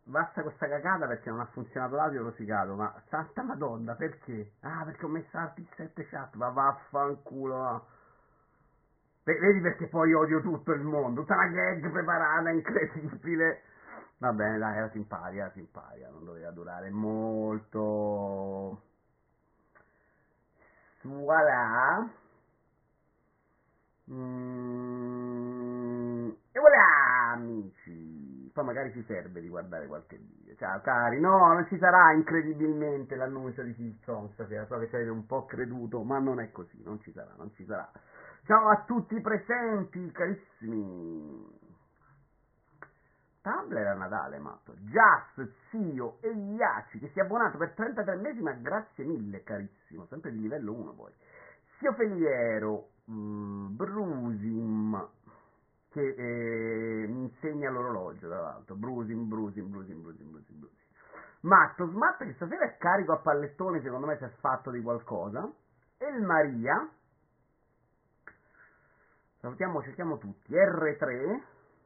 basta questa cagata perché non ha funzionato l'audio rosicato, ma santa madonna, perché? Ah, perché ho messo la P7 chat, ma vaffanculo, va. Vedi perché poi odio tutto il mondo, tutta una gag preparata, incredibile. Va bene, dai, era simpatica, non doveva durare molto. Voilà. E voilà, amici. Poi magari ci serve di guardare qualche video. Ciao cari, no, non ci sarà incredibilmente l'annuncio di Silson stasera, so che ci avete un po' creduto, ma non è così, non ci sarà, non ci sarà. Ciao a tutti i presenti, carissimi. Tumblr a Natale, matto. Just, Zio e Iaci, che si è abbonato per 33 mesi, ma grazie mille, carissimo. Sempre di livello 1 poi. Zio Feliero, Brusim, che mi insegna l'orologio, tra l'altro. Brusim. Matto, Smatt, che stasera è carico a pallettoni, secondo me si è sfatto di qualcosa. E il Maria, salutiamo, cerchiamo tutti. R3,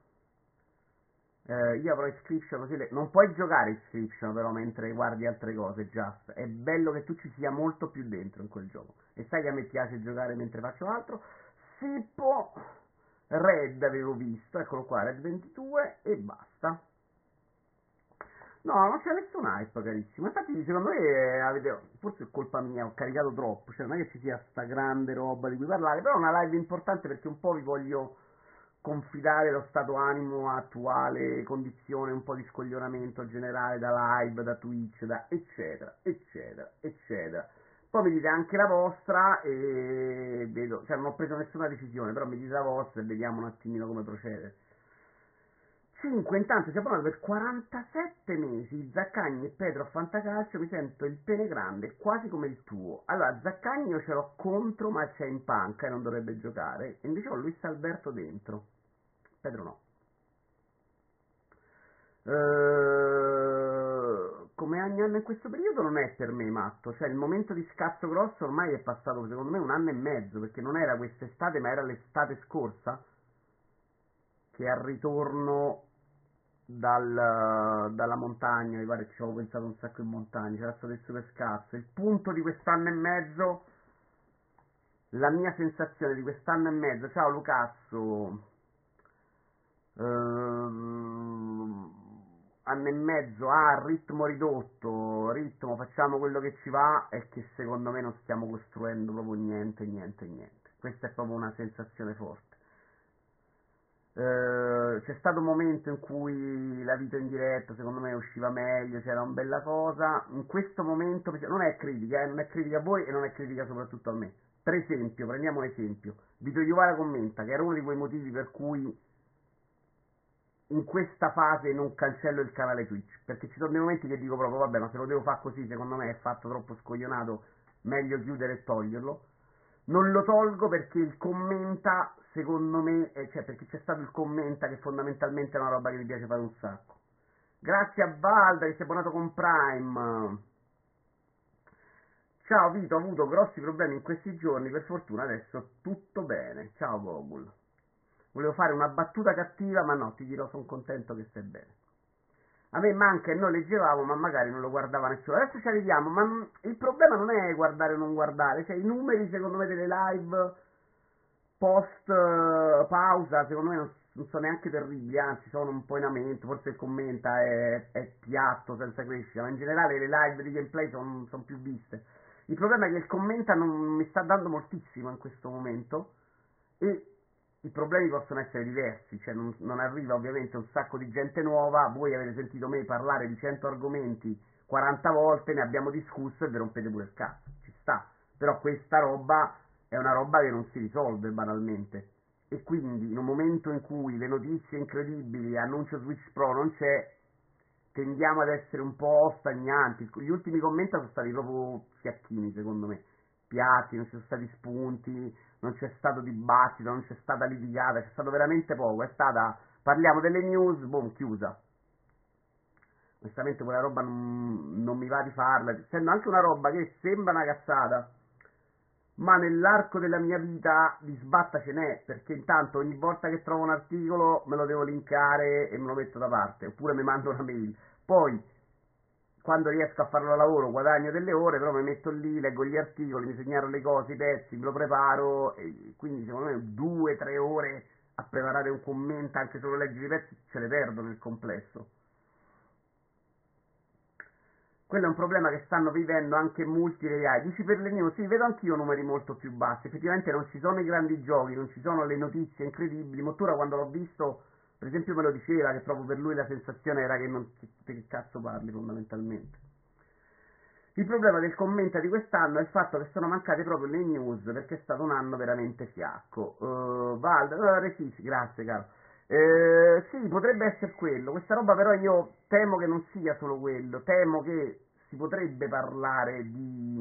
io avrò iscription così non puoi giocare iscription però mentre guardi altre cose, Just. È bello che tu ci sia molto più dentro in quel gioco. E sai che a me piace giocare mentre faccio altro. Sippo, Red avevo visto, eccolo qua, Red 22 e basta. No, non c'è nessun hype, carissimo. Infatti, secondo me, forse è colpa mia, ho caricato troppo. Cioè, non è che ci sia sta grande roba di cui parlare, però è una live importante perché un po' vi voglio confidare lo stato animo attuale, condizione, un po' di scoglionamento generale da live, da Twitch, da eccetera, eccetera, eccetera. Poi mi dite anche la vostra e vedo, cioè non ho preso nessuna decisione, però mi dite la vostra e vediamo un attimino come procedere. 5, intanto si è abbonato per 47 mesi, Zaccagni e Pedro a Fantacalcio, mi sento il pene grande, quasi come il tuo. Allora, Zaccagni io ce l'ho contro, ma c'è in panca e non dovrebbe giocare, e invece ho Luis Alberto dentro. Pedro no. Come ogni anno in questo periodo non è per me matto, cioè il momento di scazzo grosso ormai è passato secondo me un anno e mezzo, perché non era quest'estate ma era l'estate scorsa, che al ritorno dalla montagna, mi pare che ci avevo pensato un sacco in montagna, c'era stato il super scazzo. Il punto di quest'anno e mezzo, la mia sensazione di quest'anno e mezzo, ciao Lucazzo, anno e mezzo a ritmo ridotto, ritmo, facciamo quello che ci va, è che secondo me non stiamo costruendo proprio niente. Questa è proprio una sensazione forte. C'è stato un momento in cui la vita in diretta secondo me usciva meglio, c'era una bella cosa. In questo momento non è critica, non è critica a voi e non è critica soprattutto a me. Per esempio, prendiamo un esempio. Vito Iovara commenta che era uno di quei motivi per cui in questa fase non cancello il canale Twitch, perché ci sono dei momenti che dico proprio vabbè, ma se lo devo fare così, secondo me è fatto troppo scoglionato, meglio chiudere e toglierlo. Non lo tolgo perché il commenta, secondo me, cioè perché c'è stato il commenta che fondamentalmente è una roba che mi piace fare un sacco. Grazie a Valda che si è abbonato con Prime. Ciao Vito, ho avuto grossi problemi in questi giorni, per fortuna adesso tutto bene. Ciao Gogul. Volevo fare una battuta cattiva, ma no, ti dirò, sono contento che stai bene. A me manca e noi leggevamo, ma magari non lo guardava nessuno. Adesso ci arriviamo, ma il problema non è guardare o non guardare, cioè i numeri secondo me delle live post pausa, secondo me non sono neanche terribili, anzi sono un po' in aumento, forse il commenta è piatto, senza crescita, ma in generale le live di gameplay sono più viste. Il problema è che il commenta non mi sta dando moltissimo in questo momento e i problemi possono essere diversi, cioè non arriva ovviamente un sacco di gente nuova, voi avete sentito me parlare di 100 argomenti 40 volte, ne abbiamo discusso e vi rompete pure il cazzo, ci sta, però questa roba è una roba che non si risolve banalmente e quindi in un momento in cui le notizie incredibili, annuncio Switch Pro non c'è, tendiamo ad essere un po' stagnanti, gli ultimi commenti sono stati proprio fiacchini secondo me, piatti, non ci sono stati spunti, non c'è stato dibattito, non c'è stata litigata, c'è stato veramente poco, è stata, parliamo delle news, boom, chiusa. Onestamente quella roba non mi va di farla, essendo anche una roba che sembra una cazzata, ma nell'arco della mia vita di sbatta ce n'è, perché intanto ogni volta che trovo un articolo me lo devo linkare e me lo metto da parte, oppure mi mando una mail. Poi quando riesco a farlo a lavoro guadagno delle ore, però mi metto lì, leggo gli articoli, mi segnalo le cose, i pezzi, me lo preparo, e quindi secondo me 2 o 3 ore a preparare un commento, anche solo leggere i pezzi, ce le perdo nel complesso. Quello è un problema che stanno vivendo anche molti AI. Dici per le news, sì, vedo anch'io numeri molto più bassi, effettivamente non ci sono i grandi giochi, non ci sono le notizie incredibili. Mottura quando l'ho visto, per esempio me lo diceva che proprio per lui la sensazione era che non che cazzo parli fondamentalmente. Il problema del commento di quest'anno è il fatto che sono mancate proprio le news perché è stato un anno veramente fiacco. Valdo, Resisi, grazie caro. Sì, potrebbe essere quello. Questa roba però io temo che non sia solo quello, temo che si potrebbe parlare di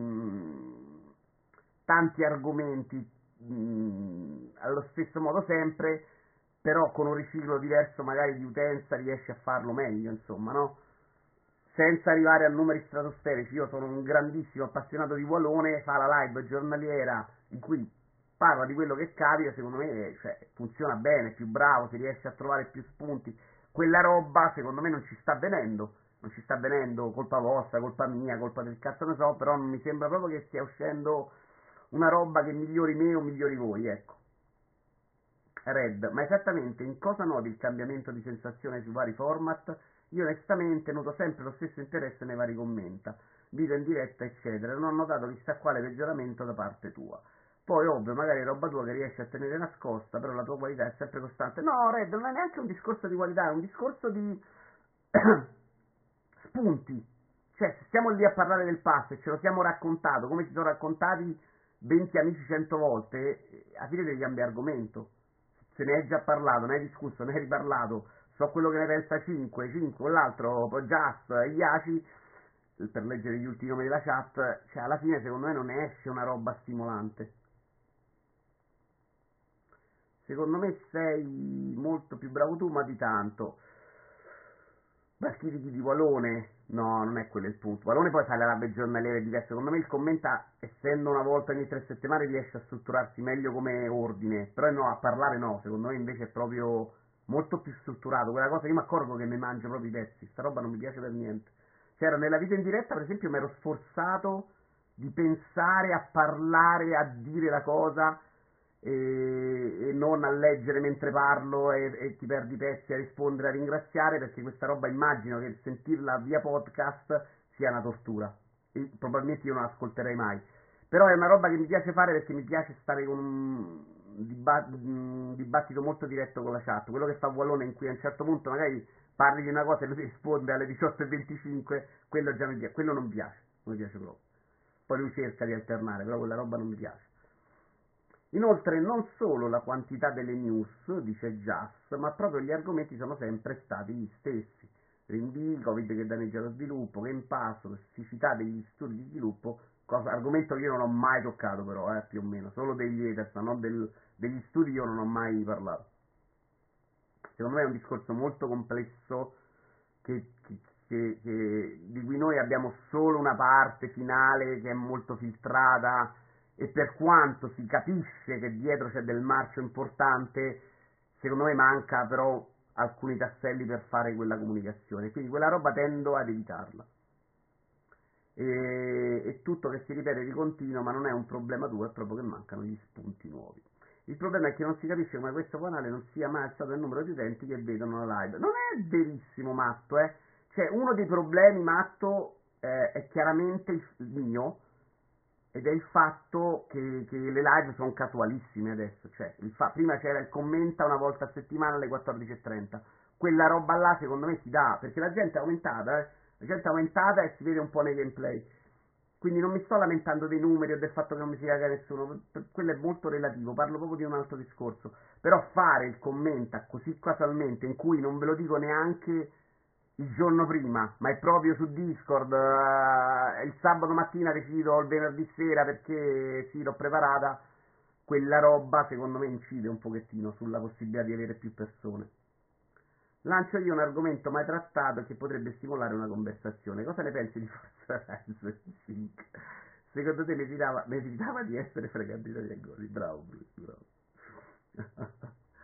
tanti argomenti allo stesso modo sempre, però con un riciclo diverso magari di utenza riesce a farlo meglio, insomma, no? Senza arrivare a numeri stratosferici. Io sono un grandissimo appassionato di Wallone, fa la live giornaliera in cui parla di quello che capita, secondo me cioè, funziona bene, è più bravo, si riesce a trovare più spunti. Quella roba secondo me non ci sta avvenendo, non ci sta avvenendo, colpa vostra, colpa mia, colpa del cazzo ne so, però non mi sembra proprio che stia uscendo una roba che migliori me o migliori voi, ecco. Red, ma esattamente in cosa noti il cambiamento di sensazione sui vari format? Io onestamente noto sempre lo stesso interesse nei vari commenta, video in diretta eccetera, non ho notato chissà quale peggioramento da parte tua. Poi ovvio, magari è roba tua che riesci a tenere nascosta, però la tua qualità è sempre costante. No, Red, non è neanche un discorso di qualità, è un discorso di spunti. Cioè, se stiamo lì a parlare del passo e ce lo siamo raccontato, come ci sono raccontati 20 amici 100 volte, alla fine devi cambiare argomento. Se ne hai già parlato, ne hai discusso, ne hai riparlato, so quello che ne pensa 5, l'altro, Just, Iaci, per leggere gli ultimi nomi della chat, cioè alla fine secondo me non ne esce una roba stimolante. Secondo me sei molto più bravo tu, ma di tanto. Critichi di Valone, no, non è quello il punto. Valone poi fa le robe giornaliere diverse. Secondo me il commenta, essendo una volta ogni 3 settimane, riesce a strutturarsi meglio come ordine. Però no, a parlare no, secondo me invece è proprio molto più strutturato. Quella cosa io mi accorgo che mi mangio proprio i pezzi. Sta roba non mi piace per niente. C'era nella vita in diretta, per esempio, mi ero sforzato di pensare a parlare, a dire la cosa e non a leggere mentre parlo e ti perdi i pezzi a rispondere, a ringraziare, perché questa roba immagino che sentirla via podcast sia una tortura e probabilmente io non ascolterei mai, però è una roba che mi piace fare perché mi piace stare con un dibattito molto diretto con la chat, quello che fa Wallone in cui a un certo punto magari parli di una cosa e lui ti risponde alle 18:25, quello già mi piace, quello non mi piace, non mi piace proprio. Poi lui cerca di alternare, però quella roba non mi piace. Inoltre non solo la quantità delle news, dice Just, ma proprio gli argomenti sono sempre stati gli stessi. Rinvii, Covid che danneggia lo sviluppo, Game Pass, tossicità degli studi di sviluppo, argomento che io non ho mai toccato però, più o meno, solo degli haters, ma non degli studi io non ho mai parlato. Secondo me è un discorso molto complesso di cui noi abbiamo solo una parte finale che è molto filtrata e per quanto si capisce che dietro c'è del marcio importante, secondo me manca però alcuni tasselli per fare quella comunicazione, quindi quella roba tendo ad evitarla. È tutto che si ripete di continuo, ma non è un problema tuo, è proprio che mancano gli spunti nuovi. Il problema è che non si capisce come questo canale non sia mai alzato il numero di utenti che vedono la live. Non è verissimo, Matto, eh. Cioè, uno dei problemi, Matto, è chiaramente il mio, ed è il fatto che le live sono casualissime adesso. Cioè, prima c'era il commenta una volta a settimana alle 14:30. Quella roba là, secondo me, si dà, perché la gente è aumentata, eh. La gente è aumentata e si vede un po' nei gameplay. Quindi non mi sto lamentando dei numeri o del fatto che non mi si caga nessuno, quello è molto relativo, parlo proprio di un altro discorso. Però fare il commenta così casualmente, in cui non ve lo dico neanche il giorno prima, ma è proprio su Discord, il sabato mattina decido il venerdì sera perché sì, l'ho preparata, quella roba secondo me incide un pochettino sulla possibilità di avere più persone. Lancio io un argomento mai trattato che potrebbe stimolare una conversazione. Cosa ne pensi di Forza Horizon 5? Secondo te meritava di essere fregato di Gori? Bravo, Bruce, bravo.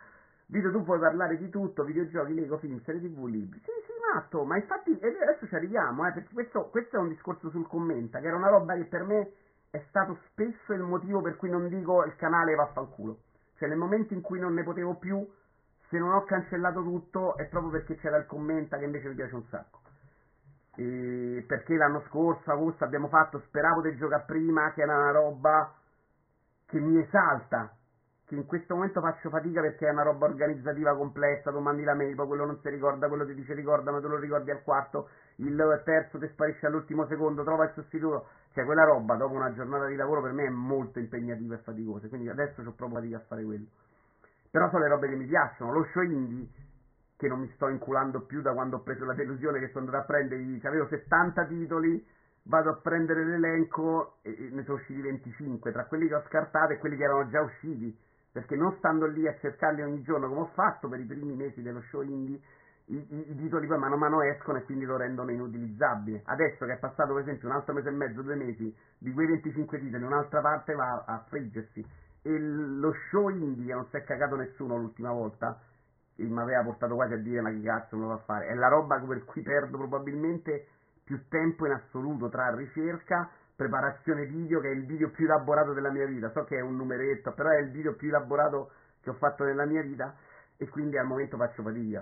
Vito, tu puoi parlare di tutto, videogiochi, Lego, film, serie TV, libri. Sì, sì, matto, ma infatti e adesso ci arriviamo, perché questo è un discorso sul commenta, che era una roba che per me è stato spesso il motivo per cui non dico il canale vaffanculo. Cioè, nel momento in cui non ne potevo più, se non ho cancellato tutto, è proprio perché c'era il commenta che invece mi piace un sacco. Perché l'anno scorso, agosto, abbiamo fatto Speravo di giocare prima, che era una roba che mi esalta, che in questo momento faccio fatica perché è una roba organizzativa complessa, tu mandi la mail, poi quello non si ricorda, quello ti dice ricorda, ma te lo ricordi al quarto, il terzo ti sparisce all'ultimo secondo, trova il sostituto, cioè quella roba dopo una giornata di lavoro per me è molto impegnativa e faticosa, quindi adesso ho proprio fatica a fare quello. Però sono le robe che mi piacciono, lo show indie, che non mi sto inculando più da quando ho preso la delusione che sono andato a prendere, avevo 70 titoli, vado a prendere l'elenco e ne sono usciti 25, tra quelli che ho scartato e quelli che erano già usciti, perché non stando lì a cercarli ogni giorno come ho fatto per i primi mesi dello show indie, i titoli poi mano a mano escono e quindi lo rendono inutilizzabile. Adesso che è passato per esempio un altro mese e mezzo, 2 mesi, di quei 25 titoli un'altra parte va a friggersi e lo show indie che non si è cagato nessuno l'ultima volta e mi aveva portato quasi a dire ma che cazzo me lo va a fare, è la roba per cui perdo probabilmente più tempo in assoluto tra ricerca, preparazione video, che è il video più elaborato della mia vita, so che è un numeretto, però è il video più elaborato che ho fatto nella mia vita e quindi al momento faccio fatica.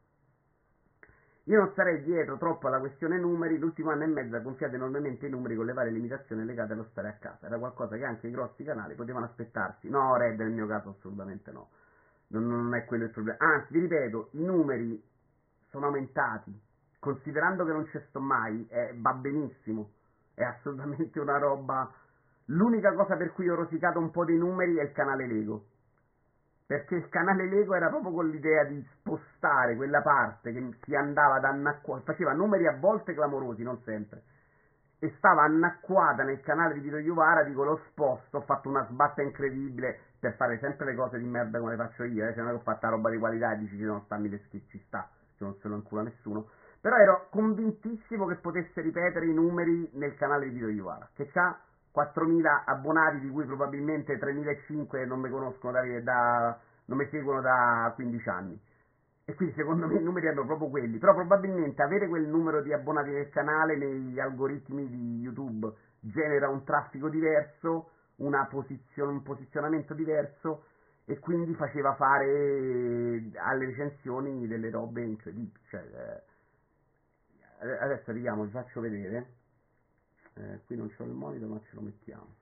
Io non starei dietro troppo alla questione numeri, l'ultimo anno e mezzo ha gonfiato enormemente i numeri con le varie limitazioni legate allo stare a casa, era qualcosa che anche i grossi canali potevano aspettarsi. No, Red, nel mio caso assolutamente no, non è quello il problema, anzi vi ripeto, i numeri sono aumentati, considerando che non ci sto mai, va benissimo, è assolutamente una roba, l'unica cosa per cui ho rosicato un po' dei numeri è il canale Lego, perché il canale Lego era proprio con l'idea di spostare quella parte che si andava ad annacquare, faceva numeri a volte clamorosi, non sempre, e stava annacquata nel canale di Vito Iuvara, dico lo sposto, ho fatto una sbatta incredibile per fare sempre le cose di merda come le faccio io, se non è che ho fatto roba di qualità e dici no, stanno le sketch, ci sta, che non se lo incula nessuno, però ero convintissimo che potesse ripetere i numeri nel canale di Vito Iuvara, che ha 4.000 abbonati, di cui probabilmente 3.500 non mi conoscono non mi seguono da 15 anni. E quindi secondo me i numeri erano proprio quelli, però probabilmente avere quel numero di abbonati nel canale negli algoritmi di YouTube genera un traffico diverso, un posizionamento diverso e quindi faceva fare alle recensioni delle robe incredibili. Cioè, adesso arriviamo, vi faccio vedere, qui non c'ho il monitor ma ce lo mettiamo.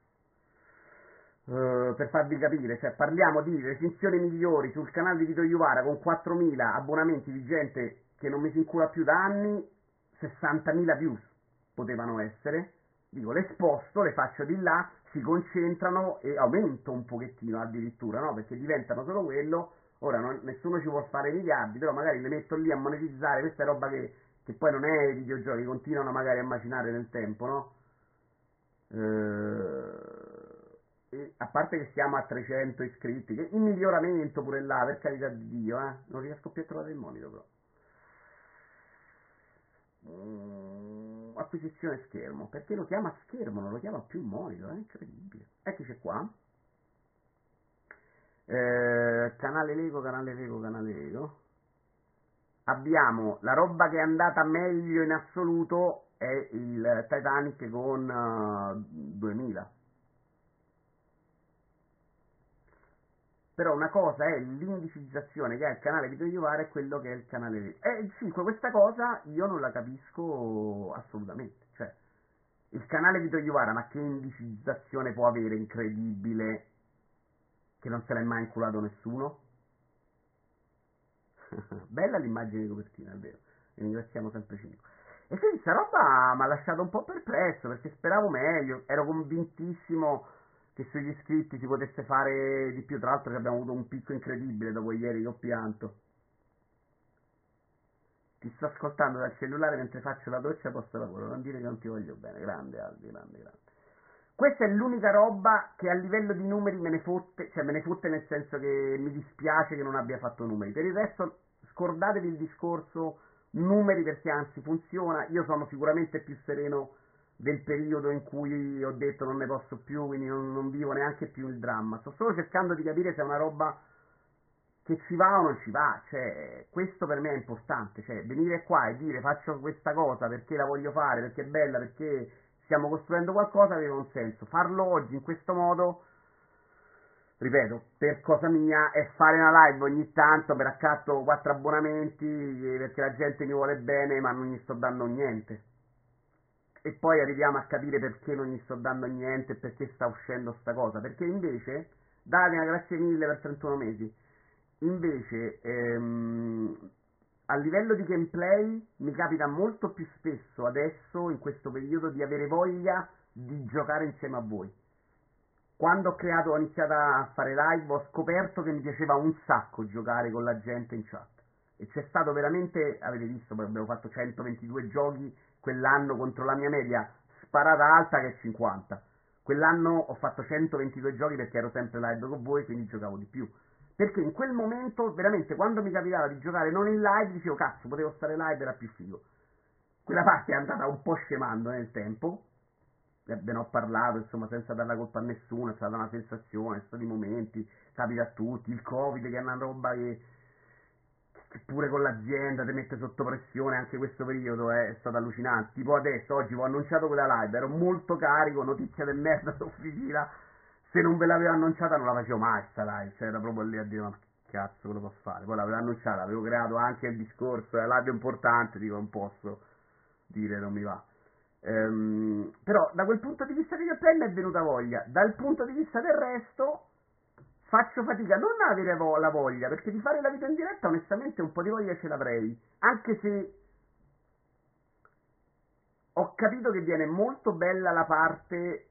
Per farvi capire, cioè parliamo di recensioni migliori sul canale di Vito Iuvara con 4.000 abbonamenti di gente che non mi si incula più da anni, 60.000 views potevano essere, dico le sposto, le faccio di là, si concentrano e aumento un pochettino addirittura, no? Perché diventano solo quello, ora nessuno ci vuole fare miliardi, però magari le metto lì a monetizzare, questa è roba che poi non è videogiochi, continuano magari a macinare nel tempo, no? E a parte che siamo a 300 iscritti, che in miglioramento pure là, per carità di Dio, non riesco più a trovare il monitor però. Acquisizione schermo, perché lo chiama schermo, non lo chiama più monitor, è incredibile. Eccoci qua. Canale Lego, canale Lego, canale Lego. Abbiamo la roba che è andata meglio in assoluto è il Titanic con 2000. Però una cosa è l'indicizzazione che ha il canale Vito Iovara e quello che è il canale... sì, questa cosa io non la capisco assolutamente. Cioè, il canale Vito Iovara, ma che indicizzazione può avere incredibile che non se l'è mai inculato nessuno? Bella l'immagine di copertina, è vero. E ringraziamo sempre 5. E quindi sta roba mi ha lasciato un po' perplesso perché speravo meglio, ero convintissimo che sugli iscritti si potesse fare di più, tra l'altro che abbiamo avuto un picco incredibile dopo ieri che ho pianto. Ti sto ascoltando dal cellulare mentre faccio la doccia post lavoro, non dire che non ti voglio bene, grande Aldi, grande, grande. Questa è l'unica roba che a livello di numeri me ne fotte, cioè me ne fotte nel senso che mi dispiace che non abbia fatto numeri. Per il resto scordatevi il discorso numeri perché anzi funziona, io sono sicuramente più sereno del periodo in cui ho detto non ne posso più, quindi non vivo neanche più il dramma. Sto solo cercando di capire se è una roba che ci va o non ci va, cioè, questo per me è importante, cioè, venire qua e dire faccio questa cosa perché la voglio fare, perché è bella, perché stiamo costruendo qualcosa aveva un senso. Farlo oggi in questo modo, ripeto, per cosa mia, è fare una live ogni tanto per accatto 4 abbonamenti perché la gente mi vuole bene ma non gli sto dando niente. E poi arriviamo a capire perché non gli sto dando niente e perché sta uscendo sta cosa. Perché invece, Dalia, grazie mille per 31 mesi. Invece, a livello di gameplay mi capita molto più spesso adesso, in questo periodo, di avere voglia di giocare insieme a voi. Quando ho iniziato a fare live, ho scoperto che mi piaceva un sacco giocare con la gente in chat. E c'è stato veramente, avete visto, poi abbiamo fatto 122 giochi quell'anno contro la mia media sparata alta che è 50. Quell'anno ho fatto 122 giochi perché ero sempre live con voi, quindi giocavo di più. Perché in quel momento, veramente, quando mi capitava di giocare non in live, dicevo, cazzo, potevo stare live, era più figo. Quella parte è andata un po' scemando nel tempo, ve ne ho parlato, insomma, senza dare la colpa a nessuno, è stata una sensazione, sono stati momenti, capita a tutti, il Covid che è una roba che pure con l'azienda ti mette sotto pressione, anche questo periodo è stato allucinante. Tipo adesso, oggi ho annunciato quella live, ero molto carico, notizia del merda d'officina, se non ve l'avevo annunciata non la facevo mai sta live, cioè era proprio lì a dire ma che cazzo quello posso fare, poi l'avevo annunciata, avevo creato anche il discorso, è la live importante, dico non posso dire non mi va. Però da quel punto di vista di cappella è venuta voglia, dal punto di vista del resto faccio fatica non a avere la voglia, perché di fare la vita in diretta onestamente un po' di voglia ce l'avrei, anche se ho capito che viene molto bella la parte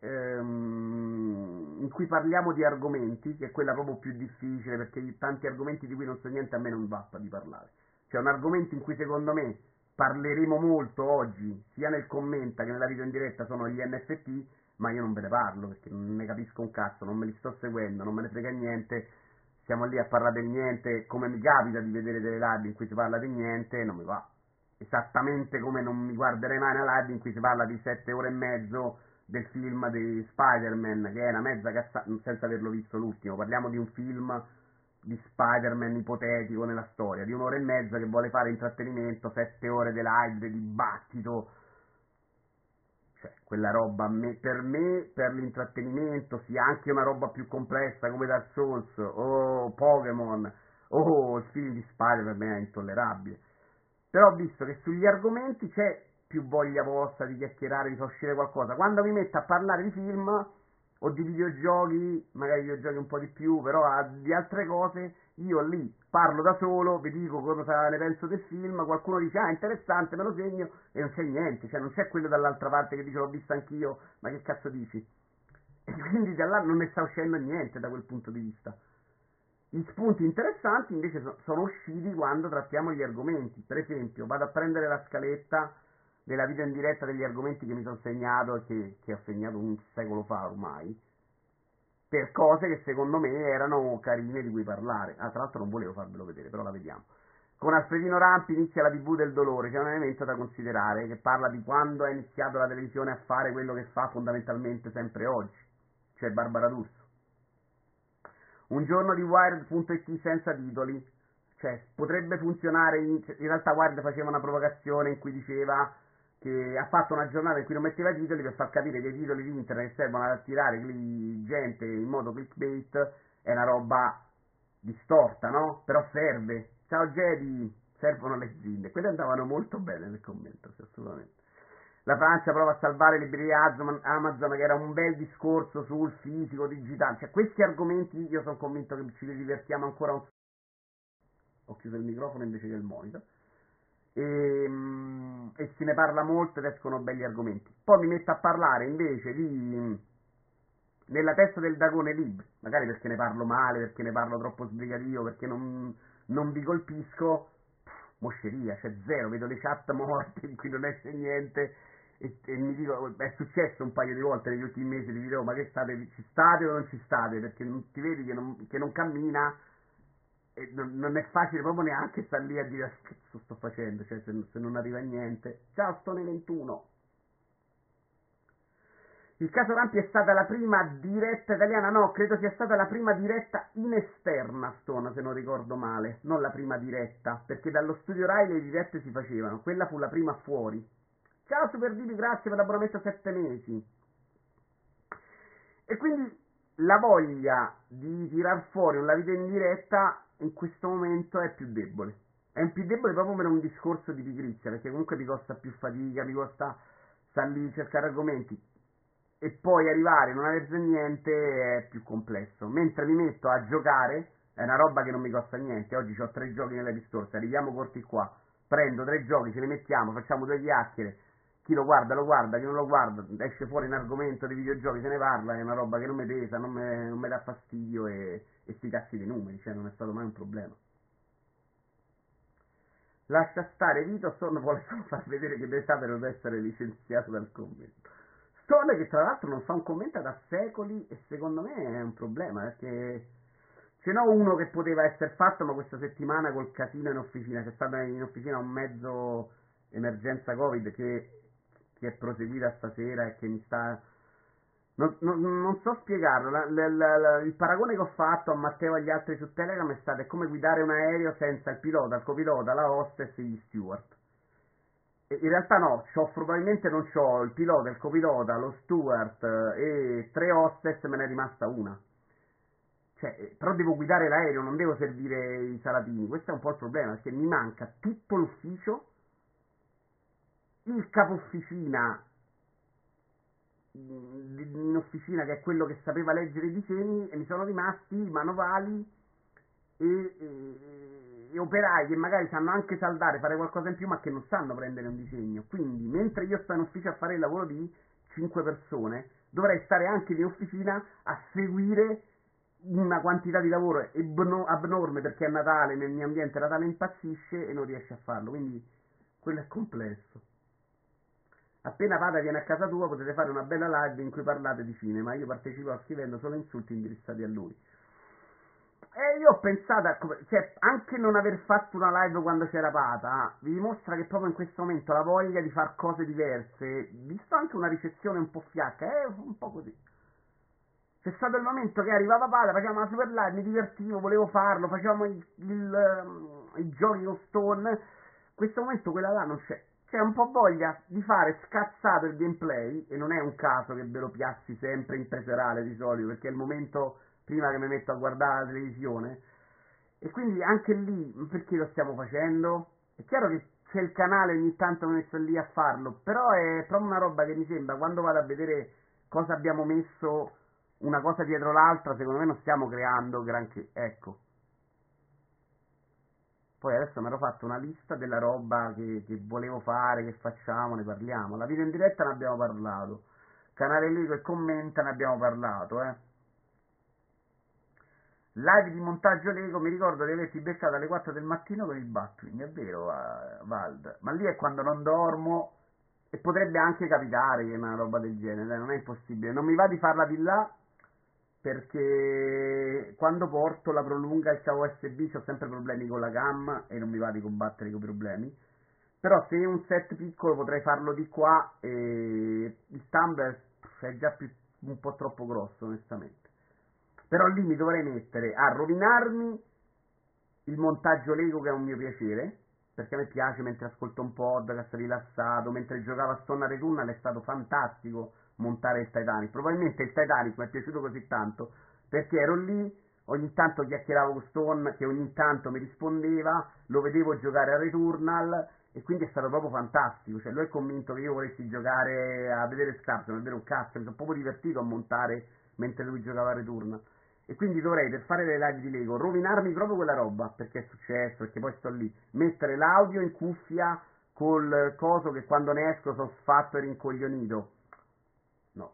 in cui parliamo di argomenti, che è quella proprio più difficile, perché tanti argomenti di cui non so niente a me non va di parlare. C'è un argomento in cui secondo me parleremo molto oggi, sia nel commenta che nella video in diretta, sono gli NFT, ma io non ve ne parlo perché non ne capisco un cazzo, non me li sto seguendo, non me ne frega niente, siamo lì a parlare del niente, come mi capita di vedere delle live in cui si parla di niente, non mi va. Esattamente come non mi guarderei mai una live in cui si parla di 7 ore e mezzo del film di Spider-Man, che è una mezza cazzata, senza averlo visto l'ultimo, parliamo di un film di Spider-Man ipotetico nella storia, di 1 ora e mezza che vuole fare intrattenimento, 7 ore di live, di dibattito, cioè quella roba per me, per l'intrattenimento, sia anche una roba più complessa come Dark Souls o Pokémon o il film di Spider per me è intollerabile. Però ho visto che sugli argomenti c'è più voglia vostra di chiacchierare, di far uscire qualcosa. Quando mi metto a parlare di film o di videogiochi, magari videogiochi un po' di più, però di altre cose, io lì parlo da solo, vi dico cosa ne penso del film, qualcuno dice ah interessante, me lo segno e non c'è niente, cioè non c'è quello dall'altra parte che dice l'ho visto anch'io, ma che cazzo dici? E quindi da là non ne sta uscendo niente da quel punto di vista. Gli spunti interessanti invece sono usciti quando trattiamo gli argomenti. Per esempio, vado a prendere la scaletta della video in diretta degli argomenti che mi sono segnato e che ho segnato un secolo fa ormai, per cose che secondo me erano carine di cui parlare. Ah, tra l'altro non volevo farvelo vedere, però la vediamo. Con Alfredino Rampi inizia la TV del dolore, che è un elemento da considerare, che parla di quando è iniziato la televisione a fare quello che fa fondamentalmente sempre oggi, cioè Barbara D'Urso. Un giorno di Wired.it senza titoli, cioè potrebbe funzionare, in realtà Wired faceva una provocazione in cui diceva che ha fatto una giornata in cui non metteva i titoli per far capire che i titoli di internet che servono ad attirare gente in modo clickbait è una roba distorta, no? Però serve. Ciao Jedi, servono le zinde. Quelle andavano molto bene nel commento, sì, assolutamente. La Francia prova a salvare le librerie Amazon, che era un bel discorso sul fisico digitale. Cioè, questi argomenti io sono convinto che ci divertiamo ancora un. Ho chiuso il microfono invece che il monitor. E se ne parla molto ed escono belli argomenti. Poi mi metto a parlare invece di Nella testa del dragone libri, magari perché ne parlo male, perché ne parlo troppo sbrigadio, perché non vi colpisco, mosceria, c'è zero, vedo le chat morte in cui non esce niente e mi dico, è successo un paio di volte negli ultimi mesi, vi dico, ma che state, ci state o non ci state? Perché non ti vedi che non cammina e non è facile proprio neanche stare lì a dire che cazzo sto facendo, cioè se non arriva niente. Ciao, sto nei 21. Il caso Rampi è stata la prima diretta italiana, no, credo sia stata la prima diretta in esterna, Stone, se non ricordo male, non la prima diretta, perché dallo studio Rai le dirette si facevano, quella fu la prima fuori. Ciao Super Divi, grazie per l'abbonamento a 7 mesi. E quindi la voglia di tirar fuori una vita in diretta in questo momento è più debole. È più debole proprio per un discorso di pigrizia, perché comunque mi costa più fatica, mi costa star lì a cercare argomenti e poi arrivare e non aver niente è più complesso. Mentre mi metto a giocare è una roba che non mi costa niente. Oggi ho 3 giochi nelle ristorse, arriviamo corti qua, prendo 3 giochi, ce li mettiamo, facciamo 2 chiacchiere, chi lo guarda, chi non lo guarda, esce fuori un argomento di videogiochi, se ne parla, è una roba che non mi pesa, non mi dà fastidio e sti cazzi dei numeri, cioè non è stato mai un problema. Lascia stare Vito, Stone vuole solo far vedere che deve sapere di essere licenziato dal commento. Stone che tra l'altro non fa un commento da secoli e secondo me è un problema perché ce n'ho uno che poteva essere fatto ma questa settimana col casino in officina, c'è stata in officina un mezzo emergenza Covid che è proseguita stasera e che mi sta... Non so spiegarlo, il paragone che ho fatto a Matteo e agli altri su Telegram è stato come guidare un aereo senza il pilota, il copilota, la hostess e gli steward. E in realtà no, probabilmente non c'ho il pilota, il copilota, lo steward e 3 hostess, me ne è rimasta una. Cioè, però devo guidare l'aereo, non devo servire i salatini. Questo è un po' il problema, perché mi manca tutto l'ufficio, il capo officina in officina che è quello che sapeva leggere i disegni e mi sono rimasti i manovali e operai che magari sanno anche saldare, fare qualcosa in più ma che non sanno prendere un disegno. Quindi mentre io sto in ufficio a fare il lavoro di 5 persone dovrei stare anche in officina a seguire una quantità di lavoro abnorme perché è Natale, nel mio ambiente Natale impazzisce e non riesce a farlo, quindi quello è complesso. Appena Pada viene a casa tua potete fare una bella live in cui parlate di cinema. Io partecipo scrivendo solo insulti indirizzati a lui. E io ho pensato, cioè, anche non aver fatto una live quando c'era Pata, vi dimostra che proprio in questo momento la voglia di fare cose diverse, visto anche una ricezione un po' fiacca, è un po' così. C'è stato il momento che arrivava Pata, facevamo la super live, mi divertivo, volevo farlo, facevamo i giochi con Stone. In questo momento quella là non c'è. C'è un po' voglia di fare scazzato il gameplay, e non è un caso che ve lo piazzi sempre in preserale di solito, perché è il momento prima che mi metto a guardare la televisione. E quindi anche lì, perché lo stiamo facendo? È chiaro che c'è il canale, ogni tanto mi metto lì a farlo, però è proprio una roba che mi sembra, quando vado a vedere cosa abbiamo messo una cosa dietro l'altra, secondo me non stiamo creando granché, ecco. Poi adesso mi ero fatto una lista della roba che volevo fare, che facciamo, ne parliamo. La video in diretta ne abbiamo parlato. Canale Lego e commenta ne abbiamo parlato, Live di montaggio Lego, mi ricordo di averti beccato alle 4 del mattino con il Batwing, è vero, Vald. Ma lì è quando non dormo e potrebbe anche capitare che una roba del genere, non è impossibile. Non mi va di farla di là perché quando porto la prolunga il cavo USB ho sempre problemi con la gamma e non mi va di combattere con i problemi. Però se è un set piccolo potrei farlo di qua e il tumbler è già un po' troppo grosso onestamente. Però lì mi dovrei mettere a rovinarmi il montaggio Lego che è un mio piacere, perché a me piace mentre ascolto un podcast rilassato, mentre giocavo a Stone Returnal è stato fantastico montare il Titanic. Probabilmente il Titanic mi è piaciuto così tanto perché ero lì, ogni tanto chiacchieravo con Stone che ogni tanto mi rispondeva, lo vedevo giocare a Returnal e quindi è stato proprio fantastico. Cioè lui è convinto che io volessi giocare a vedere Scraps, non è vero un cazzo, mi sono proprio divertito a montare mentre lui giocava a Returnal. E quindi dovrei, per fare le live di Lego, rovinarmi proprio quella roba, perché è successo, perché poi sto lì, mettere l'audio in cuffia col coso che quando ne esco sono sfatto e rincoglionito. No.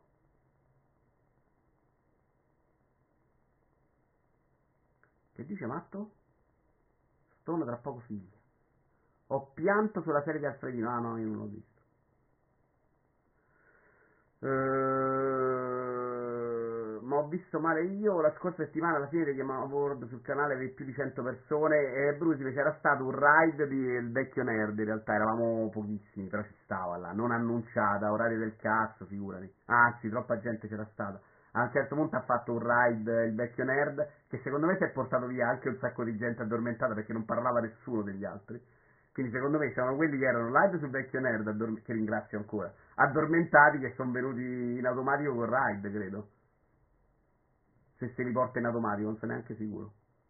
Che dice Matto? Stone tra poco figlia. Ho pianto sulla serie di Alfredino. Ah no, io non l'ho visto. Mo ho visto male io, la scorsa settimana alla fine di Game Award sul canale avevi più di 100 persone e Brusile c'era stato un ride del vecchio nerd, in realtà eravamo pochissimi, però ci stava là, non annunciata, orario del cazzo, figurati. Anzi, troppa gente c'era stata. A un certo punto ha fatto un ride il vecchio nerd che secondo me si è portato via anche un sacco di gente addormentata perché non parlava nessuno degli altri. Quindi secondo me c'erano quelli che erano live sul vecchio nerd, che ringrazio ancora, addormentati che sono venuti in automatico con ride, credo. Se li porta in automatico, non sono neanche sicuro.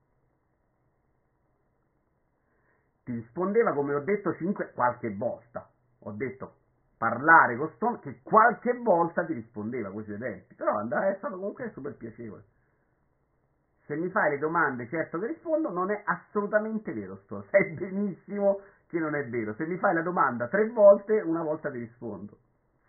Ti rispondeva come ho detto 5 qualche volta. Ho detto parlare con Stone che qualche volta ti rispondeva con i suoi tempi. Però è stato comunque super piacevole. Se mi fai le domande, certo che rispondo, non è assolutamente vero, Stone. Sai benissimo che non è vero. Se mi fai la domanda 3 volte, una volta ti rispondo.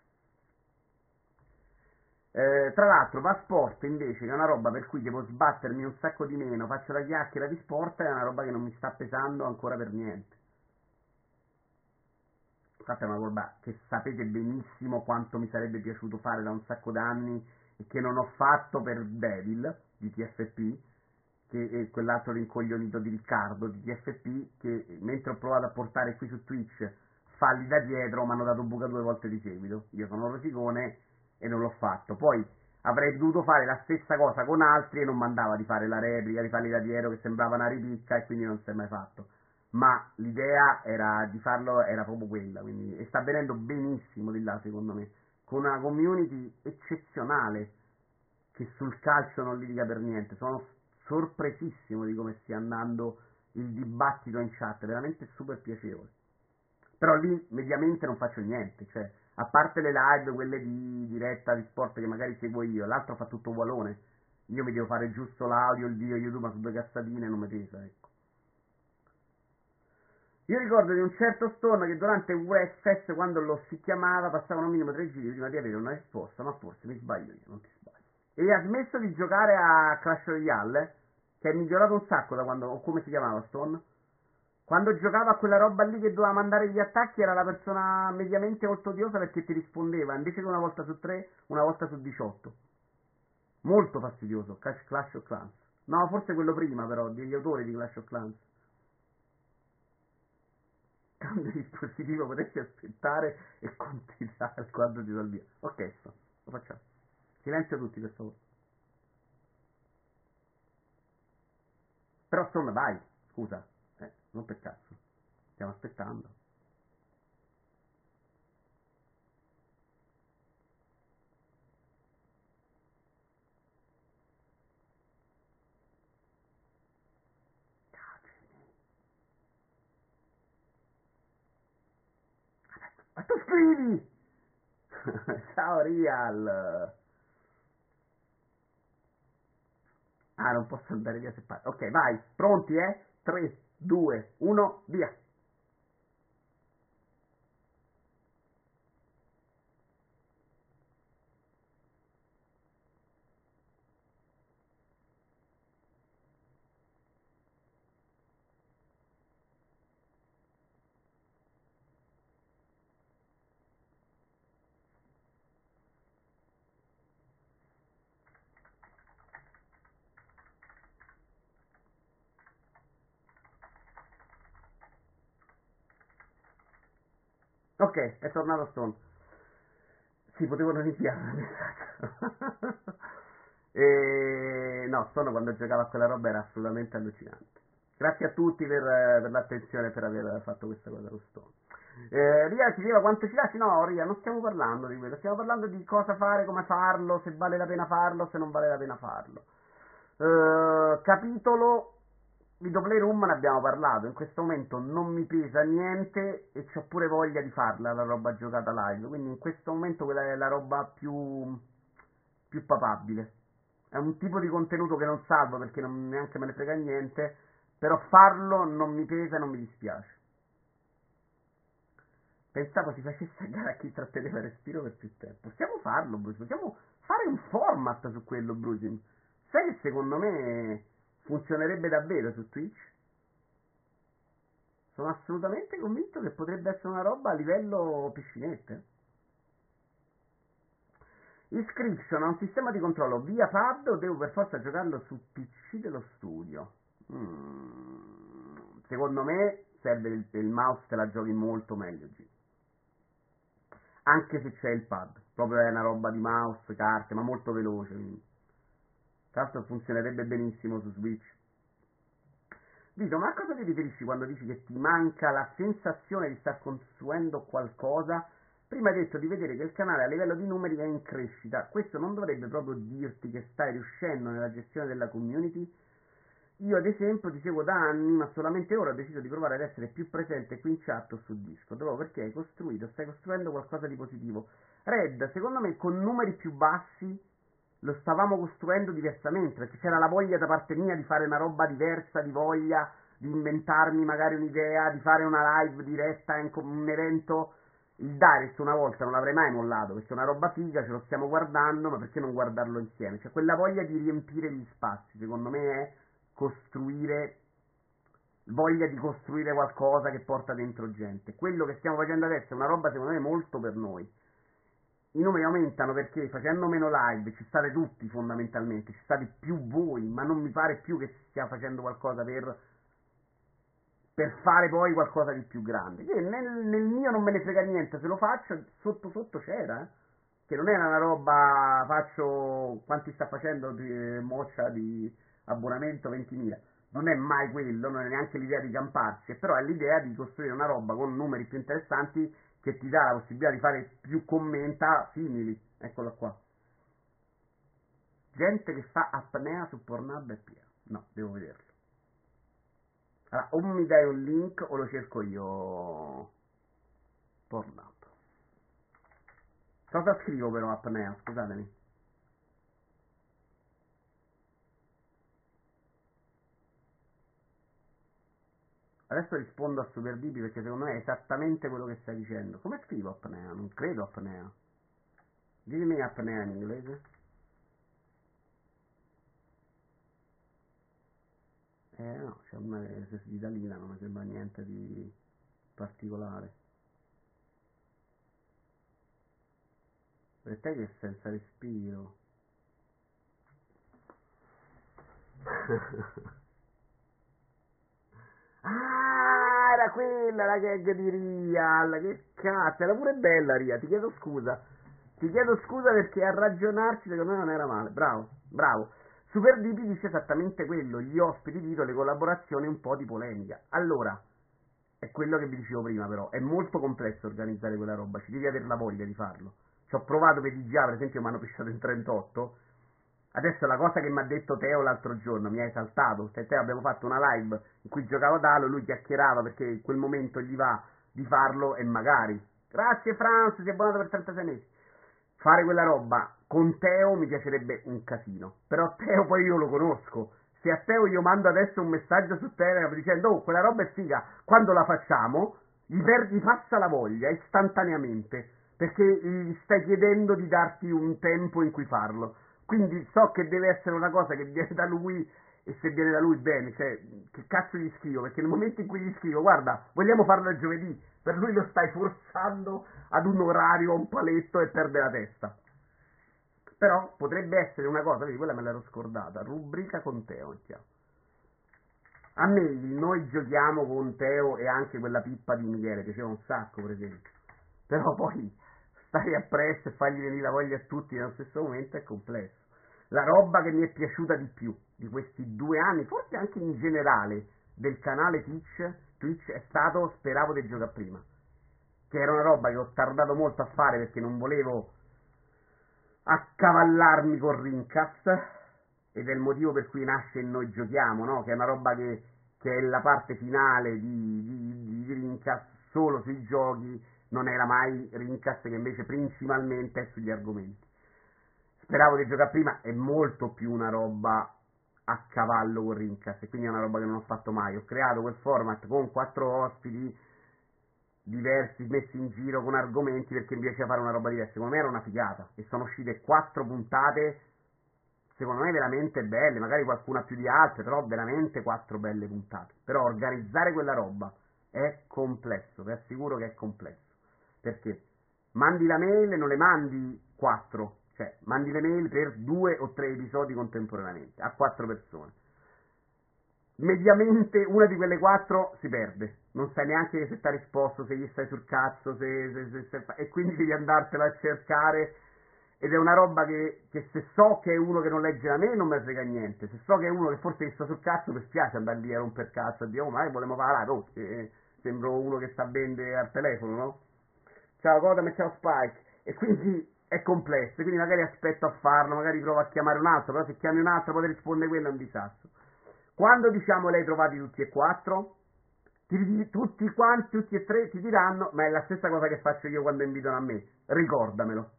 Tra l'altro, va sport invece, che è una roba per cui devo sbattermi un sacco di meno, faccio la chiacchiera di sport, è una roba che non mi sta pesando ancora per niente. Infatti è una roba che sapete benissimo quanto mi sarebbe piaciuto fare da un sacco d'anni e che non ho fatto per Devil di TFP, che è quell'altro rincoglionito di Riccardo di TFP, che mentre ho provato a portare qui su Twitch falli da dietro mi hanno dato buca 2 volte di seguito. Io sono un rosicone e non l'ho fatto. Poi avrei dovuto fare la stessa cosa con altri e non mandava di fare la replica, di farli da dietro che sembrava una ripicca e quindi non si è mai fatto. Ma l'idea era di farlo, era proprio quella, quindi, e sta venendo benissimo di là secondo me, con una community eccezionale che sul calcio non litiga per niente. Sono sorpresissimo di come stia andando il dibattito in chat, veramente super piacevole. Però lì mediamente non faccio niente, cioè a parte le live, quelle di diretta di sport che magari seguo io, l'altro fa tutto ugualone. Io mi devo fare giusto l'audio, il video YouTube, ma su 2 cazzatine non mi pesa, ecco. Io ricordo di un certo Stone che durante USS, quando lo si chiamava, passavano minimo 3 giri prima di avere una risposta, ma forse mi sbaglio io, non ti sbaglio. E ha smesso di giocare a Clash Royale, che è migliorato un sacco da quando, o come si chiamava Stone? Quando giocava a quella roba lì che doveva mandare gli attacchi era la persona mediamente molto odiosa perché ti rispondeva, invece che una volta su 3, una volta su 18. Molto fastidioso, Clash of Clans. No, forse quello prima però, degli autori di Clash of Clans. Cambio dispositivo, potessi aspettare e continuare quando ti do il via. Ok, lo facciamo. Silenzio tutti per favore. Però insomma, vai, scusa. Non per cazzo. Stiamo aspettando. Ma tu scrivi! Ciao Real! Ah, non posso andare via se parlo. Ok, vai, pronti, 3, 2, 1, via! Ok, è tornato Stone. Sì, potevo non inviare un messaggio. No, Stone quando giocava a quella roba era assolutamente allucinante. Grazie a tutti per l'attenzione e per aver fatto questa cosa con Stone. Ria chiedeva quanto ci lasci? No, Ria, non stiamo parlando di quello, stiamo parlando di cosa fare, come farlo, se vale la pena farlo, se non vale la pena farlo. Capitolo Video Playroom ne abbiamo parlato, in questo momento non mi pesa niente e ho pure voglia di farla la roba giocata live, quindi in questo momento quella è la roba più papabile. È un tipo di contenuto che non salvo perché non neanche me ne frega niente, però farlo non mi pesa e non mi dispiace. Pensavo si facesse a gara a chi tratteneva il respiro per più tempo. Possiamo farlo, Bruce, possiamo fare un format su quello, Bruce. Sai che secondo me funzionerebbe davvero su Twitch? Sono assolutamente convinto che potrebbe essere una roba a livello piscinette. Iscription a un sistema di controllo via pad o devo per forza giocarlo sul PC dello studio? Secondo me serve il mouse, te la giochi molto meglio, G. Anche se c'è il pad, proprio è una roba di mouse, carte, ma molto veloce. Quindi. Tra l'altro funzionerebbe benissimo su Switch. Vito, ma a cosa ti riferisci quando dici che ti manca la sensazione di star costruendo qualcosa? Prima hai detto di vedere che il canale a livello di numeri è in crescita. Questo non dovrebbe proprio dirti che stai riuscendo nella gestione della community? Io ad esempio ti seguo da anni, ma solamente ora ho deciso di provare ad essere più presente qui in chat o su Discord, proprio perché stai costruendo qualcosa di positivo. Red, secondo me con numeri più bassi lo stavamo costruendo diversamente, perché c'era la voglia da parte mia di fare una roba diversa, di voglia di inventarmi magari un'idea, di fare una live diretta, un evento. Il direct una volta non l'avrei mai mollato, perché è una roba figa, ce lo stiamo guardando, ma perché non guardarlo insieme? Cioè quella voglia di riempire gli spazi, secondo me è costruire, voglia di costruire qualcosa che porta dentro gente. Quello che stiamo facendo adesso è una roba secondo me molto per noi. I numeri aumentano perché facendo meno live ci state tutti fondamentalmente, ci state più voi, ma non mi pare più che si stia facendo qualcosa per fare poi qualcosa di più grande. Che nel mio non me ne frega niente, se lo faccio sotto sotto c'era, che non era una roba, faccio quanti sta facendo di moccia di abbonamento 20.000, non è mai quello, non è neanche l'idea di camparsi, però è l'idea di costruire una roba con numeri più interessanti che ti dà la possibilità di fare più commenta simili, eccolo qua. Gente che fa apnea su Pornhub e Pia. No, devo vederlo. Allora, o mi dai un link o lo cerco io. Pornhub. Cosa scrivo però apnea, scusatemi. Adesso rispondo a Super Dipi perché secondo me è esattamente quello che stai dicendo. Come scrivo apnea? Non credo apnea. Dimmi apnea in inglese. No, c'è una che si italina, non mi sembra niente di particolare. Per te che è senza respiro. Ah, era quella la gag di Real, che cazzo, era pure bella Ria, ti chiedo scusa. Ti chiedo scusa perché a ragionarci secondo me non era male, bravo, bravo. Super Dipi dice esattamente quello, gli ospiti Vito, le collaborazioni un po' di polemica. Allora, è quello che vi dicevo prima però, è molto complesso organizzare quella roba, ci devi avere la voglia di farlo. Ci ho provato per IGA, per esempio mi hanno pesciato in 38. Adesso la cosa che mi ha detto Teo l'altro giorno mi ha esaltato, cioè Teo abbiamo fatto una live in cui giocava Dalo, lui chiacchierava perché in quel momento gli va di farlo e magari, grazie Franz, si è abbonato per 36 mesi, fare quella roba con Teo mi piacerebbe un casino, però Teo poi io lo conosco, se a Teo io mando adesso un messaggio su Telegram dicendo oh quella roba è figa, quando la facciamo, gli passa la voglia istantaneamente, perché gli stai chiedendo di darti un tempo in cui farlo. Quindi so che deve essere una cosa che viene da lui e se viene da lui bene, cioè che cazzo gli scrivo? Perché nel momento in cui gli scrivo, guarda, vogliamo farlo il giovedì, per lui lo stai forzando ad un orario, a un paletto e perde la testa. Però potrebbe essere una cosa, vedi, quella me l'ero scordata, rubrica con Teo, è chiaro. A me noi giochiamo con Teo e anche quella pippa di Michele, piaceva un sacco per esempio. Però poi stare appresso e fargli venire la voglia a tutti nello stesso momento è complesso. La roba che mi è piaciuta di più di questi 2 anni, forse anche in generale, del canale Twitch è stato Speravo di giocare prima. Che era una roba che ho tardato molto a fare perché non volevo accavallarmi con Rincast ed è il motivo per cui nasce Noi Giochiamo, no? Che è una roba che è la parte finale di Rincast solo sui giochi, non era mai Rincast che invece principalmente è sugli argomenti. Speravo di giocare prima, è molto più una roba a cavallo con Rincast e quindi è una roba che non ho fatto mai. Ho creato quel format con 4 ospiti diversi messi in giro con argomenti perché mi piaceva fare una roba diversa. Secondo me era una figata e sono uscite 4 puntate secondo me veramente belle, magari qualcuna più di altre, però veramente 4 belle puntate. Però organizzare quella roba è complesso, vi assicuro che è complesso. Perché mandi la mail e non le mandi 4, cioè mandi le mail per 2 o 3 episodi contemporaneamente, a 4 persone. Mediamente una di quelle 4 si perde, non sai neanche se ti ha risposto, se gli stai sul cazzo, e quindi devi andartela a cercare, ed è una roba che se so che è uno che non legge da me non me ne frega niente, se so che è uno che forse gli sta sul cazzo mi spiace andare lì a romper cazzo e dire oh ma volevamo parlare, oh, sembro uno che sta bene al telefono, no? Ciao Godam e ciao Spike, e quindi è complesso, quindi magari aspetto a farlo, magari provo a chiamare un altro, però se chiami un altro poi ti risponde quello è un disastro. Quando diciamo lei trovati tutti e 4, tutti quanti, tutti e 3 ti diranno ma è la stessa cosa che faccio io quando invitano a me, ricordamelo.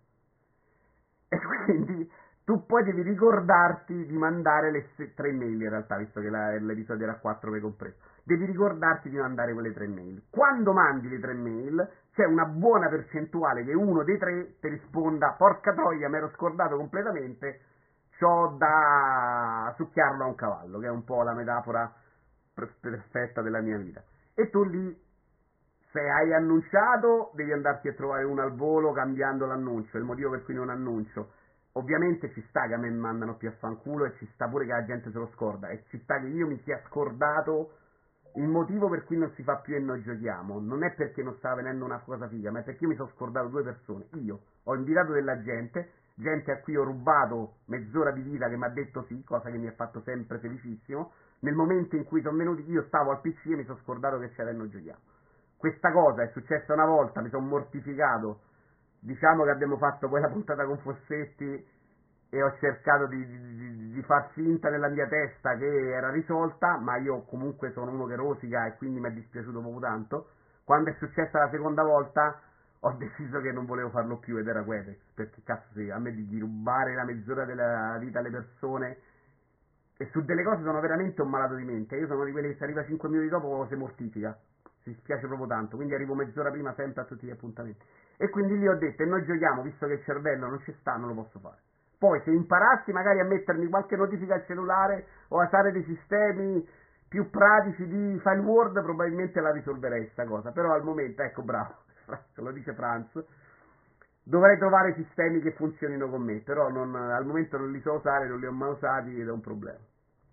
E quindi tu poi devi ricordarti di mandare le 3 mail in realtà, visto che l'episodio era 4 per compreso. Devi ricordarti di mandare quelle 3 mail. Quando mandi le 3 mail c'è una buona percentuale che uno dei 3 ti risponda porca troia, mi ero scordato completamente, c'ho da succhiarlo a un cavallo, che è un po' la metafora perfetta della mia vita. E tu lì, se hai annunciato, devi andarti a trovare uno al volo cambiando l'annuncio, il motivo per cui non annuncio. Ovviamente ci sta che a me mi mandano più a fanculo e ci sta pure che la gente se lo scorda e ci sta che io mi sia scordato il motivo per cui non si fa più e noi giochiamo. Non è perché non stava venendo una cosa figa, ma è perché io mi sono scordato 2 persone. Io ho invitato della gente a cui ho rubato mezz'ora di vita che mi ha detto sì, cosa che mi ha fatto sempre felicissimo. Nel momento in cui sono venuti io stavo al PC e mi sono scordato che c'era e non giochiamo. Questa cosa è successa una volta, mi sono mortificato, diciamo che abbiamo fatto poi la puntata con Fossetti e ho cercato di far finta nella mia testa che era risolta, ma io comunque sono uno che rosica e quindi mi è dispiaciuto proprio tanto. Quando è successa la seconda volta ho deciso che non volevo farlo più ed era Quetex, perché cazzo sì, a me di rubare la mezz'ora della vita alle persone e su delle cose sono veramente un malato di mente, io sono di quelli che si arriva 5 minuti dopo si mortifica, si spiace proprio tanto, quindi arrivo mezz'ora prima sempre a tutti gli appuntamenti. E quindi lì ho detto, e noi giochiamo, visto che il cervello non ci sta, non lo posso fare. Poi se imparassi magari a mettermi qualche notifica al cellulare o a usare dei sistemi più pratici di file Word, probabilmente la risolverei questa cosa, però al momento, ecco bravo, lo dice Franz, dovrei trovare sistemi che funzionino con me, però al momento non li so usare, non li ho mai usati ed è un problema.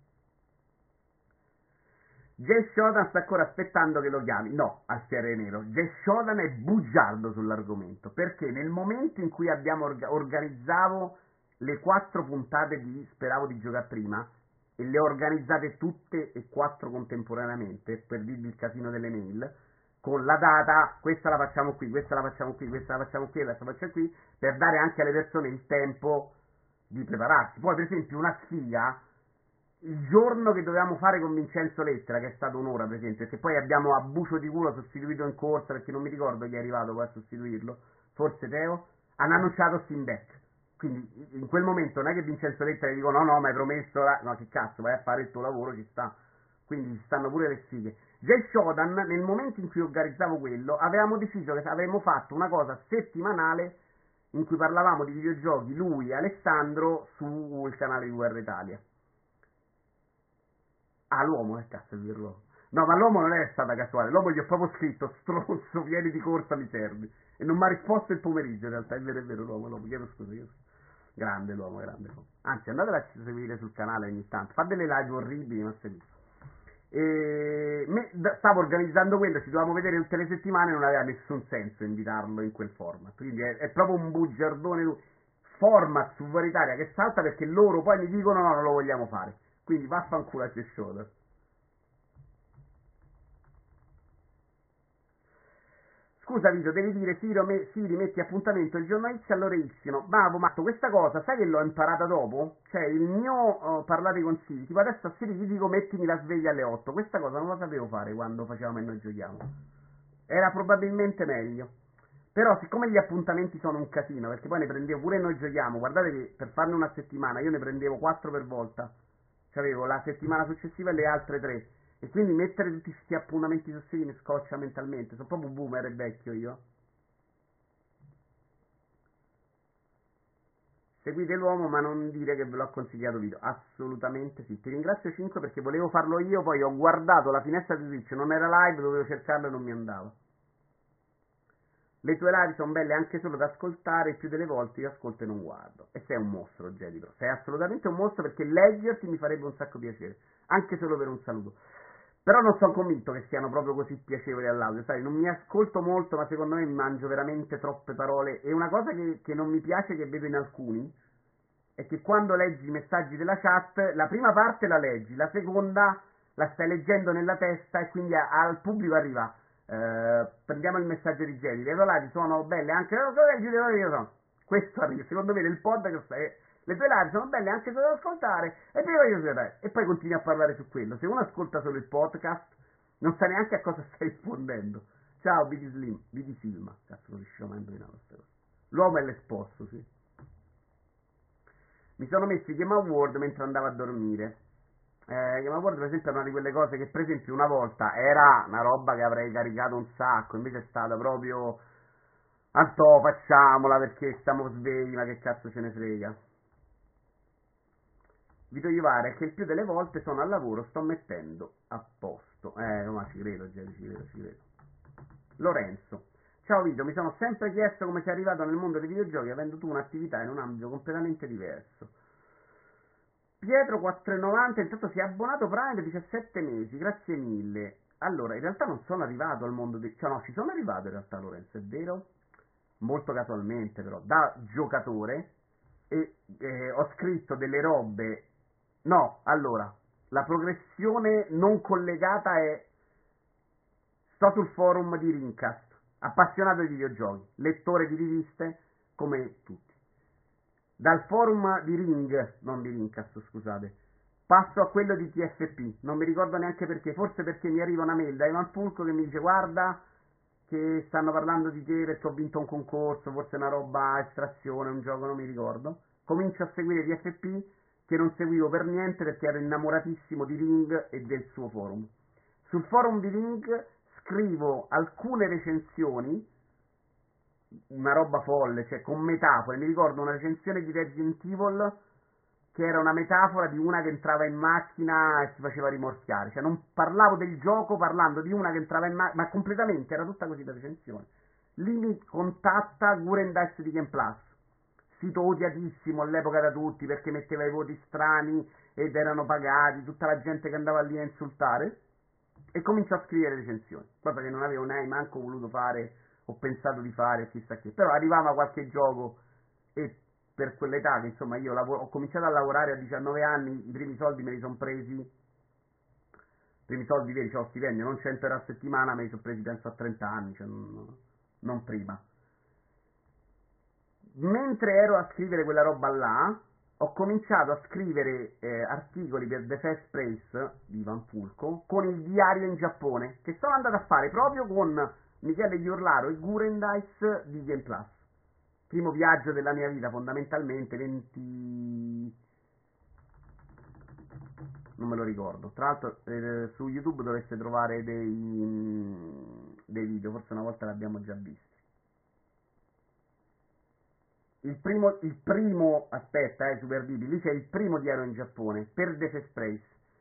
Jay Shodan sta ancora aspettando che lo chiami. No, al Fiere Nero. Jay Shodan è bugiardo sull'argomento, perché nel momento in cui abbiamo organizzavo le 4 puntate di Speravo di giocare prima, e le ho organizzate tutte e 4 contemporaneamente, per dirvi il casino delle mail, con la data, questa la facciamo qui, questa la facciamo qui, questa la facciamo qui, questa la facciamo qui, per dare anche alle persone il tempo di prepararsi. Poi per esempio una sfiga, il giorno che dovevamo fare con Vincenzo Lettera, che è stato un'ora per esempio, perché poi abbiamo a bucio di culo sostituito in corsa, perché non mi ricordo chi è arrivato poi a sostituirlo, forse Teo, hanno annunciato Steam Deck. Quindi in quel momento non è che Vincenzo Lettera gli dico no no ma hai promesso no che cazzo vai a fare il tuo lavoro, ci sta, quindi ci stanno pure le sfighe. Jay Shodan nel momento in cui organizzavo quello avevamo deciso che avremmo fatto una cosa settimanale in cui parlavamo di videogiochi lui e Alessandro sul canale di Guerra Italia. Ah, l'uomo, che cazzo è dirlo? No, ma l'uomo non è stata casuale, l'uomo gli ho proprio scritto, stronzo, vieni di corsa, mi servi. E non mi ha risposto il pomeriggio, in realtà, è vero, l'uomo, chiedo scusa, io. Grande l'uomo, grande l'uomo. Anzi, andatela a seguire sul canale ogni tanto, fa delle live orribili, ma seguite. Stavo organizzando quello, ci dovevamo vedere tutte le settimane, non aveva nessun senso invitarlo in quel format, quindi è proprio un bugiardone lui. Format su Varitaria che salta perché loro poi mi dicono no, non lo vogliamo fare. Quindi vaffanculo a Shoulder. Scusa Vito, devi dire sì, rimetti appuntamento il giorno X all'ora Y. Bravo Matto, questa cosa sai che l'ho imparata dopo? Cioè il mio parlare con Siri, tipo adesso a Siri gli dico mettimi la sveglia alle 8. Questa cosa non la sapevo fare quando facevamo e noi giochiamo. Era probabilmente meglio. Però siccome gli appuntamenti sono un casino, perché poi ne prendevo pure noi giochiamo, guardate che per farne una settimana io ne prendevo 4 per volta. C'avevo la settimana successiva e le altre 3. E quindi mettere tutti questi appuntamenti su Siri mi scoccia mentalmente. Sono proprio boomer e vecchio io. Seguite l'uomo ma non dire che ve l'ho consigliato Vito. Assolutamente sì. Ti ringrazio 5 perché volevo farlo io, poi ho guardato la finestra di Twitch, non era live, dovevo cercarlo e non mi andava. Le tue live sono belle anche solo da ascoltare, più delle volte io ascolto e non guardo. E sei un mostro, Jedi Pro. Sei assolutamente un mostro perché leggerti mi farebbe un sacco piacere, anche solo per un saluto. Però non sono convinto che siano proprio così piacevoli all'audio, sai, non mi ascolto molto, ma secondo me mi mangio veramente troppe parole. E una cosa che non mi piace, che vedo in alcuni, è che quando leggi i messaggi della chat, la prima parte la leggi, la seconda la stai leggendo nella testa e quindi al pubblico arriva, prendiamo il messaggio di Jerry, le live sono belle anche, questo arriva, secondo me nel podcast le tue live sono belle anche solo da ascoltare e poi continui a parlare su quello. Se uno ascolta solo il podcast non sa neanche a cosa stai rispondendo. Ciao BD Slim, BD Silma, cazzo non riuscivo mai a indovinare questa cosa. L'uomo è l'esposto, sì. Mi sono messo i Game Award mentre andavo a dormire. Game Award per esempio è una di quelle cose che per esempio una volta era una roba che avrei caricato un sacco, invece è stata proprio Antò, facciamola perché stiamo svegli, ma che cazzo ce ne frega. Vito Iovara è che il più delle volte sono al lavoro, sto mettendo a posto. Ma ci credo, Jerry, ci credo. Lorenzo. Ciao Vito, mi sono sempre chiesto come sei arrivato nel mondo dei videogiochi avendo tu un'attività in un ambito completamente diverso. Pietro 4,90 intanto si è abbonato Prime per 17 mesi, grazie mille. Allora, in realtà non sono arrivato al mondo dei... Cioè no, ci sono arrivato in realtà Lorenzo, è vero? Molto casualmente però, da giocatore e ho scritto delle robe... No, allora, la progressione non collegata è... Sto sul forum di Rincast, appassionato di videogiochi, lettore di riviste, come tutti. Dal forum di Ring, non di Rincast, scusate, passo a quello di TFP, non mi ricordo neanche perché, forse perché mi arriva una mail da Ivan Fulco che mi dice guarda che stanno parlando di te perché ho vinto un concorso, forse una roba a estrazione, un gioco, non mi ricordo. Comincio a seguire TFP che non seguivo per niente perché ero innamoratissimo di Ring e del suo forum. Sul forum di Ring scrivo alcune recensioni, una roba folle, cioè con metafore. Mi ricordo una recensione di Resident Evil che era una metafora di una che entrava in macchina e si faceva rimorchiare. Cioè non parlavo del gioco parlando di una che entrava in macchina, ma completamente, era tutta così la recensione. Lì mi contatta Gurendice di Game Plus, sito odiatissimo all'epoca da tutti perché metteva i voti strani ed erano pagati, tutta la gente che andava lì a insultare, e cominciò a scrivere recensioni, cosa che non avevo neanche manco voluto fare, ho pensato di fare, chissà che, però arrivava qualche gioco e per quell'età che insomma io ho cominciato a lavorare a 19 anni, i primi soldi me li sono presi, i primi soldi veri, cioè lo stipendio, non 100 euro a settimana, me li sono presi penso a 30 anni, cioè non prima. Mentre ero a scrivere quella roba là, ho cominciato a scrivere articoli per The Fast Place di Ivan Fulco con il diario in Giappone, che sono andato a fare proprio con Michele Iorlaro e Gurendice di Game Plus. Primo viaggio della mia vita, fondamentalmente 20... non me lo ricordo. Tra l'altro su YouTube dovreste trovare dei video, forse una volta l'abbiamo già visto. Il primo, aspetta, Super Bibi, lì c'è il primo diario in Giappone, per The Fast Place.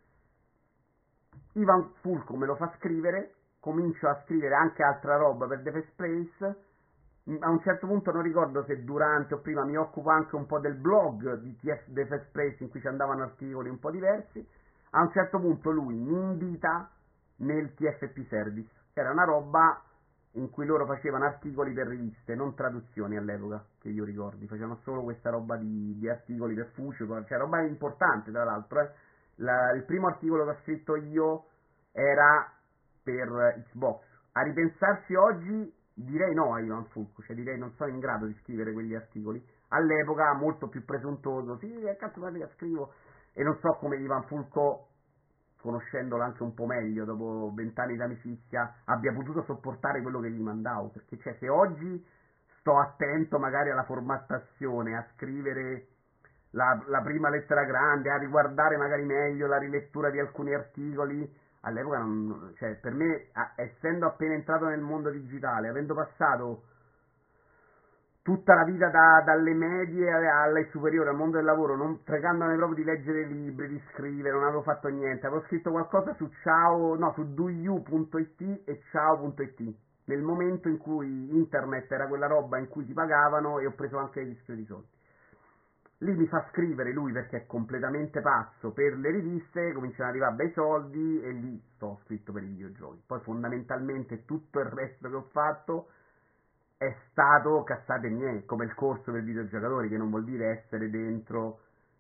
Ivan Fulco me lo fa scrivere, comincio a scrivere anche altra roba per The Fast Place, a un certo punto non ricordo se durante o prima mi occupo anche un po' del blog di The Fast Place in cui ci andavano articoli un po' diversi, a un certo punto lui mi invita nel TFP Service, che era una roba in cui loro facevano articoli per riviste, non traduzioni all'epoca, che io ricordi, facevano solo questa roba di articoli per Fucio, cioè roba importante tra l'altro. Il primo articolo che ho scritto io era per Xbox. A ripensarsi oggi direi no a Ivan Fulco, cioè direi non sono in grado di scrivere quegli articoli. All'epoca molto più presuntuoso, sì, che cazzo che scrivo, e non so come Ivan Fulco, conoscendolo anche un po' meglio dopo 20 anni d'amicizia, abbia potuto sopportare quello che gli mandavo, perché cioè se oggi sto attento magari alla formattazione, a scrivere la prima lettera grande, a riguardare magari meglio la rilettura di alcuni articoli, all'epoca cioè per me, essendo appena entrato nel mondo digitale, avendo passato tutta la vita dalle medie alle superiori al mondo del lavoro, non fregandomi proprio di leggere libri, di scrivere, non avevo fatto niente, avevo scritto qualcosa su su doyou.it e ciao.it, nel momento in cui internet era quella roba in cui ti pagavano e ho preso anche il rischio di soldi. Lì mi fa scrivere lui perché è completamente pazzo per le riviste, cominciano ad arrivare bei soldi e lì sto scritto per i videogiochi. Poi fondamentalmente tutto il resto che ho fatto è stato cazzate mie, come il corso per videogiocatori, che non vuol dire essere dentro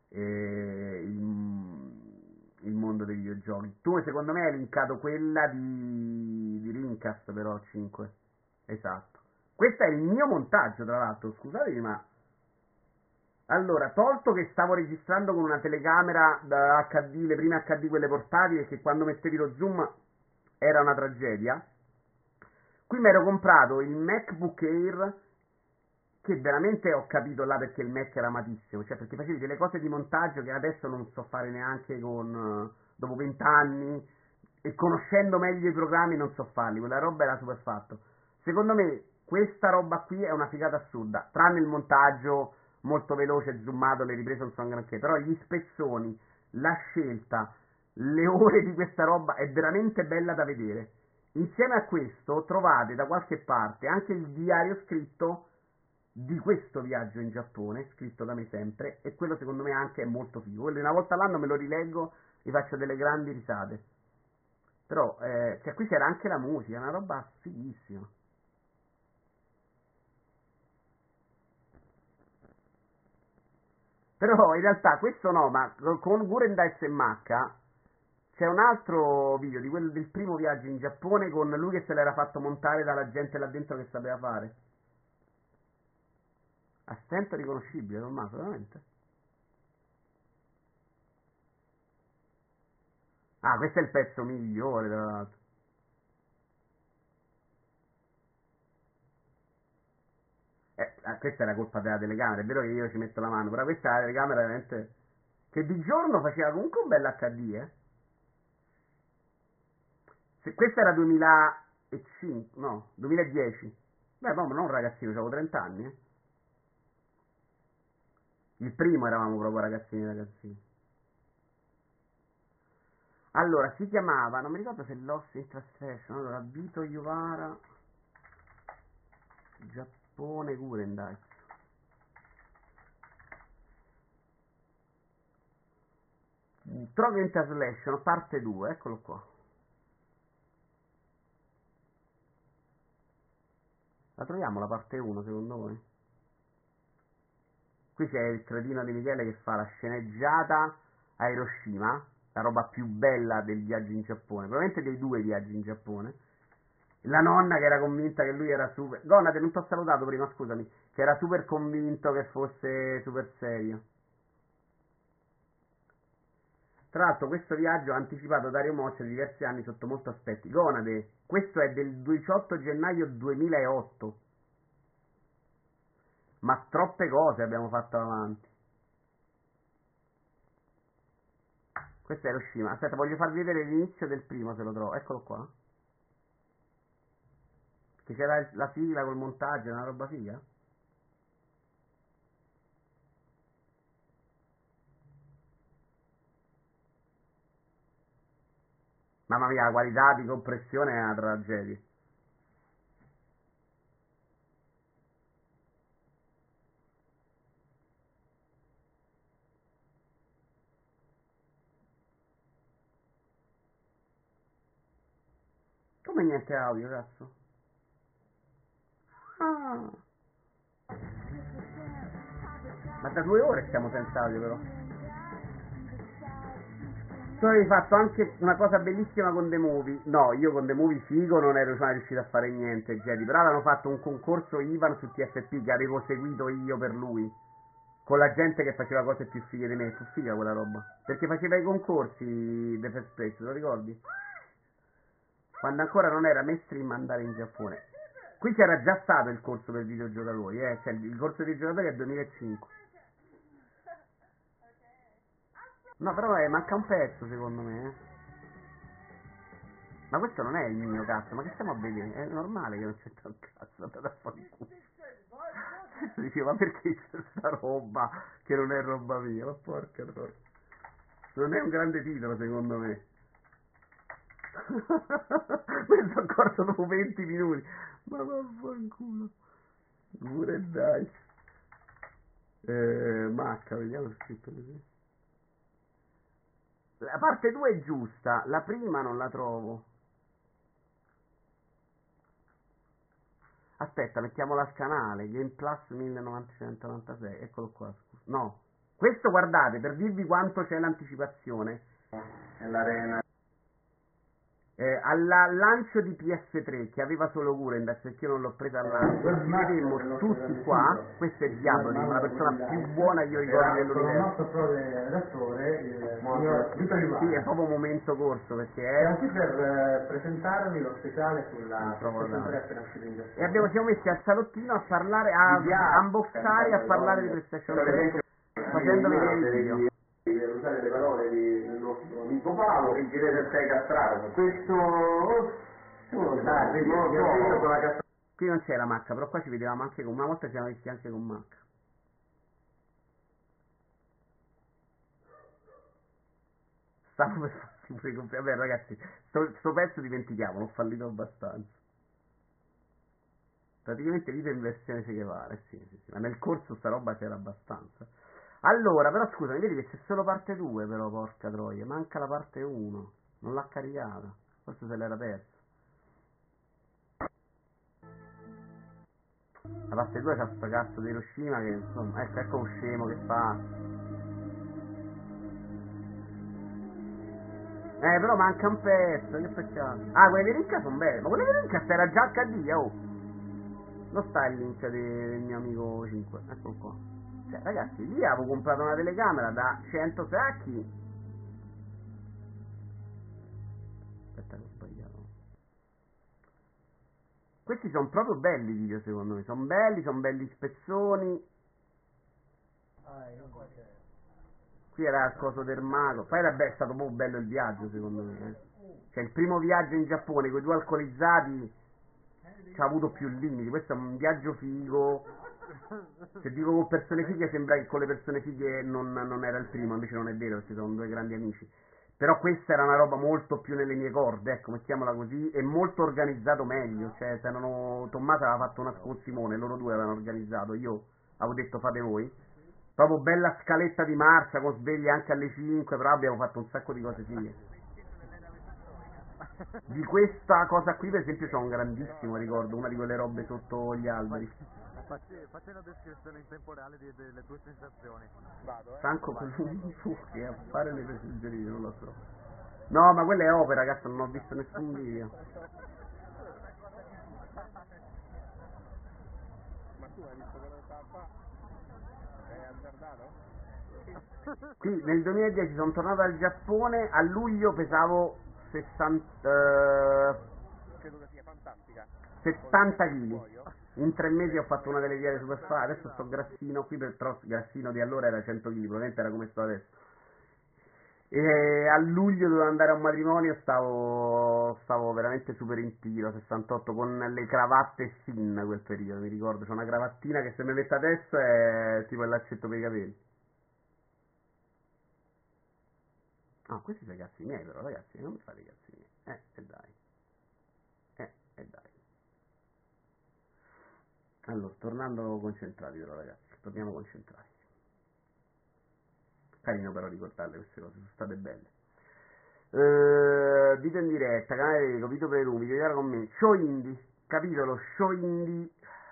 il mondo dei videogiochi. Tu secondo me hai linkato quella di Rincast però 5. Esatto. Questo è il mio montaggio tra l'altro, scusatemi ma... Allora, tolto che stavo registrando con una telecamera da HD, le prime HD quelle portatili, e che quando mettevi lo zoom era una tragedia, qui mi ero comprato il MacBook Air, che veramente ho capito là perché il Mac era amatissimo, cioè perché facevi delle cose di montaggio che adesso non so fare neanche dopo 20 anni, e conoscendo meglio i programmi non so farli, quella roba era super fatto. Secondo me questa roba qui è una figata assurda, tranne il montaggio molto veloce, zoomato, le riprese non sono granché, però gli spezzoni, la scelta, le ore di questa roba è veramente bella da vedere. Insieme a questo trovate da qualche parte anche il diario scritto di questo viaggio in Giappone, scritto da me sempre, e quello secondo me anche è molto figo. Quello una volta all'anno me lo rileggo, mi faccio delle grandi risate. Però, cioè qui c'era anche la musica, una roba fighissima. Però in realtà questo no, ma con Guren Dice e Macca c'è un altro video di quello del primo viaggio in Giappone con lui che se l'era fatto montare dalla gente là dentro che sapeva fare. A stento riconoscibile, Tommaso, veramente. Ah, questo è il pezzo migliore, tra l'altro. Questa è la colpa della telecamera, è vero che io ci metto la mano, però questa è la telecamera veramente... Che di giorno faceva comunque un bel HD, eh. Se questo era 2005, no, 2010. Beh, no, ma non un ragazzino, avevo 30 anni, eh. Il primo eravamo proprio ragazzini ragazzini. Allora, si chiamava, non mi ricordo se Lost in Translation, allora, Vito Iuvara, Giappone Gurendai. Trovo in Translation, parte 2, eccolo qua. La troviamo la parte 1 secondo voi? Qui c'è il cretino di Michele che fa la sceneggiata a Hiroshima, la roba più bella del viaggio in Giappone, probabilmente dei due viaggi in Giappone. La nonna che era convinta che lui era super... Gonate, non ti ho salutato prima, scusami. Che era super convinto che fosse super serio. Tra l'altro questo viaggio ha anticipato Dario Moccia di diversi anni sotto molti aspetti. Gonade, questo è del 18 gennaio 2008. Ma troppe cose abbiamo fatto avanti. Questo è Hiroshima. Aspetta, voglio farvi vedere l'inizio del primo se lo trovo. Eccolo qua. Che c'era la sigla col montaggio, una roba figa. Mamma mia, la qualità di compressione è una tragedia. Come niente audio, cazzo? Ah. Ma da 2 ore stiamo senza audio però. Tu avevi fatto anche una cosa bellissima con The Movie. No, io con The Movie figo non ero mai riuscito a fare niente, Jedi. Però avevano fatto un concorso Ivan su TFP che avevo seguito io per lui. Con la gente che faceva cose più fighe di me. Fu figa quella roba. Perché faceva i concorsi The First Place, lo ricordi? Quando ancora non era mainstream andare in Giappone. Qui c'era già stato il corso per videogiocatori, cioè il corso dei giocatori è 2005. No, però manca un pezzo secondo me, eh. Ma questo non è il mio cazzo, ma che stiamo a vedere? È normale che non c'è un cazzo, andate a fare il culo. Adesso dicevo, ma perché c'è sta roba che non è roba mia? Ma porca troia. Non è un grande titolo secondo me. Mi sono accorto dopo 20 minuti. Ma vaffanculo. Pure dai. Macca, vediamo se scritto così. La parte 2 è giusta, la prima non la trovo. Aspetta, mettiamola al canale, Game Plus 1996, eccolo qua, scusa. No, questo guardate, per dirvi quanto c'è l'anticipazione. Nell'arena. Al lancio di PS3 che aveva solo Gurendaz perché io non l'ho presa al lancio, ci vedemmo tutti qua, questo è Diaboli, la persona più buona che io ricordo nell'universo. Il nostro redattore, il signor Vito Ivano. Sì, è proprio un momento corso perché Siamo qui per presentarvi lo speciale sulla trovo PlayStation 3 appena uscito in e Giappone. siamo messi al salottino a parlare, a unboxare e a parlare di PlayStation 3 facendo vedere il video. Per usare le parole del nostro amico Paolo, il genere sei castrato. Questo uno lo sa, vedi, con la castrata. Qui non c'era Macca, però qua ci vedevamo anche con una volta ci siamo visti anche con Macca. Stavo per farsi pure vabbè ragazzi, sto pezzo dimentichiamo, l'ho fallito abbastanza. Praticamente vita in versione Che Guevara, sì, ma nel corso sta roba c'era abbastanza. Allora, però scusami, vedi che c'è solo parte 2 però, porca troia, manca la parte 1, non l'ha caricata, forse se l'era persa. La parte 2 c'ha sto cazzo di Hiroshima che insomma, ecco un scemo che fa. Però manca un pezzo, che peccato. Ah, quelle di Rinca sono belle, ma quelle di Rinca era già HD, oh. Non sta il link del mio amico 5, eccolo qua. Cioè, ragazzi, lì avevo comprato una telecamera da 100 sacchi. Aspetta che ho sbagliato. Questi sono proprio belli i video, secondo me. Sono belli spezzoni. Qui era il coso del mago. Poi vabbè, è stato proprio bello il viaggio, secondo me. Cioè, il primo viaggio in Giappone con i due alcolizzati ci ha avuto più limiti. Questo è un viaggio figo. Se dico con persone fighe sembra che con le persone fighe non era il primo, invece non è vero perché sono due grandi amici. Però questa era una roba molto più nelle mie corde, ecco, mettiamola così, e molto organizzato meglio. Cioè, Tommaso aveva fatto una con Simone, loro due avevano organizzato, io avevo detto fate voi. Proprio bella scaletta di marcia con sveglie anche alle 5, però abbiamo fatto un sacco di cose fighe. Di questa cosa qui per esempio c'ho un grandissimo ricordo, una di quelle robe sotto gli alberi. Facci una descrizione in tempo reale delle tue sensazioni. Vado, Franco che a fare le precisazioni, non lo so. No, ma quella è opera, cazzo, non ho visto nessun video. Ma tu hai visto quello che sta qua? È azzardato? Qui nel 2010 sono tornato dal Giappone, a luglio pesavo 60, Credo che sia fantastica. 70 kg. In 3 mesi ho fatto una delle diete super fare, adesso sto grassino qui, però grassino di allora era 100 kg, probabilmente era come sto adesso. E a luglio dovevo andare a un matrimonio, stavo veramente super in tiro, 68, con le cravatte Sin quel periodo, mi ricordo, c'è una cravattina che se mi metto adesso è tipo il laccetto per i capelli. Ah, questi sono i cazzi miei però, ragazzi, non mi fate i cazzi miei. Dai. Dai. Allora, tornando concentrati però, ragazzi, torniamo concentrati. Carino però ricordarle queste cose, sono state belle. Dito in diretta, canale Reco, Vito Pelumi, video con me, show indie, capitolo show indie,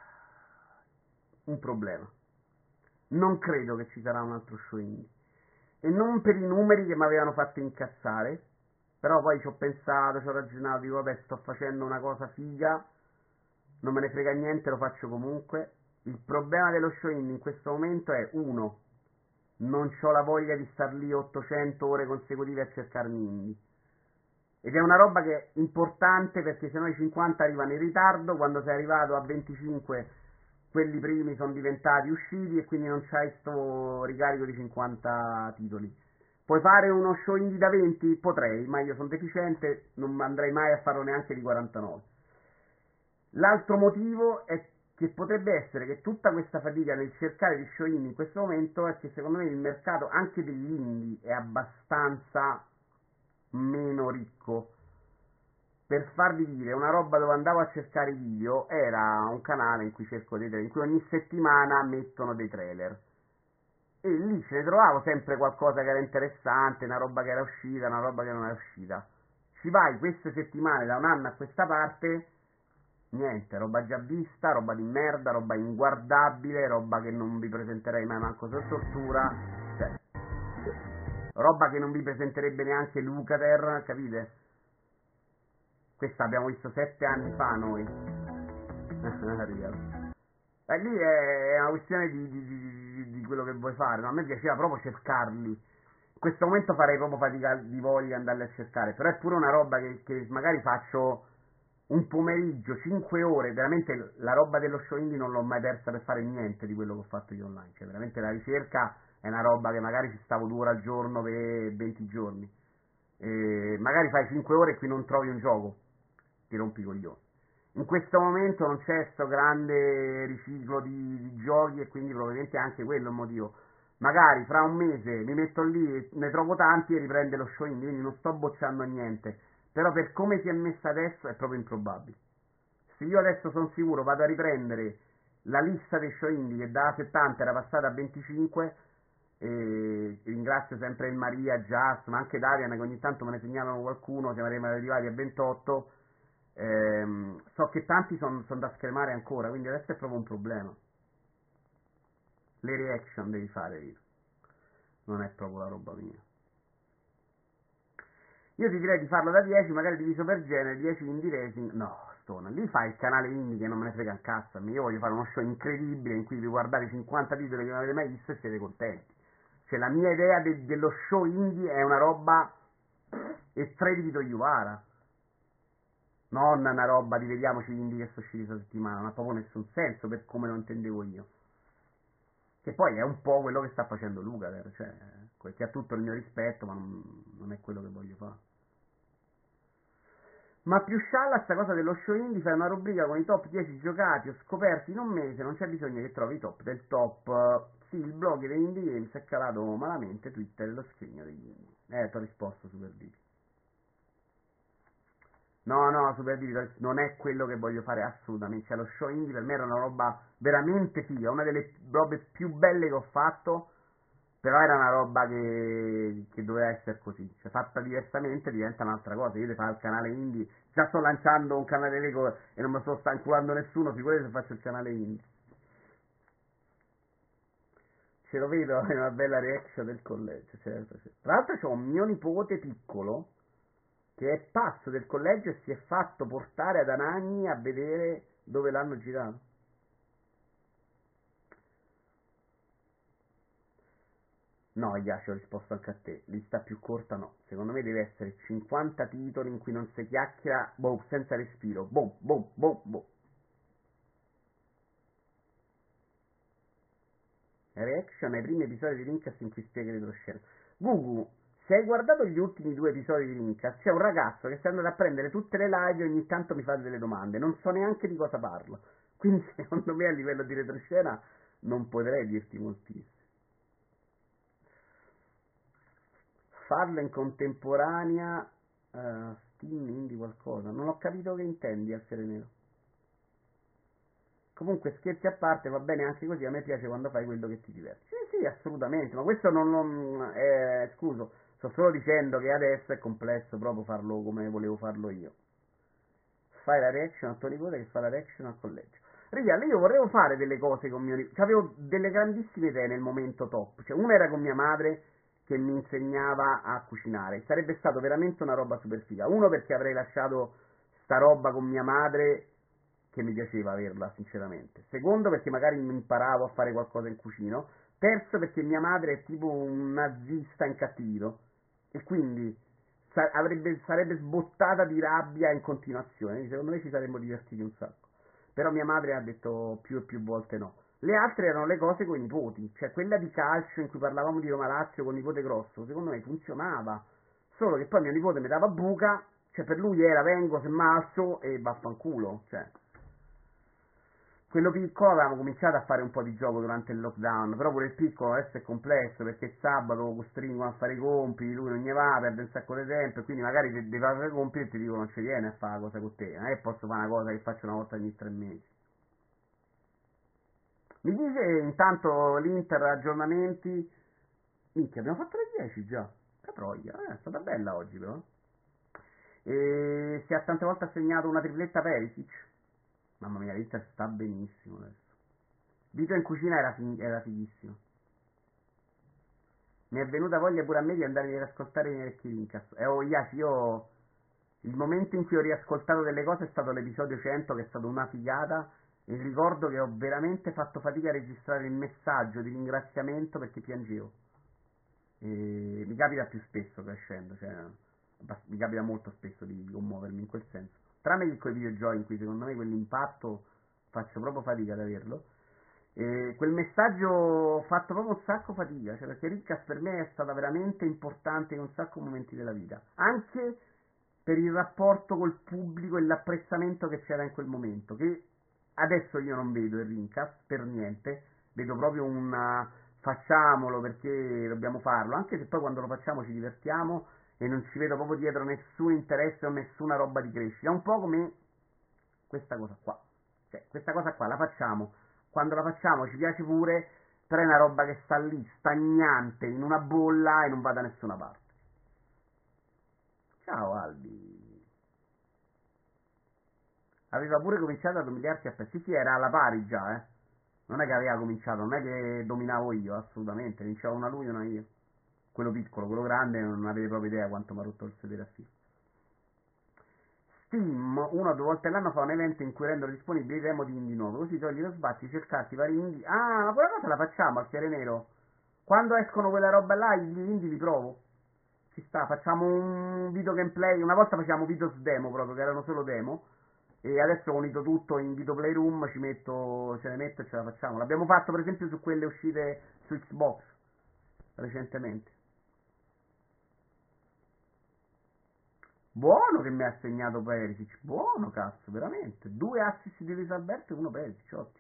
un problema. Non credo che ci sarà un altro show indie. E non per i numeri che mi avevano fatto incazzare, però poi ci ho pensato, ci ho ragionato, dico vabbè sto facendo una cosa figa, non me ne frega niente, lo faccio comunque. Il problema dello show indie in questo momento è uno, non ho la voglia di star lì 800 ore consecutive a cercarmi indie. Ed è una roba che è importante perché se no i 50 arrivano in ritardo, quando sei arrivato a 25 quelli primi sono diventati usciti e quindi non c'hai sto ricarico di 50 titoli. Puoi fare uno show indie da 20? Potrei, ma io sono deficiente, non andrei mai a farlo neanche di 49. L'altro motivo è che potrebbe essere che tutta questa fatica nel cercare di show indie in questo momento è che secondo me il mercato anche degli indie è abbastanza meno ricco. per farvi dire una roba dove andavo a cercare i video, era un canale in cui cerco dei trailer, in cui ogni settimana mettono dei trailer. E lì ce ne trovavo sempre qualcosa che era interessante, una roba che era uscita, una roba che non era uscita. Ci vai queste settimane, da un anno a questa parte, niente, roba già vista, roba di merda, roba inguardabile, roba che non vi presenterei mai manco sotto tortura, cioè, roba che non vi presenterebbe neanche Lucater, capite? Questa abbiamo visto 7 anni fa noi. E lì è una questione di quello che vuoi fare, no? A me piaceva proprio cercarli. In questo momento farei proprio fatica di voglia andarli a cercare, però è pure una roba che magari faccio un pomeriggio, 5 ore, veramente la roba dello show indie non l'ho mai persa per fare niente di quello che ho fatto io online, cioè veramente la ricerca è una roba che magari ci stavo 2 ore al giorno per 20 giorni, e magari fai 5 ore e qui non trovi un gioco, ti rompi i coglioni. In questo momento non c'è sto grande riciclo di giochi e quindi probabilmente anche quello è il motivo. Magari fra un mese mi metto lì e ne trovo tanti e riprende lo show indie, quindi non sto bocciando niente, però per come si è messa adesso è proprio improbabile. Se io adesso sono sicuro vado a riprendere la lista dei show indie che da 70 era passata a 25, e ringrazio sempre il Maria, Just, ma anche Davian che ogni tanto me ne segnalano qualcuno, siamo arrivati a 28, so che tanti sono da scremare ancora, quindi adesso è proprio un problema. Le reaction devi fare io, non è proprio la roba mia. Io ti direi di farlo da 10, magari diviso per genere, 10 indie racing, no, Stone, lì fai il canale indie che non me ne frega un cazzo, io voglio fare uno show incredibile in cui vi guardate 50 titoli che non avete mai visto e siete contenti. Cioè la mia idea dello show indie è una roba estrema di Vito Iuvara, non una roba di vediamoci gli indie che sono usciti questa settimana, non ha proprio nessun senso per come lo intendevo io. Che poi è un po' quello che sta facendo Lucater, cioè, che ha tutto il mio rispetto, ma non è quello che voglio fare. Ma più scialla sta cosa dello show indie, fai una rubrica con i top 10 giocati o scoperti in un mese, non c'è bisogno che trovi i top del top. Sì, il blog dei indie games è calato malamente, Twitter è lo scrigno degli indie. Ti ho risposto Super Divi. No, Super Divi non è quello che voglio fare assolutamente, cioè lo show indie per me era una roba veramente figa, una delle robe più belle che ho fatto, però era una roba che doveva essere così, cioè fatta diversamente diventa un'altra cosa. Io devo fare il canale indie, già sto lanciando un canale Lego e non mi sto stanculando nessuno, figurati se faccio il canale indie. Ce lo vedo, è una bella reaction del collegio, certo. Tra l'altro c'ho un mio nipote piccolo che è pazzo del collegio e si è fatto portare ad Anagni a vedere dove l'hanno girato. No, Iaci, ho risposto anche a te. Lista più corta no. Secondo me deve essere 50 titoli in cui non si chiacchiera, senza respiro. Boom. Reaction ai primi episodi di Lincas in cui spiega retroscena. Gugu, se hai guardato gli ultimi 2 episodi di Lincas, c'è un ragazzo che sta andando a prendere tutte le live e ogni tanto mi fa delle domande. Non so neanche di cosa parlo. Quindi secondo me a livello di retroscena non potrei dirti moltissimo. Farlo in contemporanea, Steam Indie qualcosa, non ho capito che intendi essere nero. Comunque scherzi a parte, va bene anche così, a me piace quando fai quello che ti diverte. Sì, assolutamente, ma questo scuso, sto solo dicendo che adesso è complesso proprio farlo come volevo farlo io. Fai la reaction a tuo nipote che fa la reaction al collegio. Real, io vorrevo fare delle cose con mio nipote, avevo delle grandissime idee nel momento top, cioè una era con mia madre che mi insegnava a cucinare, sarebbe stato veramente una roba super figa. Uno perché avrei lasciato sta roba con mia madre che mi piaceva averla sinceramente. Secondo perché magari imparavo a fare qualcosa in cucina. Terzo perché mia madre è tipo un nazista incattivito e quindi sarebbe sbottata di rabbia in continuazione. Quindi secondo me ci saremmo divertiti un sacco. Però mia madre ha detto più e più volte no. Le altre erano le cose con i nipoti, cioè quella di calcio in cui parlavamo di Roma Lazio con il nipote grosso, secondo me funzionava, solo che poi mio nipote mi dava buca, cioè per lui era vengo se marcio e vaffanculo, cioè. quello piccolo avevamo cominciato a fare un po' di gioco durante il lockdown, però pure il piccolo adesso è complesso perché il sabato lo costringono a fare i compiti, lui non ne va, perde un sacco di tempo e quindi magari devi fare i compiti e ti dicono non ci viene a fare la cosa con te, non è che posso fare una cosa che faccio una volta ogni 3 mesi. Mi dice intanto l'Inter aggiornamenti, minchia abbiamo fatto le 10 già, catroia, è stata bella oggi però. E si è tante volte assegnato una tripletta Perisic, mamma mia l'Inter sta benissimo adesso. Vito in cucina era fighissimo. Mi è venuta voglia pure a me di andare a riascoltare i miei vecchi Rincas. E oh, Iaci, io il momento in cui ho riascoltato delle cose è stato l'episodio 100, che è stato una figata. E ricordo che ho veramente fatto fatica a registrare il messaggio di ringraziamento perché piangevo. E mi capita più spesso crescendo, cioè mi capita molto spesso di commuovermi in quel senso. Tranne che con i videogiochi in cui secondo me quell'impatto faccio proprio fatica ad averlo. E quel messaggio ho fatto proprio un sacco fatica, cioè perché Riccas per me è stata veramente importante in un sacco di momenti della vita, anche per il rapporto col pubblico e l'apprezzamento che c'era in quel momento, che adesso io non vedo il Rincas per niente, vedo proprio un facciamolo perché dobbiamo farlo, anche se poi quando lo facciamo ci divertiamo e non ci vedo proprio dietro nessun interesse o nessuna roba di crescita, un po' come questa cosa qua, cioè questa cosa qua la facciamo, quando la facciamo ci piace pure, però è una roba che sta lì, stagnante, in una bolla e non va da nessuna parte. Ciao Albi. Aveva pure cominciato ad umiliarsi a pezzi, sì, era alla pari già, eh. Non è che aveva cominciato, non è che dominavo io, assolutamente, vinceva una lui e una io. Quello piccolo, quello grande, non avete proprio idea quanto mi ha rotto il sedere a filo. Steam 1 o 2 volte all'anno fa un evento in cui rendono disponibili demo di indie nuovo, così togli lo sbatti, cercarti vari indie. Ah, ma quella cosa la facciamo al Fiere Nero. Quando escono quella roba là, gli indie li provo. Ci sta, facciamo un video gameplay, una volta facciamo videos demo proprio, che erano solo demo, e adesso ho unito tutto in video playroom, ce ne metto e ce la facciamo. L'abbiamo fatto per esempio su quelle uscite su Xbox recentemente. Buono che mi ha segnato Perisic, buono cazzo, veramente. 2 assist di Luis Alberto e 1 Perisic, ottimo.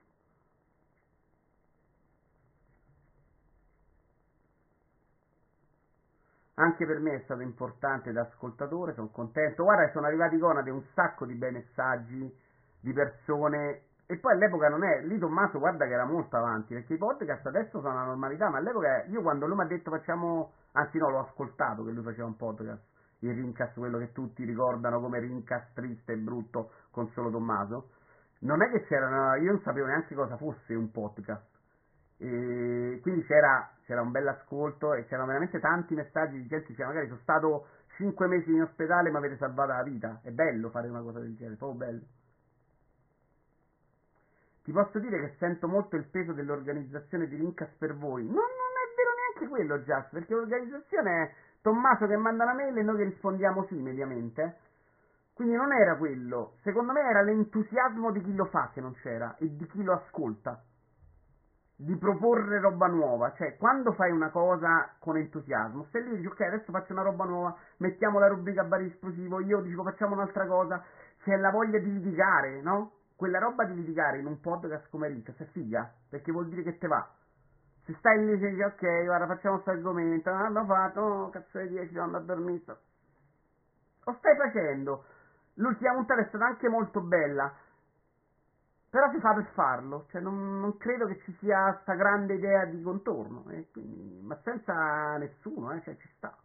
Anche per me è stato importante da ascoltatore, sono contento. Guarda, sono arrivati Conate un sacco di bei messaggi di persone. E poi all'epoca non è, lì Tommaso guarda che era molto avanti, perché i podcast adesso sono la normalità, ma all'epoca io quando lui mi ha detto facciamo, anzi no, l'ho ascoltato che lui faceva un podcast, il Rincast, quello che tutti ricordano come Rincast triste e brutto con solo Tommaso, non è che c'erano, io non sapevo neanche cosa fosse un podcast. E quindi c'era un bel ascolto e c'erano veramente tanti messaggi di gente che diceva magari sono stato 5 mesi in ospedale ma avete salvato la vita. È bello fare una cosa del genere, proprio bello. Ti posso dire che sento molto il peso dell'organizzazione di Rincas per voi. Non è vero neanche quello, Just, perché l'organizzazione è Tommaso che manda la mail e noi che rispondiamo sì mediamente. Quindi non era quello. Secondo me era l'entusiasmo di chi lo fa che non c'era e di chi lo ascolta. Di proporre roba nuova, cioè quando fai una cosa con entusiasmo, stai lì e dici ok adesso faccio una roba nuova, mettiamo la rubrica bar esplosivo, io dico facciamo un'altra cosa, c'è la voglia di litigare, no? Quella roba di litigare in un podcast come Rincas è figa, perché vuol dire che te va. Se stai lì e dici ok guarda facciamo questo argomento, l'hanno fatto, oh, cazzo di 10, devo andare a dormire, lo stai facendo, l'ultima puntata è stata anche molto bella, però si fa per farlo, cioè non credo che ci sia sta grande idea di contorno, quindi, ma senza nessuno, cioè ci sta.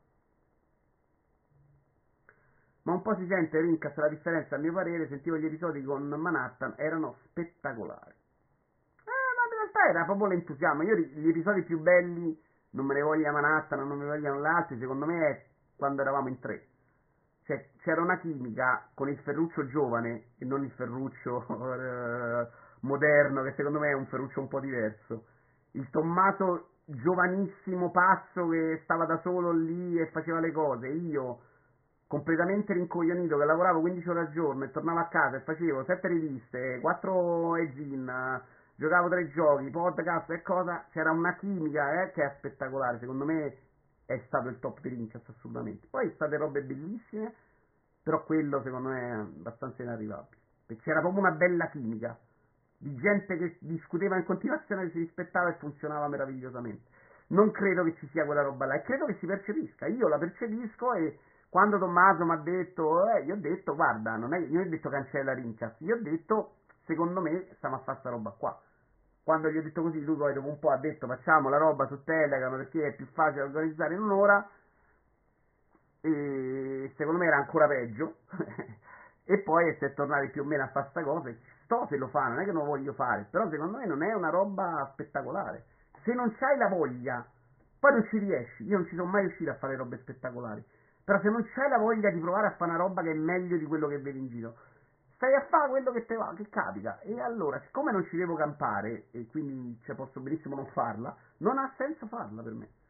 Ma un po' si sente Rincas la differenza, a mio parere, sentivo gli episodi con Manhattan, erano spettacolari. Ma in realtà era proprio l'entusiasmo, io gli episodi più belli, non me ne voglia Manhattan, non me ne vogliano l'altro, secondo me è quando eravamo in 3. Cioè, c'era una chimica con il Ferruccio giovane e non il Ferruccio moderno, che secondo me è un Ferruccio un po' diverso. Il Tommaso giovanissimo, pazzo, che stava da solo lì e faceva le cose. Io, completamente rincoglionito, che lavoravo 15 ore al giorno e tornavo a casa e facevo 7 riviste, 4 e-zine, giocavo 3 giochi, podcast e cosa. C'era una chimica che è spettacolare, secondo me è stato il top di Rincas assolutamente. Poi state robe bellissime, però quello secondo me è abbastanza inarrivabile. Perché c'era proprio una bella chimica. di gente che discuteva in continuazione, che si rispettava e funzionava meravigliosamente. Non credo che ci sia quella roba là, e credo che si percepisca. Io la percepisco, e quando Tommaso mi ha detto, io ho detto, guarda, non è, io ho detto cancella Rincast, io ho detto, secondo me stiamo a fare sta roba qua. Quando gli ho detto così, lui poi dopo un po' ha detto facciamo la roba su Telegram perché è più facile organizzare in un'ora, e secondo me era ancora peggio. E poi si è tornati più o meno a fare sta cosa, e ci sto se lo fa, non è che non lo voglio fare, però secondo me non è una roba spettacolare. Se non c'hai la voglia, poi non ci riesci. Io non ci sono mai riuscito a fare robe spettacolari, però se non c'hai la voglia di provare a fare una roba che è meglio di quello che vedi in giro, stai a fare quello che te va, che capita. E allora, siccome non ci devo campare, e quindi cioè, posso benissimo non farla, non ha senso farla per me.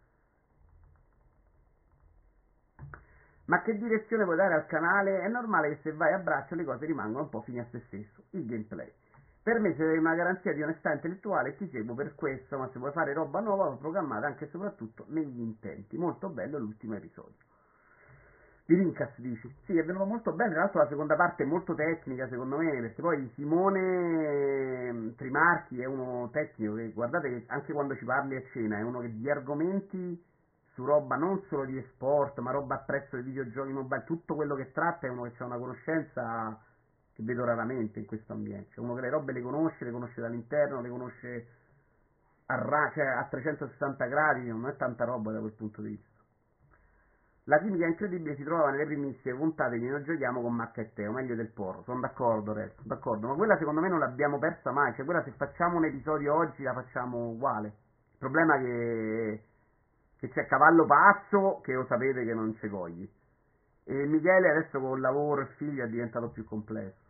Ma che direzione vuoi dare al canale? È normale che se vai a braccio le cose rimangono un po' fini a se stesso. Il gameplay. Per me sei una garanzia di onestà intellettuale e ti seguo per questo, ma se vuoi fare roba nuova va programmata anche e soprattutto negli intenti. Molto bello l'ultimo episodio. Di Rincast dici? Sì, è venuto molto bene, tra l'altro la seconda parte è molto tecnica secondo me, perché poi Simone Trimarchi è uno tecnico che, guardate che anche quando ci parli a cena, è uno che di argomenti su roba non solo di esport, ma roba appresso dei videogiochi mobile, tutto quello che tratta è uno che ha una conoscenza che vedo raramente in questo ambiente, cioè uno che le robe le conosce dall'interno, le conosce cioè a 360 gradi, non è tanta roba da quel punto di vista. La chimica incredibile si trovava nelle primissime puntate di Noi giochiamo con Macca e Teo, meglio del Porro, sono d'accordo, Rex, sono d'accordo, ma quella secondo me non l'abbiamo persa mai, cioè quella se facciamo un episodio oggi la facciamo uguale. Il problema è che c'è Cavallo Pazzo, che lo sapete che non ci cogli, e Michele adesso con il lavoro e figlio è diventato più complesso.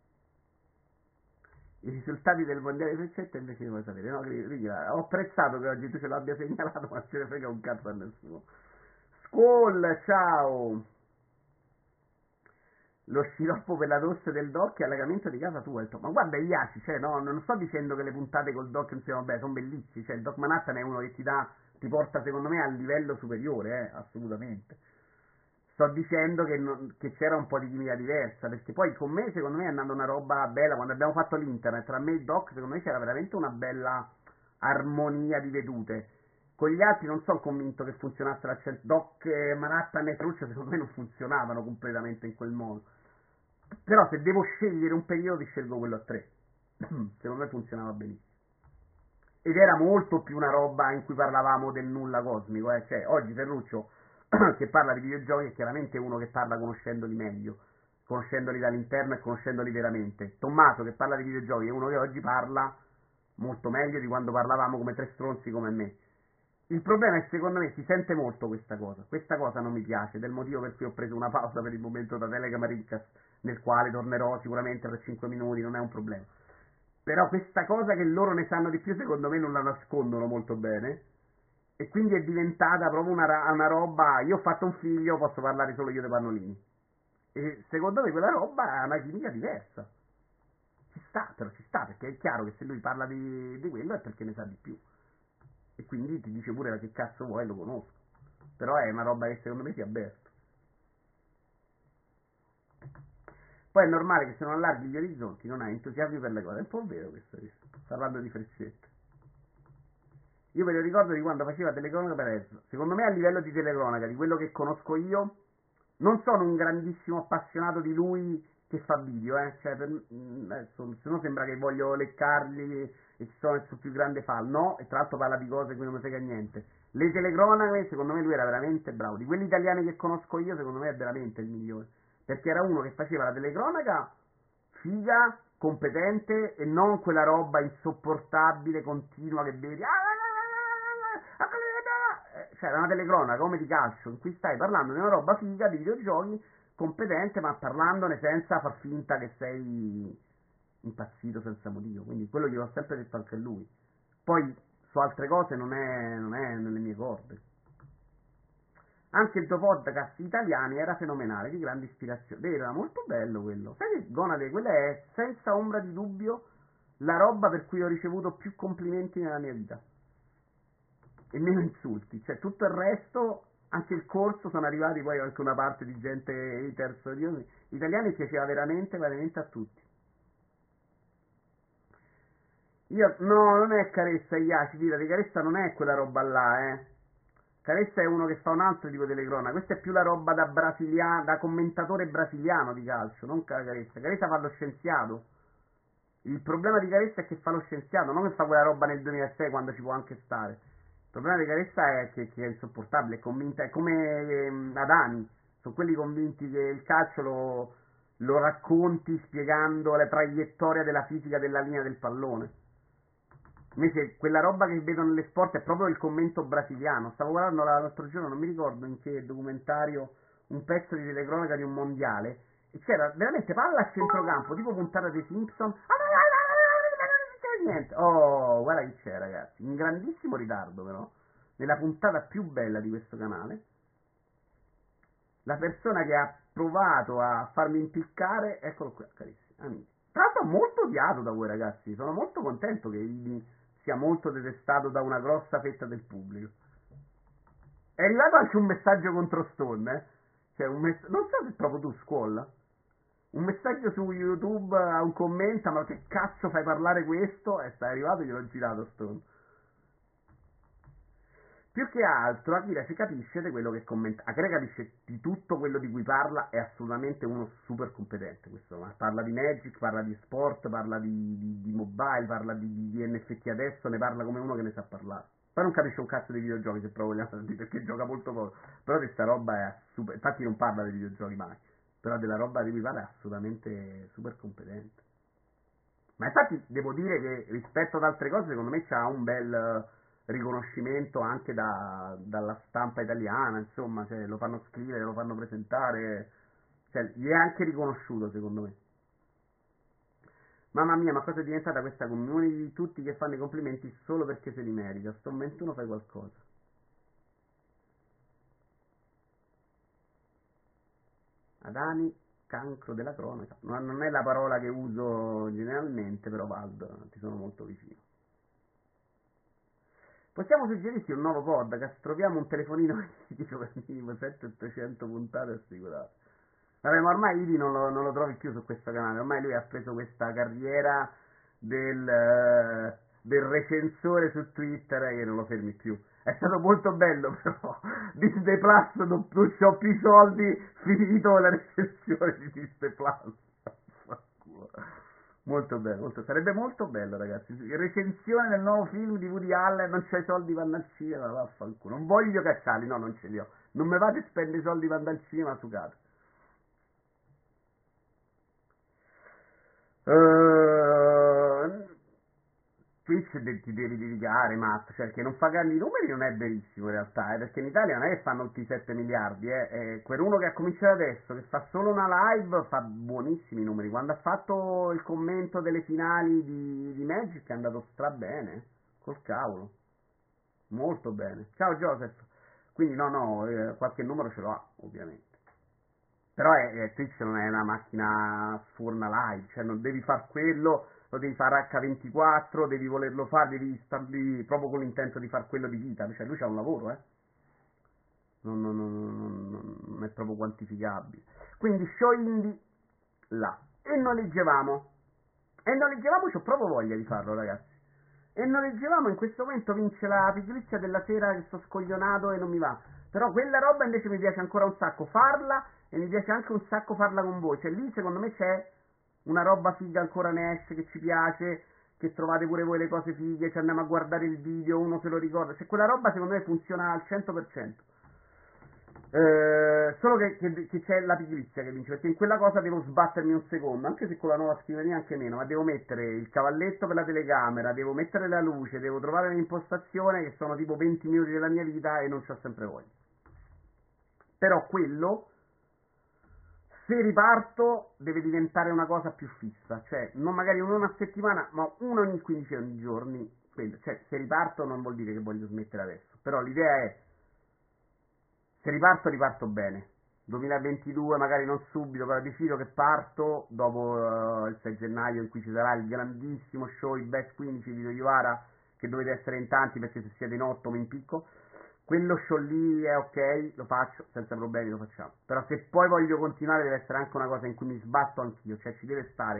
I risultati del mondiale di freccette invece devo sapere, no? Ho apprezzato che oggi tu ce l'abbia segnalato, ma ce ne frega un cazzo a nessuno. Squall, ciao! Lo sciroppo per la tosse del doc e allagamento di casa tua. Ma guarda Iaci, cioè no, non sto dicendo che le puntate col doc non siano belle, sono bellissime, cioè il Doc Manhattan è uno che ti porta secondo me al livello superiore, assolutamente. Sto dicendo che c'era un po' di chimica diversa, perché poi con me secondo me è andata una roba bella, quando abbiamo fatto l'internet, tra me e il doc secondo me c'era veramente una bella armonia di vedute. Con gli altri non sono convinto che funzionasse l'accento. Doc, Manhattan e Truccio secondo me non funzionavano completamente in quel modo. Però se devo scegliere un periodo scelgo quello a 3. Secondo me funzionava benissimo. Ed era molto più una roba in cui parlavamo del nulla cosmico, cioè oggi Ferruccio che parla di videogiochi è chiaramente uno che parla conoscendoli meglio, conoscendoli dall'interno e conoscendoli veramente. Tommaso che parla di videogiochi è uno che oggi parla molto meglio di quando parlavamo come tre stronzi come me. Il problema è secondo me si sente molto questa cosa non mi piace, del motivo per cui ho preso una pausa per il momento da Telegram Rincast, nel quale tornerò sicuramente per 5 minuti, non è un problema. Però questa cosa che loro ne sanno di più secondo me non la nascondono molto bene, e quindi è diventata proprio una roba, io ho fatto un figlio, posso parlare solo io dei pannolini, e secondo me quella roba è una chimica diversa. Ci sta, però ci sta, perché è chiaro che se lui parla di quello è perché ne sa di più, e quindi ti dice pure che cazzo vuoi, lo conosco, però è una roba che secondo me si avverte. Poi è normale che se non allarghi gli orizzonti non hai entusiasmi per le cose, è un po' vero questo, parlando di freccette. Io me lo ricordo di quando faceva telecronaca per Ezio. Secondo me a livello di telecronaca, di quello che conosco io, non sono un grandissimo appassionato di lui che fa video, cioè adesso, se no sembra che voglio leccargli e sono il suo più grande fan. No, e tra l'altro parla di cose che non mi frega niente. Le telecronache, secondo me lui era veramente bravo. Di quelli italiani che conosco io, secondo me è veramente il migliore. Perché era uno che faceva la telecronaca figa, competente e non quella roba insopportabile, continua che vedi. Cioè, era una telecronaca come di calcio in cui stai parlando di una roba figa, di videogiochi, competente, ma parlandone senza far finta che sei impazzito senza motivo. Quindi quello gliel'ho sempre detto anche a lui. Poi su altre cose non è nelle mie corde. Anche il tuo podcast italiani era fenomenale, di grande ispirazione. Vero, era molto bello quello. Sai che Gonade, quella è senza ombra di dubbio la roba per cui ho ricevuto più complimenti nella mia vita. E meno insulti. Cioè tutto il resto, anche il corso, sono arrivati poi anche una parte di gente haters. Italiani piaceva veramente, veramente a tutti. No, non è Caressa, Iaci, di Caressa non è quella roba là, Caressa è uno che fa un altro tipo di telecronaca, questa è più la roba da brasiliano, da commentatore brasiliano di calcio, non Caressa. Caressa fa lo scienziato. Il problema di Caressa è che fa lo scienziato, non che fa quella roba nel 2006 quando ci può anche stare. Il problema di Caressa è che è insopportabile, è convinta, è come Adani, sono quelli convinti che il calcio lo racconti spiegando la traiettoria della fisica della linea del pallone. Invece quella roba che vedo nelle sport è proprio il commento brasiliano. Stavo guardando l'altro giorno, non mi ricordo in che documentario, un pezzo di telecronaca di un mondiale, e c'era veramente palla a centrocampo, tipo puntata dei Simpson. Niente. Oh, guarda chi c'è, ragazzi, in grandissimo ritardo però, nella puntata più bella di questo canale, la persona che ha provato a farmi impiccare, eccolo qui, carissimi amici. Tra l'altro molto odiato da voi ragazzi, sono molto contento che sia molto detestato da una grossa fetta del pubblico. È arrivato anche un messaggio contro Stone, Cioè non so se proprio tu scuola. Un messaggio su YouTube a un commenta, ma che cazzo fai parlare questo? E sta arrivato e gliel'ho girato Stone. Più che altro Akira si capisce di quello che commenta. Akira capisce di tutto quello di cui parla, è assolutamente uno super competente questo. Parla di Magic, parla di sport, parla di mobile, parla di NFT adesso, ne parla come uno che ne sa parlare. Poi non capisce un cazzo dei videogiochi, se proprio vogliamo dire, perché gioca molto poco. Però questa roba è super. Infatti non parla dei videogiochi mai. Però della roba di cui parla è assolutamente super competente. Ma infatti devo dire che rispetto ad altre cose secondo me c'ha un bel riconoscimento anche dalla stampa italiana, insomma, cioè, lo fanno scrivere, lo fanno presentare, cioè, gli è anche riconosciuto secondo me. Mamma mia, ma cosa è diventata questa community di tutti che fanno i complimenti solo perché se li merita? Sto 21 fai qualcosa. Adani, cancro della cronaca. Non è la parola che uso generalmente, però Vald, ti sono molto vicino. Possiamo suggerirti un nuovo podcast? Troviamo un telefonino che ti dico per minimo 700-800 puntate assicurate. Vabbè, ma ormai Ivi non lo trovi più su questo canale, ormai lui ha preso questa carriera del recensore su Twitter e non lo fermi più. È stato molto bello però, Disney Plus non c'ho più i soldi, finito la recensione di Disney Plus. Molto bello, sarebbe molto bello ragazzi. Recensione del nuovo film di Woody Allen, non c'ho i soldi per andare al cinema, vaffanculo. Non voglio cacciarli, no, non ce li ho. Non mi fate spendere i soldi per andare al cinema, sucate. Twitch ti devi dedicare, Matt, cioè che non fa grandi numeri non è verissimo in realtà, perché in Italia non è che fanno tutti i 7 miliardi, quel uno che ha cominciato adesso, che fa solo una live, fa buonissimi numeri. Quando ha fatto il commento delle finali di Magic è andato strabene, col cavolo, molto bene. Ciao Joseph, quindi no, qualche numero ce lo ha, ovviamente. Però Twitch non è una macchina sforna live, cioè non devi far quello, lo devi fare H24, devi volerlo fare, devi star lì proprio con l'intento di far quello di vita, cioè lui c'ha un lavoro, non è proprio quantificabile. Quindi show indie là. E noleggevamo, c'ho proprio voglia di farlo ragazzi. E noleggevamo, in questo momento vince la pigrizia della sera che sto scoglionato e non mi va. Però quella roba invece mi piace ancora un sacco farla e mi piace anche un sacco farla con voi. Cioè lì secondo me c'è una roba figa ancora ne esce che ci piace, che trovate pure voi le cose fighe, ci andiamo a guardare il video, uno se lo ricorda. Cioè quella roba secondo me funziona al 100%. Solo che c'è la pigrizia che vince, perché in quella cosa devo sbattermi un secondo, anche se con la nuova scrivania anche meno, ma devo mettere il cavalletto per la telecamera, devo mettere la luce, devo trovare un'impostazione che sono tipo 20 minuti della mia vita e non c'ho sempre voglia. Però quello, se riparto, deve diventare una cosa più fissa, cioè non magari una a settimana, ma uno ogni 15 giorni. Cioè se riparto non vuol dire che voglio smettere adesso, però l'idea è se riparto bene. 2022 magari non subito, però decido che parto dopo il 6 gennaio in cui ci sarà il grandissimo show, il Best 15 di Iovara, che dovete essere in tanti perché se siete in 8 mi impicco. Quello show lì è ok, lo faccio, senza problemi lo facciamo. Però se poi voglio continuare deve essere anche una cosa in cui mi sbatto anch'io, cioè ci deve stare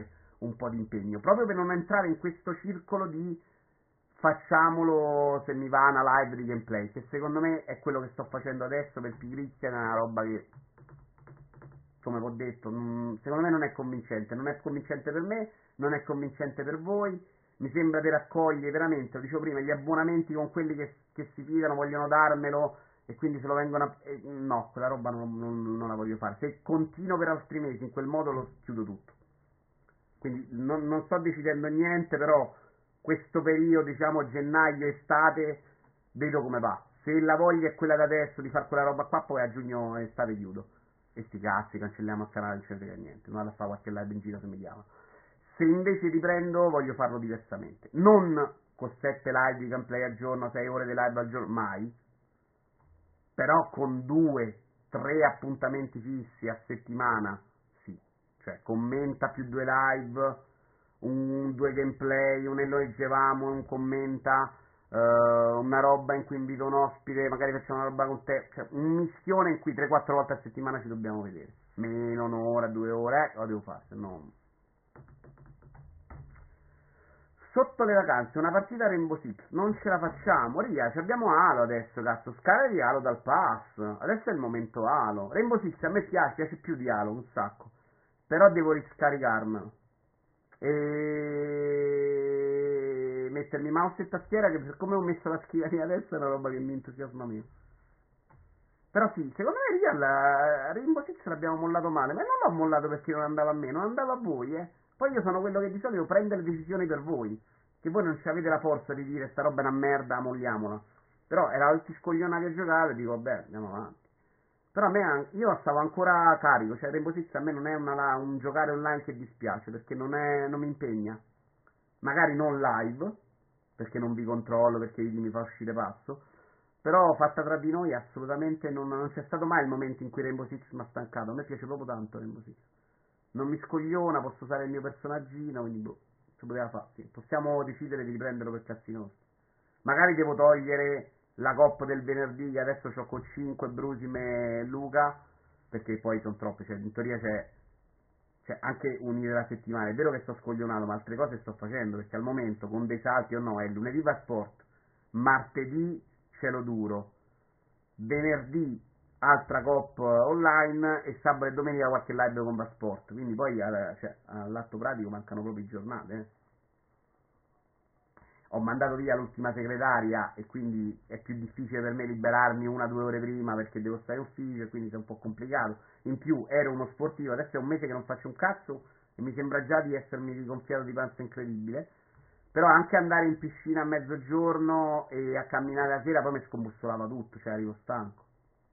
un po' di impegno, proprio per non entrare in questo circolo di facciamolo se mi va una live di gameplay, che secondo me è quello che sto facendo adesso per pigrizia, è una roba che, come vi ho detto, secondo me non è convincente per me, non è convincente per voi, mi sembra di raccogliere veramente, lo dicevo prima, gli abbonamenti con quelli che si fidano, vogliono darmelo e quindi se lo vengono no, quella roba non la voglio fare, se continuo per altri mesi in quel modo lo chiudo tutto, quindi non sto decidendo niente, però questo periodo, diciamo gennaio, estate, vedo come va. Se la voglia è quella da adesso di fare quella roba qua, poi a giugno estate chiudo. E sti cazzi, cancelliamo il canale, non ce ne frega niente. Non vado a fare qualche live in giro se mi chiama. Se invece riprendo, voglio farlo diversamente. Non con 7 live di gameplay al giorno, 6 ore di live al giorno, mai. Però con 2-3 appuntamenti fissi a settimana, sì. Cioè, commenta più 2 live, due gameplay, un lo leggevamo, un commenta, una roba in cui invito un ospite, magari facciamo una roba con te, cioè un mischione in cui 3-4 volte a settimana ci dobbiamo vedere, meno un'ora, 2 ore, lo devo fare, se no. Sotto le vacanze una partita Rainbow Six, non ce la facciamo, ci abbiamo Halo adesso, cazzo, scarica di Halo dal pass, adesso è il momento Halo, Rainbow Six a me piace più di Halo, un sacco, però devo riscaricarmelo e mettermi mouse e tastiera, che per come ho messo la scrivania adesso è una roba che mi entusiasma meno. Però sì, secondo me Real Rainbow Six l'abbiamo mollato male, ma non l'ho mollato perché non andava a me, non andava a voi, eh. Poi io sono quello che di solito prende le decisioni per voi, che voi non ci avete la forza di dire sta roba è una merda, molliamola. Però era tutti scoglionati a giocare, dico vabbè, andiamo avanti. Però a me, io stavo ancora carico, cioè Rainbow Six a me non è un giocare online che dispiace, perché non mi impegna. Magari non live, perché non vi controllo, perché mi fa uscire pazzo, però fatta tra di noi assolutamente non c'è stato mai il momento in cui Rainbow Six mi ha stancato, a me piace proprio tanto Rainbow Six. Non mi scogliona, posso usare il mio personaggino, quindi boh, ci poteva fare, sì. Possiamo decidere di riprenderlo per cazzi nostri. Magari devo togliere la coppa del venerdì, che adesso c'ho con 5 Brusim e Luca, perché poi sono troppe, cioè in teoria c'è anche unire la settimana. È vero che sto scoglionato, ma altre cose sto facendo, perché al momento con dei salti o no, è lunedì va sport, martedì cielo duro, venerdì altra cop online e sabato e domenica qualche live con Vasport, quindi poi all'atto pratico mancano proprio i giornate, Ho mandato via l'ultima segretaria e quindi è più difficile per me liberarmi 1 o 2 ore prima perché devo stare in ufficio e quindi è un po' complicato. In più ero uno sportivo, adesso è un mese che non faccio un cazzo e mi sembra già di essermi rigonfiato di panza incredibile. Però anche andare in piscina a mezzogiorno e a camminare la sera poi mi scombussolava tutto, cioè arrivo stanco.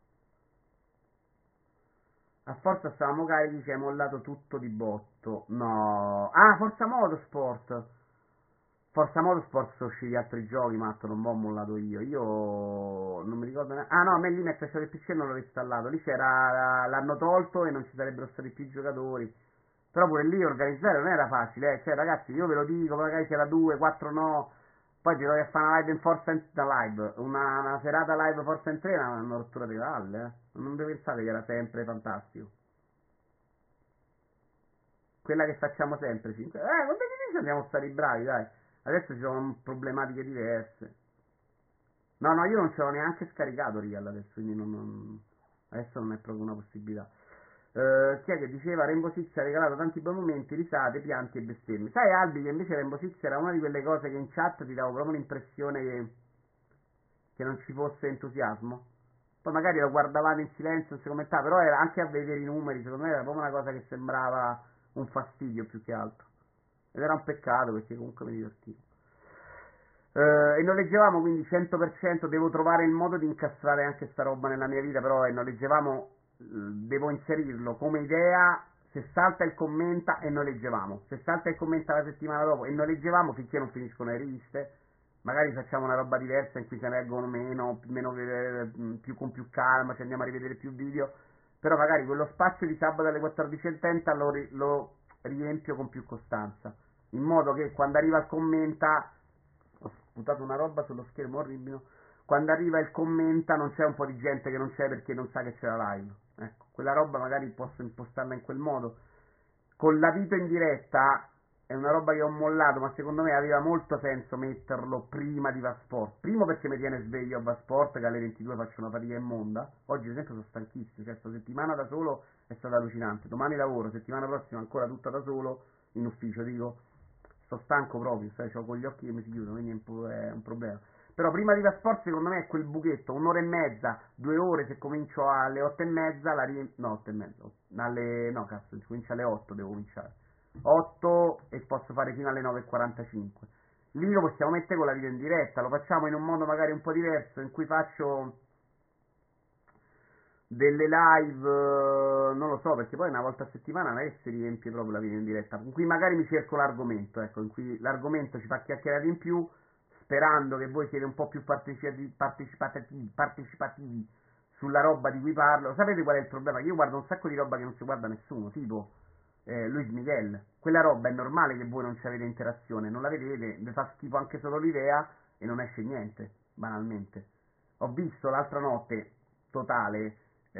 A Forza stavamo carichi, ci hai mollato tutto di botto. No. Ah, Forza Motorsport. Forza Motorsport sono usciti altri giochi, matto, non ho mollato io. Io non mi ricordo neanche. Ah no, a me lì mi è piaciuto il PC e non l'ho installato. Lì l'hanno tolto e non ci sarebbero stati più giocatori. Però pure lì organizzare non era facile, Cioè, ragazzi, io ve lo dico, magari c'era 2, 4 no. Poi ti trovi a fare una live in Forza live. Una serata live Forza in 3 è una rottura di palle, Non devo pensare che era sempre fantastico. Quella che facciamo sempre, 5. Con dei andiamo a stare bravi, dai. Adesso ci sono problematiche diverse. No, io non ce l'ho neanche scaricato Real adesso, quindi adesso non è proprio una possibilità. Chi è che diceva Rainbow Six ha regalato tanti bei momenti, risate, pianti e bestemmie. Sai Albi che invece Rainbow Six era una di quelle cose che in chat ti davo proprio l'impressione che non ci fosse entusiasmo. Poi magari lo guardavate in silenzio, non si commentava, però era anche a vedere i numeri, secondo me era proprio una cosa che sembrava un fastidio più che altro. Ed era un peccato perché comunque mi divertivo. E noleggevamo quindi 100%, devo trovare il modo di incastrare anche sta roba nella mia vita, però noleggevamo, devo inserirlo come idea, se salta il commenta e noleggevamo, se salta il commenta la settimana dopo e noleggevamo finché non finiscono le riviste, magari facciamo una roba diversa in cui se ne leggono meno più con più calma, ci andiamo a rivedere più video, però magari quello spazio di sabato alle 14.30 lo riempio con più costanza, in modo che quando arriva il commenta, ho sputato una roba sullo schermo orribile, quando arriva il commenta non c'è un po' di gente che non c'è perché non sa che c'è la live, ecco, quella roba magari posso impostarla in quel modo. Con l'avvito in diretta è una roba che ho mollato, ma secondo me aveva molto senso metterlo prima di Vasport. Primo perché mi tiene sveglio a Vasport, che alle 22 faccio una fatica immonda. Oggi ad esempio sono stanchissimo, cioè sta settimana da solo è stata allucinante. Domani lavoro, settimana prossima ancora tutta da solo in ufficio, dico, sto stanco proprio, sai, ho con gli occhi che mi si chiudono, quindi è un problema. Però prima di Vasport secondo me è quel buchetto, un'ora e mezza, 2 ore se comincio alle 8:30, no, 8:30, no cazzo, comincio alle 8, devo cominciare. 8 e posso fare fino alle 9:45. Lì lo possiamo mettere con la video in diretta, lo facciamo in un modo magari un po' diverso, in cui faccio delle live, non lo so, perché poi una volta a settimana non è che si riempie proprio la video in diretta, in cui magari mi cerco l'argomento, ecco, in cui l'argomento ci fa chiacchierare in più, sperando che voi siete un po' più partecipativi sulla roba di cui parlo. Sapete qual è il problema? Che io guardo un sacco di roba che non si guarda nessuno, tipo Luis Miguel. Quella roba è normale che voi non ci avete interazione, non la vedete, vi fa schifo anche solo l'idea e non esce niente, banalmente. Ho visto l'altra notte, totale,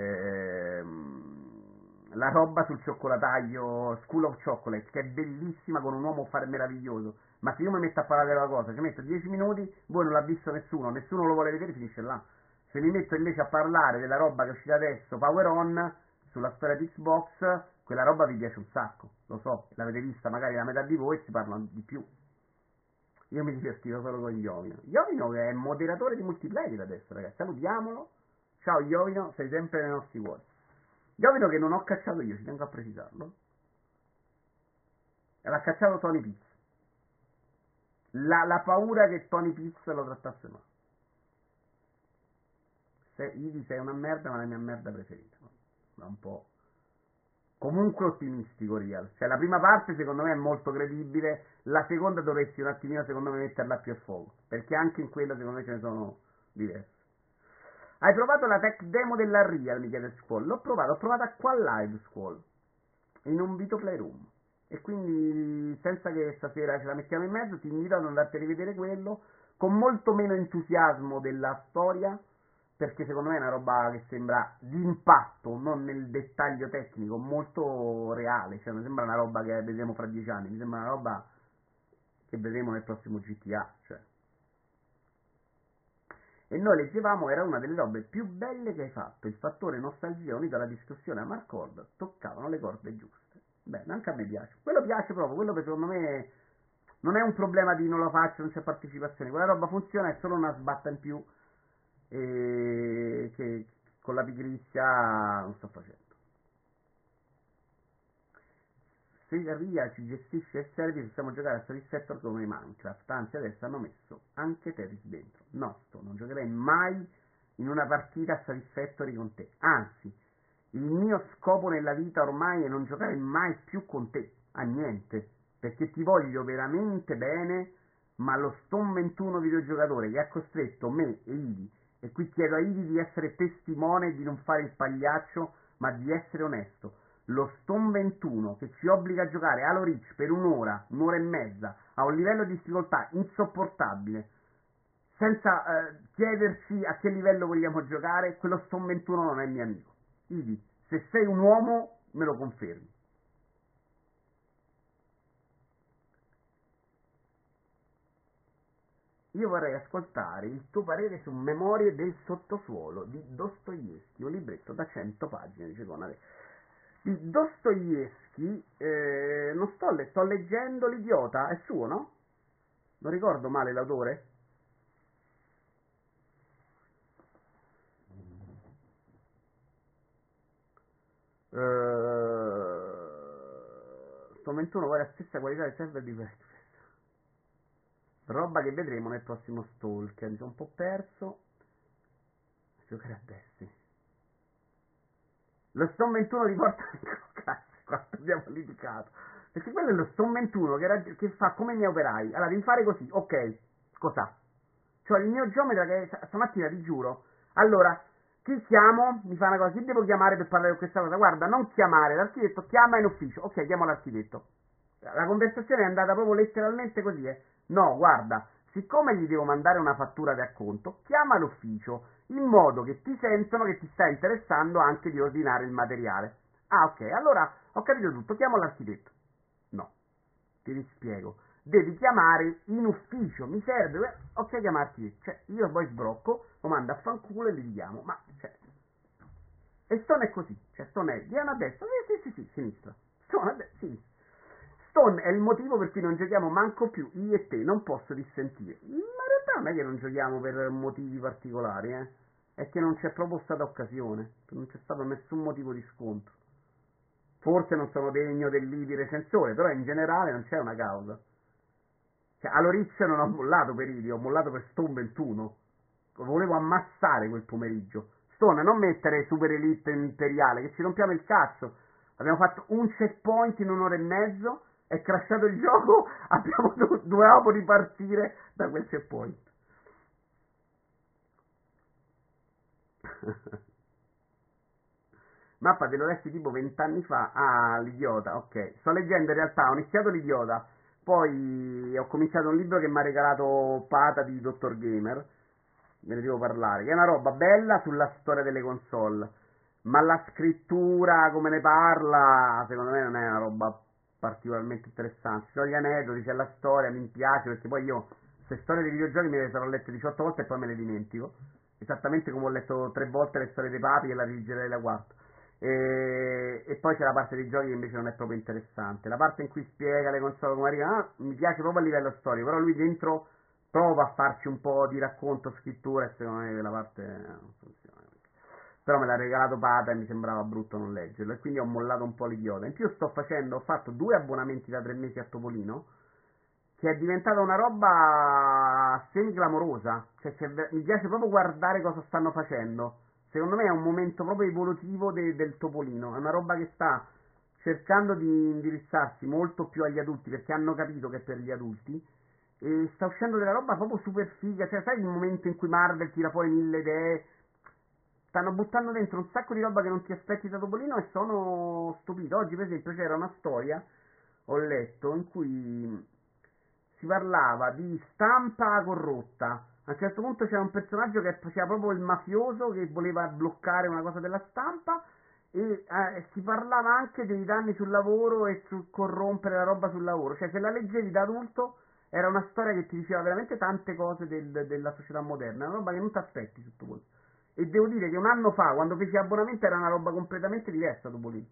la roba sul cioccolataio School of Chocolate, che è bellissima, con un uomo fare meraviglioso, ma se io mi metto a parlare della cosa, ci metto 10 minuti, voi non l'ha visto nessuno lo vuole vedere, finisce là. Se mi metto invece a parlare della roba che è uscita adesso, Power On, sulla storia di Xbox, quella roba vi piace un sacco, lo so, l'avete vista magari la metà di voi e si parla di più. Io mi divertivo solo con Iovino. Iovino che è moderatore di multiplayer adesso, ragazzi, salutiamolo. Ciao Iovino, sei sempre nei nostri cuori. Iovino che non ho cacciato io, ci tengo a precisarlo. L'ha cacciato Tony Pizz. La paura che Tony Pizz lo trattasse male. Ivi sei una merda, ma la mia merda preferita. Ma un po'. Comunque ottimistico Real. Cioè la prima parte secondo me è molto credibile, la seconda dovresti un attimino secondo me metterla più a fuoco, perché anche in quella secondo me ce ne sono diverse. Hai provato la tech demo della Real, mi chiede Squall? L'ho provato, ho provato a qua live Squall, in un Vito Playroom. E quindi senza che stasera ce la mettiamo in mezzo, ti invito ad andarti a rivedere quello, con molto meno entusiasmo della storia, perché secondo me è una roba che sembra di impatto, non nel dettaglio tecnico, molto reale, cioè non sembra una roba che vedremo fra 10 anni, mi sembra una roba che vedremo nel prossimo GTA, cioè. E noi leggevamo, era una delle robe più belle che hai fatto, il fattore nostalgia unito alla discussione a Marcord toccavano le corde giuste. Bene, anche a me piace, quello piace proprio, quello che secondo me non è un problema di non lo faccio, non c'è partecipazione, quella roba funziona, è solo una sbatta in più e che con la pigrizia non sto facendo. Se Ria ci gestisce il service possiamo giocare a Satisfactor come Minecraft, anzi adesso hanno messo anche Tetris dentro. No, non giocherei mai in una partita a Satisfactory con te, anzi il mio scopo nella vita ormai è non giocare mai più con te a niente, perché ti voglio veramente bene, ma lo Stone 21 videogiocatore che ha costretto me e Ivi, e qui chiedo a Ivi di essere testimone, di non fare il pagliaccio, ma di essere onesto. Lo Stone 21 che ci obbliga a giocare Halo Reach per un'ora e mezza, a un livello di difficoltà insopportabile, senza chiederci a che livello vogliamo giocare, quello Stone 21 non è mio amico. Ivi, se sei un uomo, me lo confermi. Io vorrei ascoltare il tuo parere su Memorie del sottosuolo di Dostoevskij, un libretto da 100 pagine, dice Conade. Di Dostoevskij, non sto leggendo L'idiota, è suo, no? Non ricordo male l'autore? Sto 21 vuole la stessa qualità del server di Breakfast. Roba che vedremo nel prossimo Stalker. Mi sono un po' perso. Giocare a Destiny. Lo Stone 21 riporta quanto abbiamo litigato. Perché quello è lo Stone 21 che fa come i miei operai. Allora devi fare così, ok, cos'ha? Cioè il mio geometra che stamattina ti giuro. Allora, chi chiamo? Mi fa una cosa, chi devo chiamare per parlare di questa cosa? Guarda, non chiamare l'architetto, chiama in ufficio. Ok, chiamo l'architetto. La conversazione è andata proprio letteralmente così, No, guarda, siccome gli devo mandare una fattura di acconto, chiama l'ufficio, in modo che ti sentono che ti sta interessando anche di ordinare il materiale. Ah, ok, allora ho capito tutto, chiamo l'architetto. No, ti rispiego, devi chiamare in ufficio, mi serve, ok chiamarti, cioè io poi sbrocco, lo mando a fanculo e li richiamo, ma cioè, e Stone è così, cioè Stone è Diana a destra, sì, sinistra, Stone a destra, sinistra. Stone è il motivo per cui non giochiamo manco più io e te, non posso dissentire. Ma in realtà non è che non giochiamo per motivi particolari, è che non c'è proprio stata occasione, non c'è stato nessun motivo di scontro. Forse non sono degno del lì di recensore, però in generale non c'è una causa. Cioè, all'Orizio non ho mollato per Idi, ho mollato per Stone 21. Volevo ammassare quel pomeriggio. Stone, non mettere Super Elite Imperiale, che ci rompiamo il cazzo. Abbiamo fatto un checkpoint in un'ora e mezzo, è crashato il gioco, dovevamo ripartire da quel checkpoint. Mappa te lo lessi tipo 20 anni fa. Ah, l'idiota, ok. Sto leggendo in realtà, ho iniziato l'idiota, poi ho cominciato un libro che mi ha regalato Pata di Dr. Gamer, ve ne devo parlare, che è una roba bella sulla storia delle console, ma la scrittura, come ne parla, secondo me non è una roba particolarmente interessante. Ci sono gli aneddoti, c'è la storia, mi piace, perché poi io, queste storie dei videogiochi me le sarò lette 18 volte e poi me le dimentico, esattamente come ho letto 3 volte le storie dei papi e la rileggerei la quarta. E poi c'è la parte dei giochi che invece non è proprio interessante, la parte in cui spiega le console come arrivano, mi piace proprio a livello storico, però lui dentro prova a farci un po' di racconto, scrittura, e secondo me quella parte non funziona. Però me l'ha regalato Pata e mi sembrava brutto non leggerlo, e quindi ho mollato un po' l'idiota. In più ho fatto 2 abbonamenti da 3 mesi a Topolino, che è diventata una roba semi-clamorosa, cioè mi piace proprio guardare cosa stanno facendo. Secondo me è un momento proprio evolutivo del Topolino, è una roba che sta cercando di indirizzarsi molto più agli adulti, perché hanno capito che è per gli adulti, e sta uscendo della roba proprio super figa, cioè sai il momento in cui Marvel tira fuori 1000 idee, stanno buttando dentro un sacco di roba che non ti aspetti da Topolino e sono stupito. Oggi per esempio c'era una storia, ho letto, in cui si parlava di stampa corrotta. A un certo punto c'era un personaggio che faceva proprio il mafioso che voleva bloccare una cosa della stampa, e si parlava anche dei danni sul lavoro e sul corrompere la roba sul lavoro. Cioè se la leggevi da adulto era una storia che ti diceva veramente tante cose della società moderna, una roba che non ti aspetti sotto quello. E devo dire che un anno fa, quando feci abbonamento, era una roba completamente diversa dopo lì.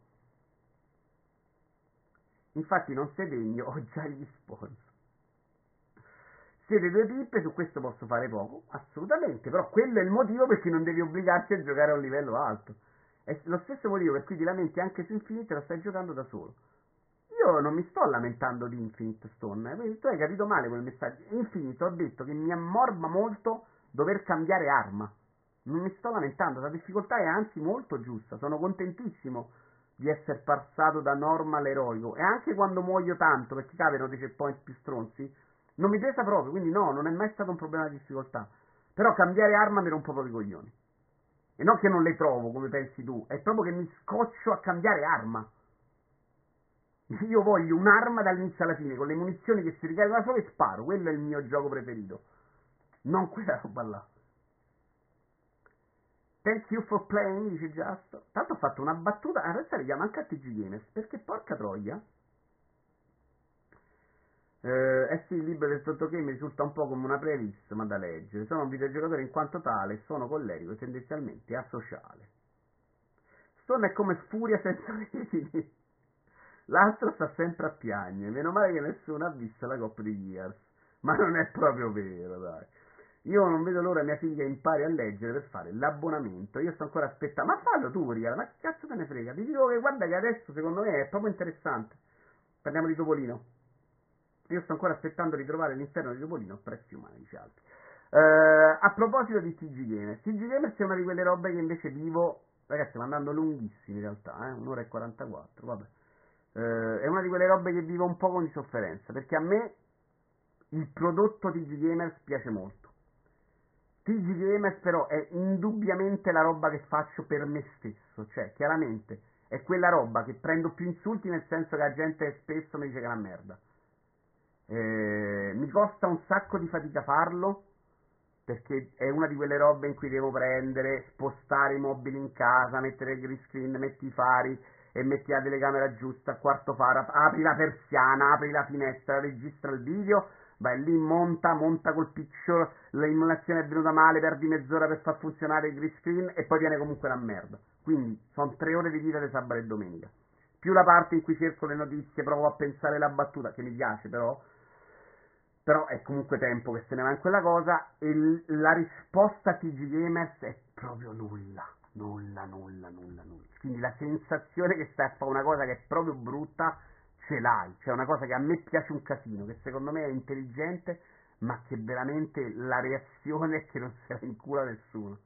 Infatti non sei degno, ho già gli sponsor. Siete 2 pippe, su questo posso fare poco, assolutamente, però quello è il motivo per cui non devi obbligarti a giocare a un livello alto. È lo stesso motivo per cui ti lamenti anche su Infinite, lo stai giocando da solo. Io non mi sto lamentando di Infinite Stone, tu hai capito male quel messaggio. Infinite ho detto che mi ammorba molto dover cambiare arma. Non mi sto lamentando, la difficoltà è anzi molto giusta, sono contentissimo di essere passato da normal eroico, e anche quando muoio tanto perché capitano dei checkpoint più stronzi, non mi pesa proprio, quindi no, non è mai stato un problema di difficoltà. Però cambiare arma mi rompo proprio i coglioni. E non che non le trovo come pensi tu, è proprio che mi scoccio a cambiare arma. Io voglio un'arma dall'inizio alla fine, con le munizioni che si ricaricano da solo, e sparo, quello è il mio gioco preferito. Non quella roba là. Thank you for playing, dice Just. Tanto ho fatto una battuta, adesso le chiamo anche a TG Gamers, perché porca troia. Sì, il libro del Tottoché mi risulta un po' come una playlist, ma da leggere. Sono un videogiocatore in quanto tale e sono collerico e tendenzialmente asociale. Stone è come Furia senza redini. L'altro sta sempre a piagne. Meno male che nessuno ha visto la Coppa di Gears. Ma non è proprio vero, dai. Io non vedo l'ora mia figlia impari a leggere per fare l'abbonamento. Io sto ancora aspettando. Ma fallo tu, Riala, ma che cazzo te ne frega? Ti dico che guarda che adesso secondo me è proprio interessante. Parliamo di Topolino. Io sto ancora aspettando di trovare l'inferno di Topolino a prezzi umani, dice altri. A proposito di TG Gamer, TG Gamer è una di quelle robe che invece vivo. Ragazzi, stiamo andando lunghissimi in realtà, 1 ora e 44, vabbè. È una di quelle robe che vivo un po' con di sofferenza, perché a me il prodotto TG Gamers piace molto. TG Gamers però è indubbiamente la roba che faccio per me stesso, cioè chiaramente è quella roba che prendo più insulti, nel senso che la gente spesso mi dice che è una merda. Mi costa un sacco di fatica farlo, perché è una di quelle robe in cui devo prendere, spostare i mobili in casa, mettere il green screen, metti i fari, e metti la telecamera giusta, quarto faro, apri la persiana, apri la finestra, registra il video, vai lì, monta col picture, l'emulazione è venuta male, perdi mezz'ora per far funzionare il green screen e poi viene comunque una merda. Quindi sono 3 ore di vita di sabato e domenica. Più la parte in cui cerco le notizie, provo a pensare la battuta, che mi piace però è comunque tempo che se ne va in quella cosa, e la risposta a TG Gamers è proprio nulla. Quindi la sensazione che stai a fare una cosa che è proprio brutta ce l'hai, cioè una cosa che a me piace un casino, che secondo me è intelligente, ma che veramente la reazione è che non se la incula nessuno.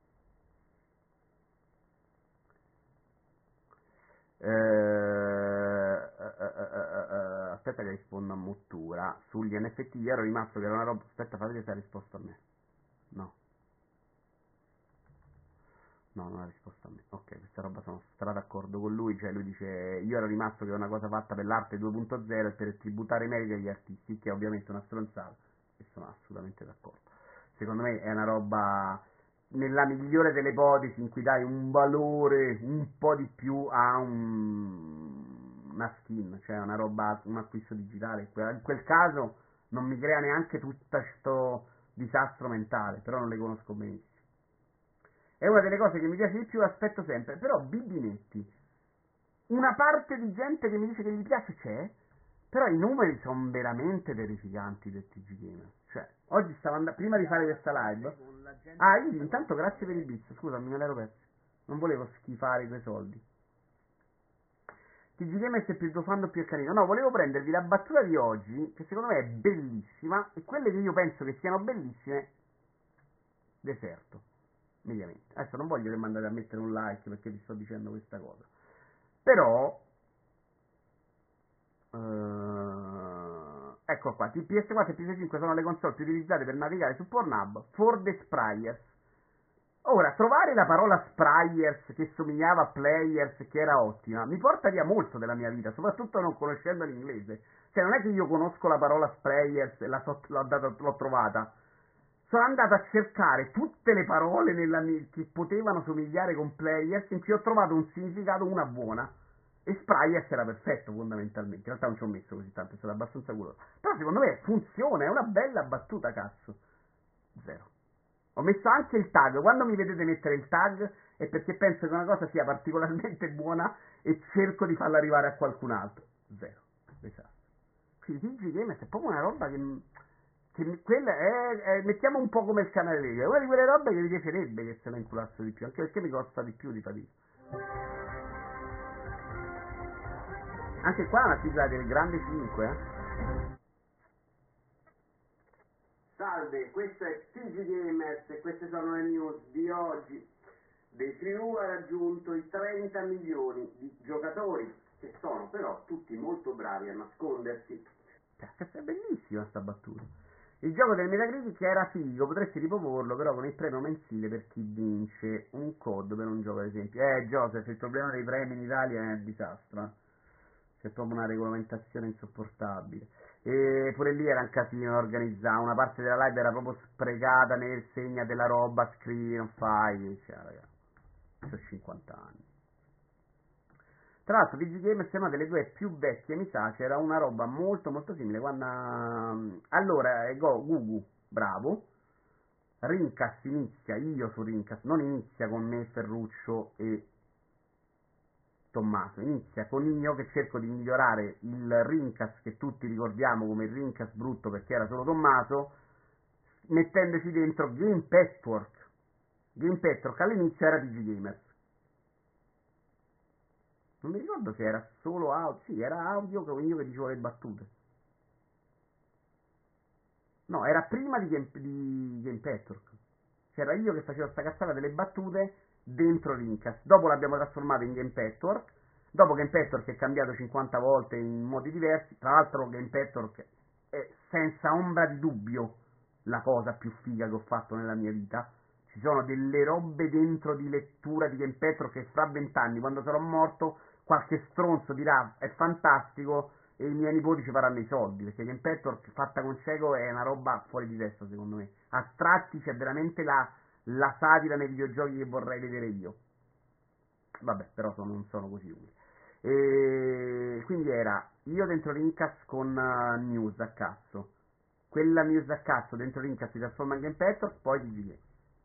Aspetta che rispondo a Mottura sugli NFT. Io ero rimasto che era una roba. Aspetta, fate che ha risposto a me. No, non ha risposto a me. Ok, questa roba sono stra d'accordo con lui. Cioè lui dice: io ero rimasto che è una cosa fatta per l'arte 2.0 e per tributare meriti agli artisti, che è ovviamente una stronzata, e sono assolutamente d'accordo. Secondo me è una roba, nella migliore delle ipotesi, in cui dai un valore un po' di più a una skin, cioè una roba, un acquisto digitale. In quel caso non mi crea neanche tutto questo disastro mentale, però non le conosco benissimo. È una delle cose che mi piace di più, l'aspetto sempre, però Bibinetti, una parte di gente che mi dice che gli piace c'è, però i numeri sono veramente terrificanti del TG Gamer. Cioè, oggi stavo andando, prima di fare questa live, io intanto grazie per il bits, scusami, me l'ero perso, non volevo schifare quei soldi. TG Gamer è più profando più carino. No, volevo prendervi la battuta di oggi, che secondo me è bellissima, e quelle che io penso che siano bellissime, deserto. Mediamente. Adesso non voglio che mi andate a mettere un like perché vi sto dicendo questa cosa, però ecco qua, PS4 e PS5 sono le console più utilizzate per navigare su Pornhub for the Sprayers. Ora, trovare la parola Sprayers che somigliava a Players, che era ottima, mi porta via molto della mia vita, soprattutto non conoscendo l'inglese. Cioè non è che io conosco la parola Sprayers e l'ho trovata. Sono andato a cercare tutte le parole che potevano somigliare con Players, in cui ho trovato un significato, una buona. E Sprayers era perfetto fondamentalmente. In realtà non ci ho messo così tanto, è stato abbastanza curioso. Però secondo me funziona, è una bella battuta, cazzo. Zero. Ho messo anche il tag. Quando mi vedete mettere il tag è perché penso che una cosa sia particolarmente buona e cerco di farla arrivare a qualcun altro. Zero. Esatto. Quindi TG Games è proprio una roba che quella mettiamo un po' come il canale Lega, è una di quelle robe che mi piacerebbe che se la inculasse di più, anche perché mi costa di più di fatica. Anche qua è una sigla del grande 5, Salve, questo è TG Gamers e queste sono le news di oggi. The Crew ha raggiunto i 30 milioni di giocatori, che sono però tutti molto bravi a nascondersi. Cazzo, è bellissima sta battuta. Il gioco del Metacritic era figo, potresti riproporlo però con il premio mensile per chi vince un code per un gioco, ad esempio. Joseph, il problema dei premi in Italia è un disastro. C'è proprio una regolamentazione insopportabile. E pure lì era un casino organizzato, una parte della live era proprio sprecata nel segna della roba, scrivi, non fai, cioè ragazzi, sono 50 anni. Tra l'altro TG Games è una delle due più vecchie, mi sa, c'era una roba molto molto simile quando... Allora, Gugu, bravo, Rincast inizia, io su Rincast, non inizia con me, Ferruccio e Tommaso, inizia con io che cerco di migliorare il Rincast che tutti ricordiamo come il Rincast brutto perché era solo Tommaso, mettendoci dentro Game Patchwork. Game Patchwork all'inizio era TG Gamers. Non mi ricordo se era solo audio, sì, era audio con io che dicevo le battute. No, era prima di Game Patchwork. C'era io che facevo sta cazzata delle battute dentro Rincast. Dopo l'abbiamo trasformato in Game Patchwork. Dopo Game Patchwork è cambiato 50 volte in modi diversi. Tra l'altro Game Patchwork è senza ombra di dubbio la cosa più figa che ho fatto nella mia vita. Ci sono delle robe dentro di lettura di Game Patchwork che fra 20 anni, quando sarò morto, qualche stronzo dirà è fantastico e i miei nipoti ci faranno i soldi, perché Game Patchwork fatta con cieco è una roba fuori di testa secondo me. A tratti c'è veramente la satira nei videogiochi che vorrei vedere io. Vabbè, però non sono così umili. E quindi era io dentro Rincas con News a cazzo, quella News a cazzo dentro Rincas si trasforma in Game Pattern, poi TG.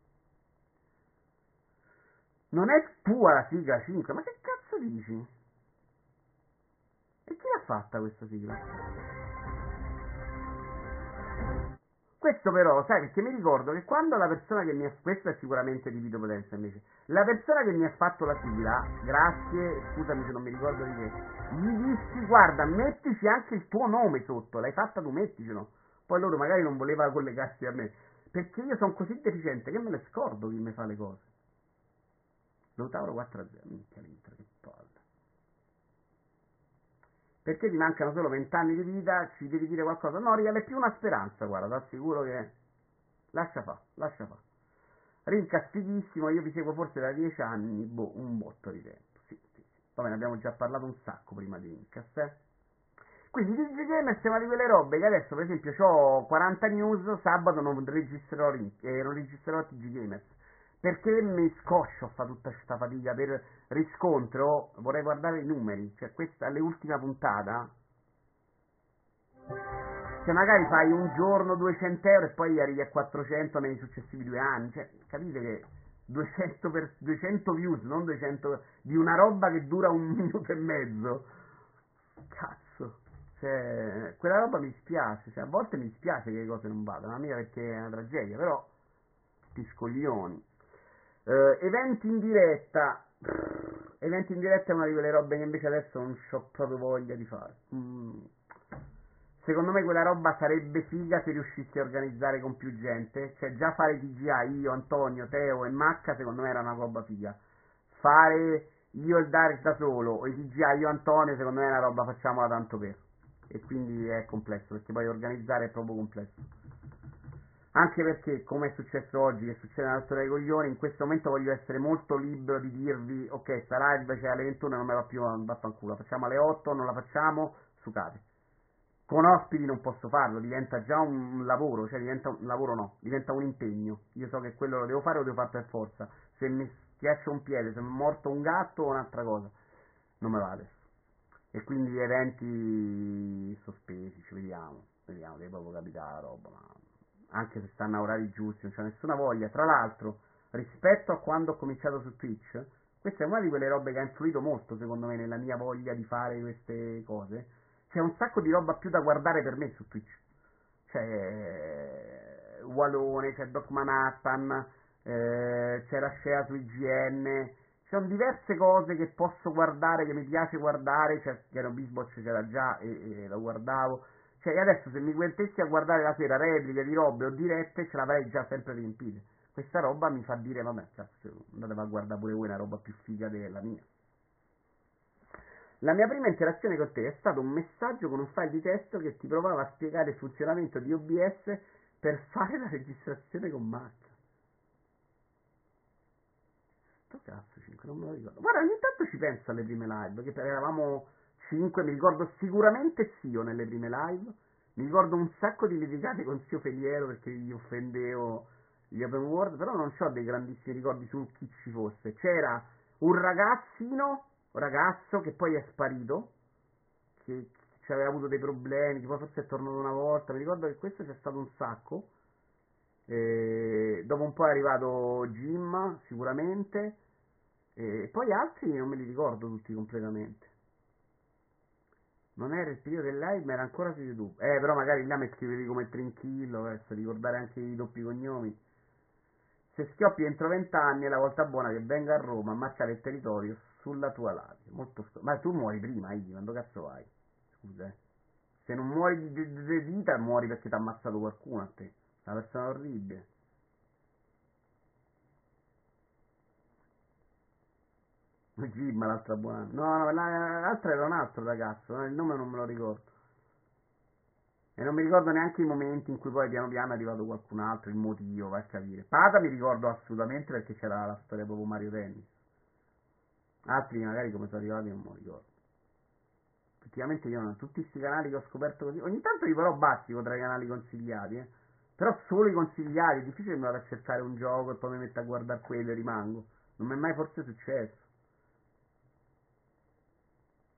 Non è tua la sigla 5, ma che cazzo dici? E chi l'ha fatta questa sigla? Questo però, sai, perché mi ricordo che quando la persona che mi ha... Questo è sicuramente di Vito Potenza invece. La persona che mi ha fatto la sigla, grazie, scusami se non mi ricordo di te, gli dissi, guarda, mettici anche il tuo nome sotto, l'hai fatta tu, metticelo. Poi loro magari non voleva collegarsi a me, perché io sono così deficiente che me le scordo chi mi fa le cose. Lautaro 4-0, minchia l'Inter, che palle. Perché ti mancano solo 20 anni di vita, ci devi dire qualcosa. No, Real è più una speranza, guarda, ti assicuro che... Lascia fa, lascia fa. Rincas fighissimo, io vi seguo forse da 10 anni, boh, un botto di tempo. Sì, sì, sì. Vabbè, ne abbiamo già parlato un sacco prima di Rincas, Quindi Digi Games è una di quelle robe che adesso, per esempio, ho 40 news, sabato non registrerò, non registrerò TG Games. Perché mi scoscio a fare tutta questa fatica per riscontro, vorrei guardare i numeri, cioè questa è l'ultima puntata, cioè magari fai un giorno 200 euro e poi arrivi a 400 nei successivi 2 anni, cioè capite che 200 views, non 200 di una roba che dura un minuto e mezzo, cazzo, cioè quella roba mi spiace, cioè a volte mi spiace che le cose non vadano, ma mica perché è una tragedia, però ti scoglioni. Eventi in diretta. Eventi in diretta è una di quelle robe che invece adesso non ho proprio voglia di fare. Secondo me quella roba sarebbe figa se riuscissi a organizzare con più gente. Cioè già fare TGA, io, Antonio, Teo e Macca secondo me era una roba figa. Fare io e il Daris da solo o i TGA io e Antonio secondo me è una roba facciamola tanto per. E quindi è complesso perché poi organizzare è proprio complesso. Anche perché, come è successo oggi, che succede nella storia dei coglioni, in questo momento voglio essere molto libero di dirvi, ok, sta live c'è alle 21 e non me va più, vaffanculo, la facciamo alle 8, non la facciamo, sucate. Con ospiti non posso farlo, diventa già un lavoro, cioè diventa un lavoro no, diventa un impegno. Io so che quello lo devo fare, lo devo fare per forza. Se mi schiaccio un piede, se mi è morto un gatto o un'altra cosa, non me va adesso. E quindi eventi sospesi, ci vediamo, deve proprio capitare la roba, ma anche se stanno a orari giusti, non c'è nessuna voglia. Tra l'altro, rispetto a quando ho cominciato su Twitch, questa è una di quelle robe che ha influito molto, secondo me, nella mia voglia di fare queste cose. C'è un sacco di roba più da guardare per me su Twitch. C'è Walone, c'è Doc Manhattan, c'è la Scea su IGN. Ci sono diverse cose che posso guardare, che mi piace guardare, cioè Piano Bisbox c'era già e lo guardavo. Cioè adesso se mi mettessi a guardare la sera repliche di robe o dirette ce l'avrei già sempre riempite. Questa roba mi fa dire, vabbè, cazzo, andate a guardare pure voi una roba più figa della mia. La mia prima interazione con te è stato un messaggio con un file di testo che ti provava a spiegare il funzionamento di OBS per fare la registrazione con Mac. Sto cazzo, 5, non me lo ricordo. Guarda, ogni tanto ci penso alle prime live, che eravamo 5, mi ricordo sicuramente Zio nelle prime live, mi ricordo un sacco di litigate con Zio Feliero perché gli offendevo gli open world, però non ho dei grandissimi ricordi su chi ci fosse. C'era un ragazzo che poi è sparito, che aveva avuto dei problemi, che poi forse è tornato una volta, mi ricordo che questo c'è stato un sacco. Dopo un po' è arrivato Jim, sicuramente, e poi altri non me li ricordo tutti completamente. Non era il periodo del live, ma era ancora su YouTube. Però magari là mi scrivevi come Trinchillo, per ricordare anche i doppi cognomi. Se schioppi entro 20 anni è la volta buona che venga a Roma a marciare il territorio sulla tua live. Ma tu muori prima, quando cazzo vai? Scusa, Se non muori di vita, muori perché ti ha ammazzato qualcuno a te. Una persona orribile. Jim, l'altra buona. No, l'altra era un altro ragazzo, il nome non me lo ricordo. E non mi ricordo neanche i momenti in cui poi piano piano è arrivato qualcun altro, il motivo, vai a capire. Pada mi ricordo assolutamente perché c'era la storia proprio Mario Tennis. Altri magari come sono arrivati non me lo ricordo. Effettivamente io tutti questi canali che ho scoperto così, ogni tanto li però bazzico tra i canali consigliati, Però solo i consigliati, è difficile che mi vado a cercare un gioco e poi mi metto a guardare quello e rimango. Non mi è mai forse successo.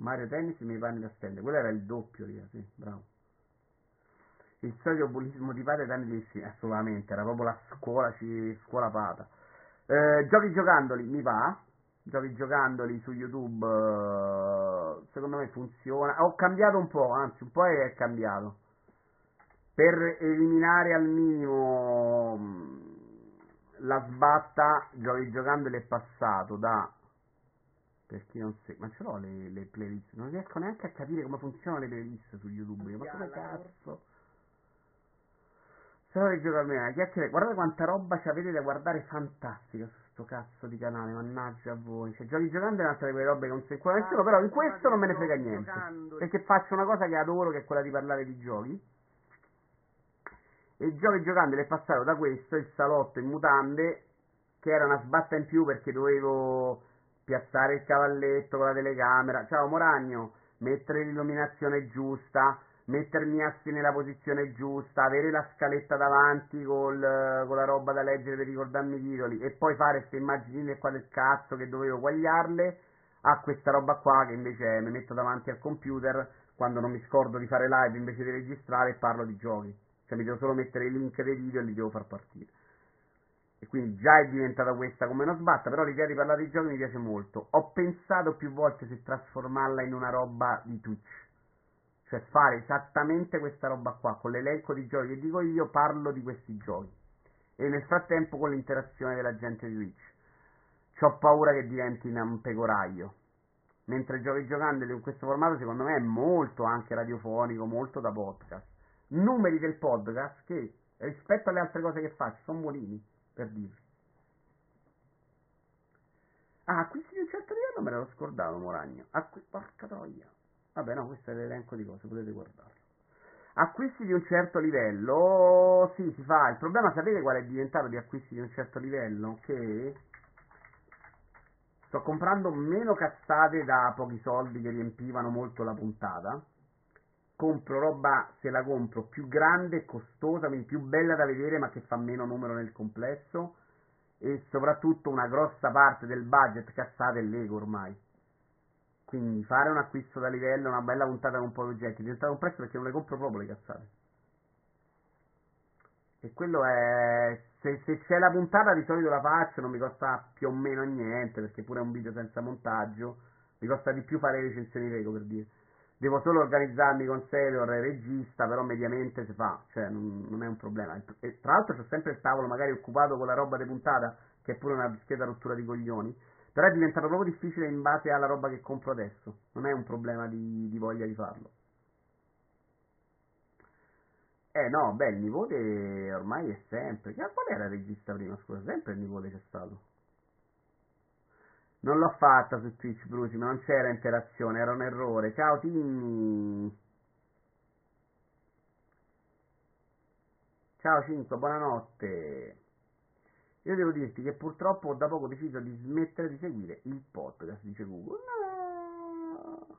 Mario Tennis mi panni da stelle. Quello era il doppio, sì, bravo. Il solito bullismo di padre danni di sì, assolutamente, era proprio la scuola pata. Giochi giocandoli, mi va. Giochi giocandoli su YouTube, secondo me funziona. Ho cambiato un po', anzi un po' è cambiato. Per eliminare al minimo la sbatta, giochi giocandoli è passato da... Per chi non sa, ma ce l'ho le playlist, non riesco neanche a capire come funzionano le playlist su YouTube, ma come cazzo? Se no di giocare chiacchiere, guardate quanta roba ci avete da guardare fantastica su sto cazzo di canale, mannaggia a voi. Cioè, giochi giocando è un'altra di quelle robe che non si incula nessuno, però in questo non me ne frega niente. Perché faccio una cosa che adoro, che è quella di parlare di giochi. E giochi giocando è passato da questo, il salotto in mutande, che era una sbatta in più perché dovevo piazzare il cavalletto con la telecamera. Ciao Moragno, mettere l'illuminazione giusta, mettermi assi nella posizione giusta, avere la scaletta davanti con la roba da leggere per ricordarmi i titoli e poi fare queste immaginine qua del cazzo che dovevo quagliarle a questa roba qua che invece mi metto davanti al computer quando non mi scordo di fare live invece di registrare e parlo di giochi. Cioè mi devo solo mettere i link dei video e li devo far partire. E quindi già è diventata questa come una sbatta, però l'idea di parlare di giochi mi piace molto. Ho pensato più volte se trasformarla in una roba di Twitch. Cioè fare esattamente questa roba qua, con l'elenco di giochi che dico io, parlo di questi giochi. E nel frattempo con l'interazione della gente di Twitch. C'ho paura che diventi un pecoraio. Mentre giochi giocandoli in questo formato secondo me è molto anche radiofonico, molto da podcast. Numeri del podcast che rispetto alle altre cose che faccio sono buonini, per dirvi. Ah, acquisti di un certo livello me l'ero scordato, Moragno. Porca troia. Vabbè, no, questo è l'elenco di cose, potete guardarlo. Acquisti di un certo livello, sì, si fa. Il problema, sapete qual è diventato di acquisti di un certo livello? Che sto comprando meno cazzate da pochi soldi che riempivano molto la puntata. Compro roba, se la compro, più grande e costosa, quindi più bella da vedere ma che fa meno numero nel complesso. E soprattutto una grossa parte del budget cazzate è Lego ormai. Quindi fare un acquisto da livello, una bella puntata con un po' di oggetti, è diventato un prezzo perché non le compro proprio le cazzate. E quello è... Se c'è la puntata di solito la faccio, non mi costa più o meno niente, perché pure è un video senza montaggio, mi costa di più fare recensioni Lego, per dire. Devo solo organizzarmi con Sailor e regista, però mediamente si fa, cioè non è un problema. E tra l'altro c'ho sempre il tavolo magari occupato con la roba di puntata, che è pure una scheda rottura di coglioni. Però è diventato proprio difficile in base alla roba che compro adesso. Non è un problema di voglia di farlo. No, beh, il nipote ormai è sempre. Qual era il regista prima? Scusa, sempre il nipote c'è stato. Non l'ho fatta su Twitch, Bruci, ma non c'era interazione, era un errore. Ciao Timmy. Ciao 5, buonanotte. Io devo dirti che purtroppo ho da poco deciso di smettere di seguire il podcast, dice Google. No!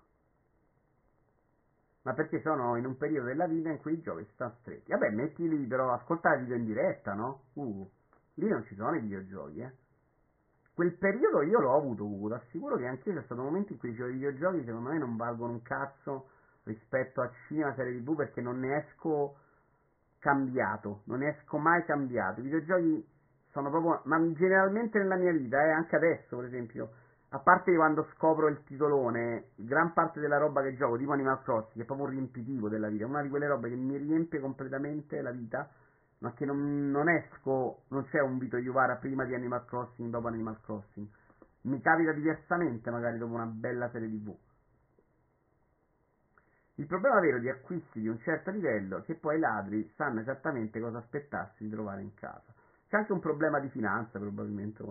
Ma perché sono in un periodo della vita in cui i giochi stanno stretti. Vabbè, mettili però, ascolta il video in diretta, no? Lì non ci sono i videogiochi, eh. Quel periodo io l'ho avuto, ti assicuro che anche io c'è stato un momento in cui dicevo i videogiochi secondo me non valgono un cazzo rispetto a cinema, serie TV, perché non ne esco cambiato, non ne esco mai cambiato. I videogiochi sono proprio, ma generalmente nella mia vita, anche adesso per esempio, a parte quando scopro il titolone, gran parte della roba che gioco, tipo Animal Crossing, che è proprio un riempitivo della vita, è una di quelle robe che mi riempie completamente la vita, ma che non esco, non c'è un Vito Iuvara prima di Animal Crossing, dopo Animal Crossing. Mi capita diversamente magari dopo una bella serie TV. Il problema vero di acquisti di un certo livello è che poi i ladri sanno esattamente cosa aspettarsi di trovare in casa. C'è anche un problema di finanza probabilmente.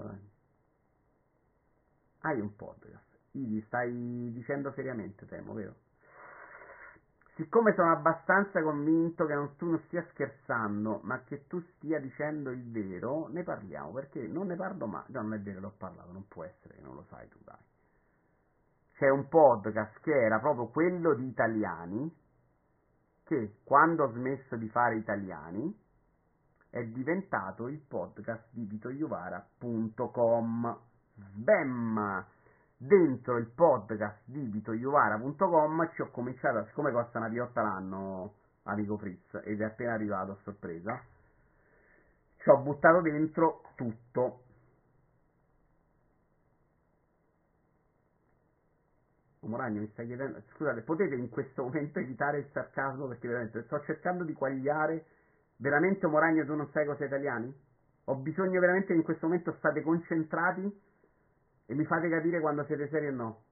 Hai un podcast. Ivi, stai dicendo seriamente, temo, vero? Siccome sono abbastanza convinto che tu non stia scherzando, ma che tu stia dicendo il vero, ne parliamo, perché non ne parlo mai. No, non è vero, l'ho parlato, non può essere che non lo sai tu, dai. C'è un podcast che era proprio quello di italiani, che quando ho smesso di fare italiani è diventato il podcast di vitoiuvara.com. Sbam! dentro il podcast di vitoiovara.com ci ho cominciato, siccome costa una piotta l'anno, amico Fritz, ed è appena arrivato a sorpresa, ci ho buttato dentro tutto. Moragno mi sta chiedendo, scusate, potete in questo momento evitare il sarcasmo perché veramente sto cercando di quagliare. Veramente, Moragno, tu non sai cosa italiani? Ho bisogno veramente che in questo momento state concentrati e mi fate capire quando siete seri o no.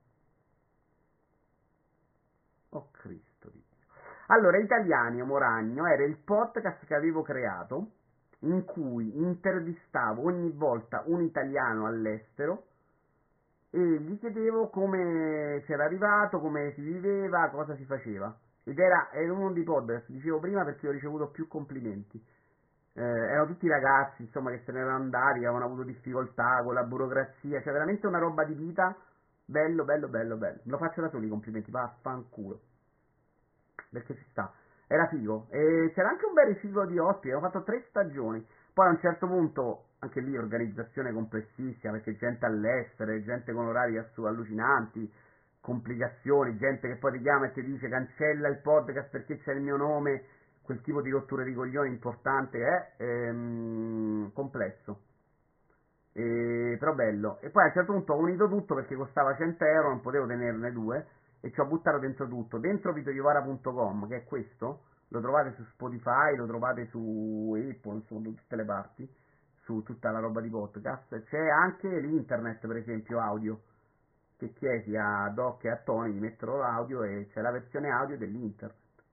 Oh Cristo Dio. Allora, Italiani o Moragno era il podcast che avevo creato in cui intervistavo ogni volta un italiano all'estero e gli chiedevo come c'era arrivato, come si viveva, cosa si faceva. Ed era uno dei podcast, dicevo prima, perché ho ricevuto più complimenti. Erano tutti ragazzi, insomma, che se ne erano andati, che avevano avuto difficoltà con la burocrazia, cioè veramente una roba di vita, bello, bello, bello, bello. Me lo faccio da soli i complimenti, vaffanculo. Perché ci sta. Era figo. E c'era anche un bel riciclo di ospiti, avevo fatto 3 stagioni. Poi a un certo punto, anche lì organizzazione complessissima, perché gente all'estero, gente con orari allucinanti, complicazioni, gente che poi ti chiama e ti dice cancella il podcast perché c'è il mio nome, quel tipo di rotture di coglioni importante è complesso. Però bello. E poi a un certo punto ho unito tutto perché costava 100 euro, non potevo tenerne 2 e ci ho buttato dentro tutto. Dentro vitoiovara.com, che è questo, lo trovate su Spotify, lo trovate su Apple, insomma da tutte le parti, su tutta la roba di podcast. C'è anche l'internet, per esempio, audio, che chiedi a Doc e a Tony di mettere l'audio e c'è la versione audio dell'internet.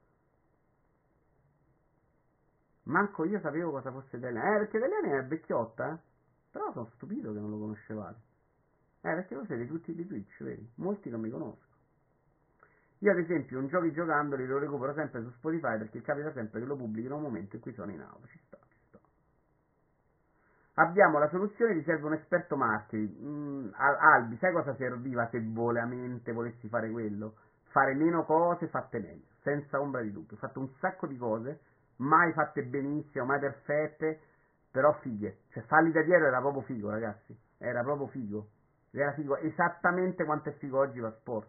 Manco io sapevo cosa fosse Deliane, perché Deliane è vecchiotta, però sono stupito che non lo conoscevate. Perché voi siete tutti di Twitch, vedi? Molti non mi conoscono. Io ad esempio un giochi giocandoli lo recupero sempre su Spotify perché capita sempre che lo pubblichino in un momento in cui sono in auto, ci sta, ci sta. Abbiamo la soluzione, ti serve un esperto marketing. Albi, sai cosa serviva se veramente volessi fare quello? Fare meno cose fatte meglio, senza ombra di dubbio. Ho fatto un sacco di cose, mai fatte benissimo, mai perfette, però fighe. Cioè farli da dietro era proprio figo, ragazzi. Era proprio figo. Era figo esattamente quanto è figo oggi lo sport.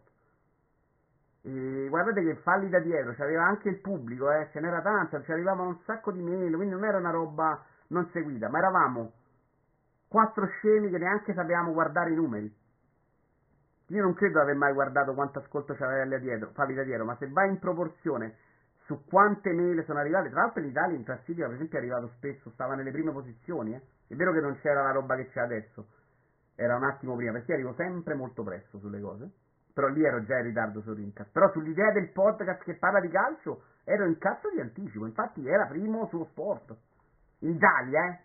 E guardate che falli da dietro, c'aveva anche il pubblico, ce n'era tanto, ci arrivavano un sacco di mail, quindi non era una roba non seguita, ma eravamo 4 scemi che neanche sapevamo guardare i numeri. Io non credo di aver mai guardato quanto ascolto c'aveva là dietro, falli da dietro, ma se vai in proporzione su quante mail sono arrivate, tra l'altro in Italia in classifica per esempio è arrivato spesso, stava nelle prime posizioni, È vero che non c'era la roba che c'è adesso, era un attimo prima, perché arrivo sempre molto presto sulle cose. Però lì ero già in ritardo su Rincast. Però sull'idea del podcast che parla di calcio ero in cazzo di anticipo. Infatti era primo sullo sport. In Italia,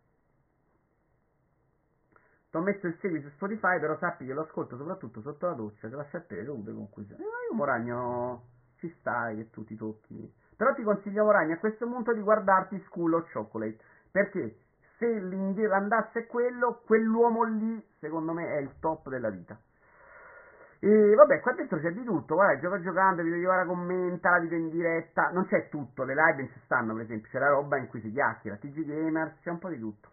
Ti ho messo il segui su Spotify, però sappi che lo ascolto soprattutto sotto la doccia, che lascia a te le dovute conclusioni. Io Moragno ci stai che tu ti tocchi. Però ti consiglio Moragno a questo punto di guardarti School of Chocolate. Perché se l'andasse è quello, quell'uomo lì secondo me è il top della vita. E vabbè, qua dentro c'è di tutto, guarda, gioca giocando, videogiocare commenta, la vita in diretta, non c'è tutto, le live non ci stanno, per esempio, c'è la roba in cui si chiacchiera, TG Gamers, c'è un po' di tutto.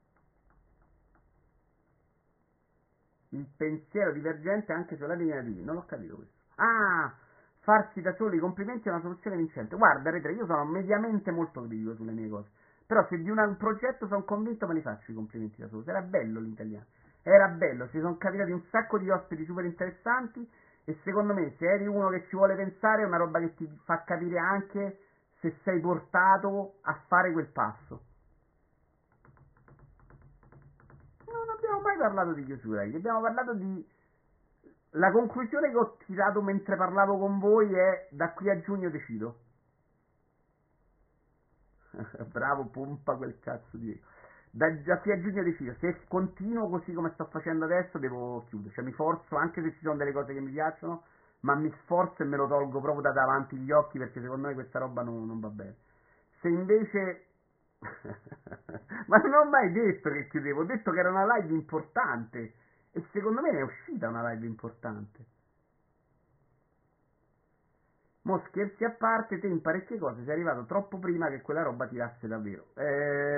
Il pensiero divergente anche sulla linea di non l'ho capito questo. Ah, farsi da soli i complimenti è una soluzione vincente. Guarda, Retre, io sono mediamente molto critico sulle mie cose, però se di un progetto sono convinto me li faccio i complimenti da solo, era bello l'italiano. Era bello, si sono capitati un sacco di ospiti super interessanti e secondo me se eri uno che ci vuole pensare è una roba che ti fa capire anche se sei portato a fare quel passo. Non abbiamo mai parlato di chiusura, abbiamo parlato di... La conclusione che ho tirato mentre parlavo con voi è da qui a giugno decido. Bravo, pompa quel cazzo di... Da qui a giugno decido, se continuo così come sto facendo adesso devo chiudere, cioè mi forzo, anche se ci sono delle cose che mi piacciono, ma mi sforzo e me lo tolgo proprio da davanti gli occhi perché secondo me questa roba non va bene. Se invece... ma non ho mai detto che chiudevo, ho detto che era una live importante e secondo me ne è uscita una live importante. Mo scherzi a parte, te in parecchie cose sei arrivato troppo prima che quella roba tirasse davvero.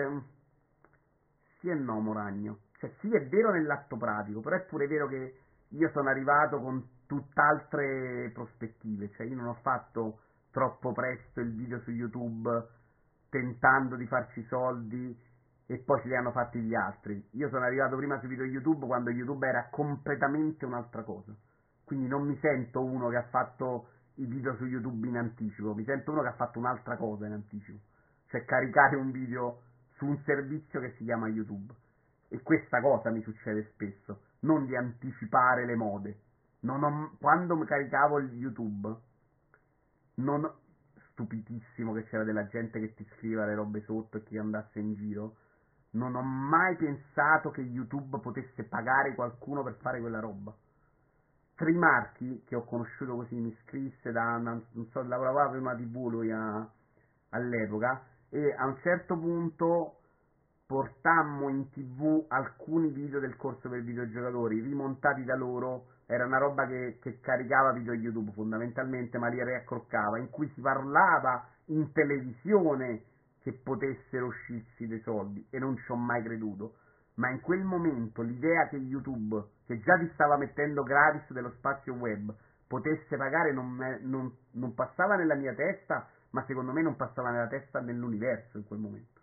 Sì e no, Moragno. Cioè sì è vero nell'atto pratico, però è pure vero che io sono arrivato con tutt'altre prospettive, cioè io non ho fatto troppo presto il video su YouTube tentando di farci soldi e poi ce li hanno fatti gli altri. Io sono arrivato prima sui video YouTube quando YouTube era completamente un'altra cosa. Quindi non mi sento uno che ha fatto i video su YouTube in anticipo, mi sento uno che ha fatto un'altra cosa in anticipo, cioè caricare un video su un servizio che si chiama YouTube. E questa cosa mi succede spesso, non di anticipare le mode. Quando caricavo il YouTube, non, stupidissimo che c'era della gente che ti scriveva le robe sotto e che andasse in giro, non ho mai pensato che YouTube potesse pagare qualcuno per fare quella roba. Trimarchi, che ho conosciuto così, mi scrisse non so, lavorava per una TV lui all'epoca, e a un certo punto portammo in TV alcuni video del corso per videogiocatori rimontati da loro. Era una roba che caricava video YouTube fondamentalmente, ma li riaccorcava, in cui si parlava in televisione che potessero uscirsi dei soldi, e non ci ho mai creduto. Ma in quel momento l'idea che YouTube, che già ti stava mettendo gratis dello spazio web, potesse pagare non passava nella mia testa, ma secondo me non passava nella testa dell'universo in quel momento.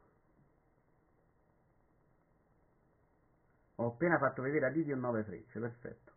Ho appena fatto vedere a Didi 9 frecce, perfetto.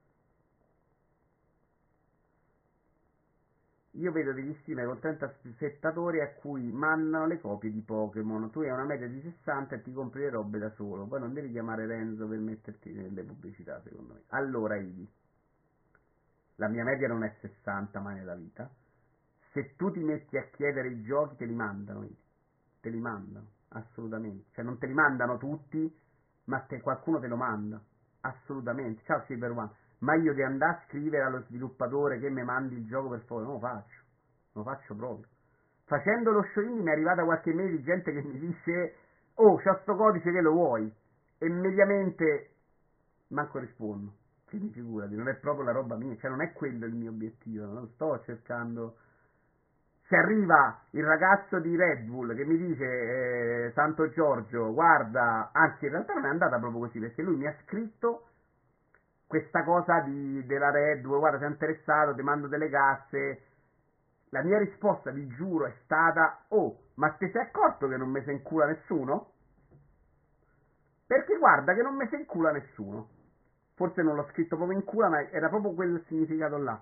Io vedo degli streamer con 30 spettatori a cui mandano le copie di Pokémon. Tu hai una media di 60 e ti compri le robe da solo. Poi non devi chiamare Renzo per metterti nelle pubblicità, secondo me. Allora, Ivi, la mia media non è 60 mai nella vita. Se tu ti metti a chiedere i giochi, te li mandano, Ivi. Te li mandano, assolutamente. Cioè, non te li mandano tutti, ma qualcuno te lo manda. Assolutamente. Ciao, Silver One. Ma io di andare a scrivere allo sviluppatore che mi mandi il gioco per favore, non lo faccio proprio. Facendo lo show indie mi è arrivata qualche mail di gente che mi dice: oh, c'ho sto codice, che lo vuoi? E mediamente manco rispondo. Quindi figurati, non è proprio la roba mia, cioè non è quello il mio obiettivo, non sto cercando. Se arriva il ragazzo di Red Bull che mi dice Santo Giorgio, guarda, anzi in realtà non è andata proprio così, perché lui mi ha scritto questa cosa della Red Bull, guarda, sei interessato, ti mando delle casse. La mia risposta, vi giuro, è stata: oh, ma ti sei accorto che non mi se incula nessuno? Perché guarda che non mi se incula nessuno. Forse non l'ho scritto proprio in cula, ma era proprio quel significato là.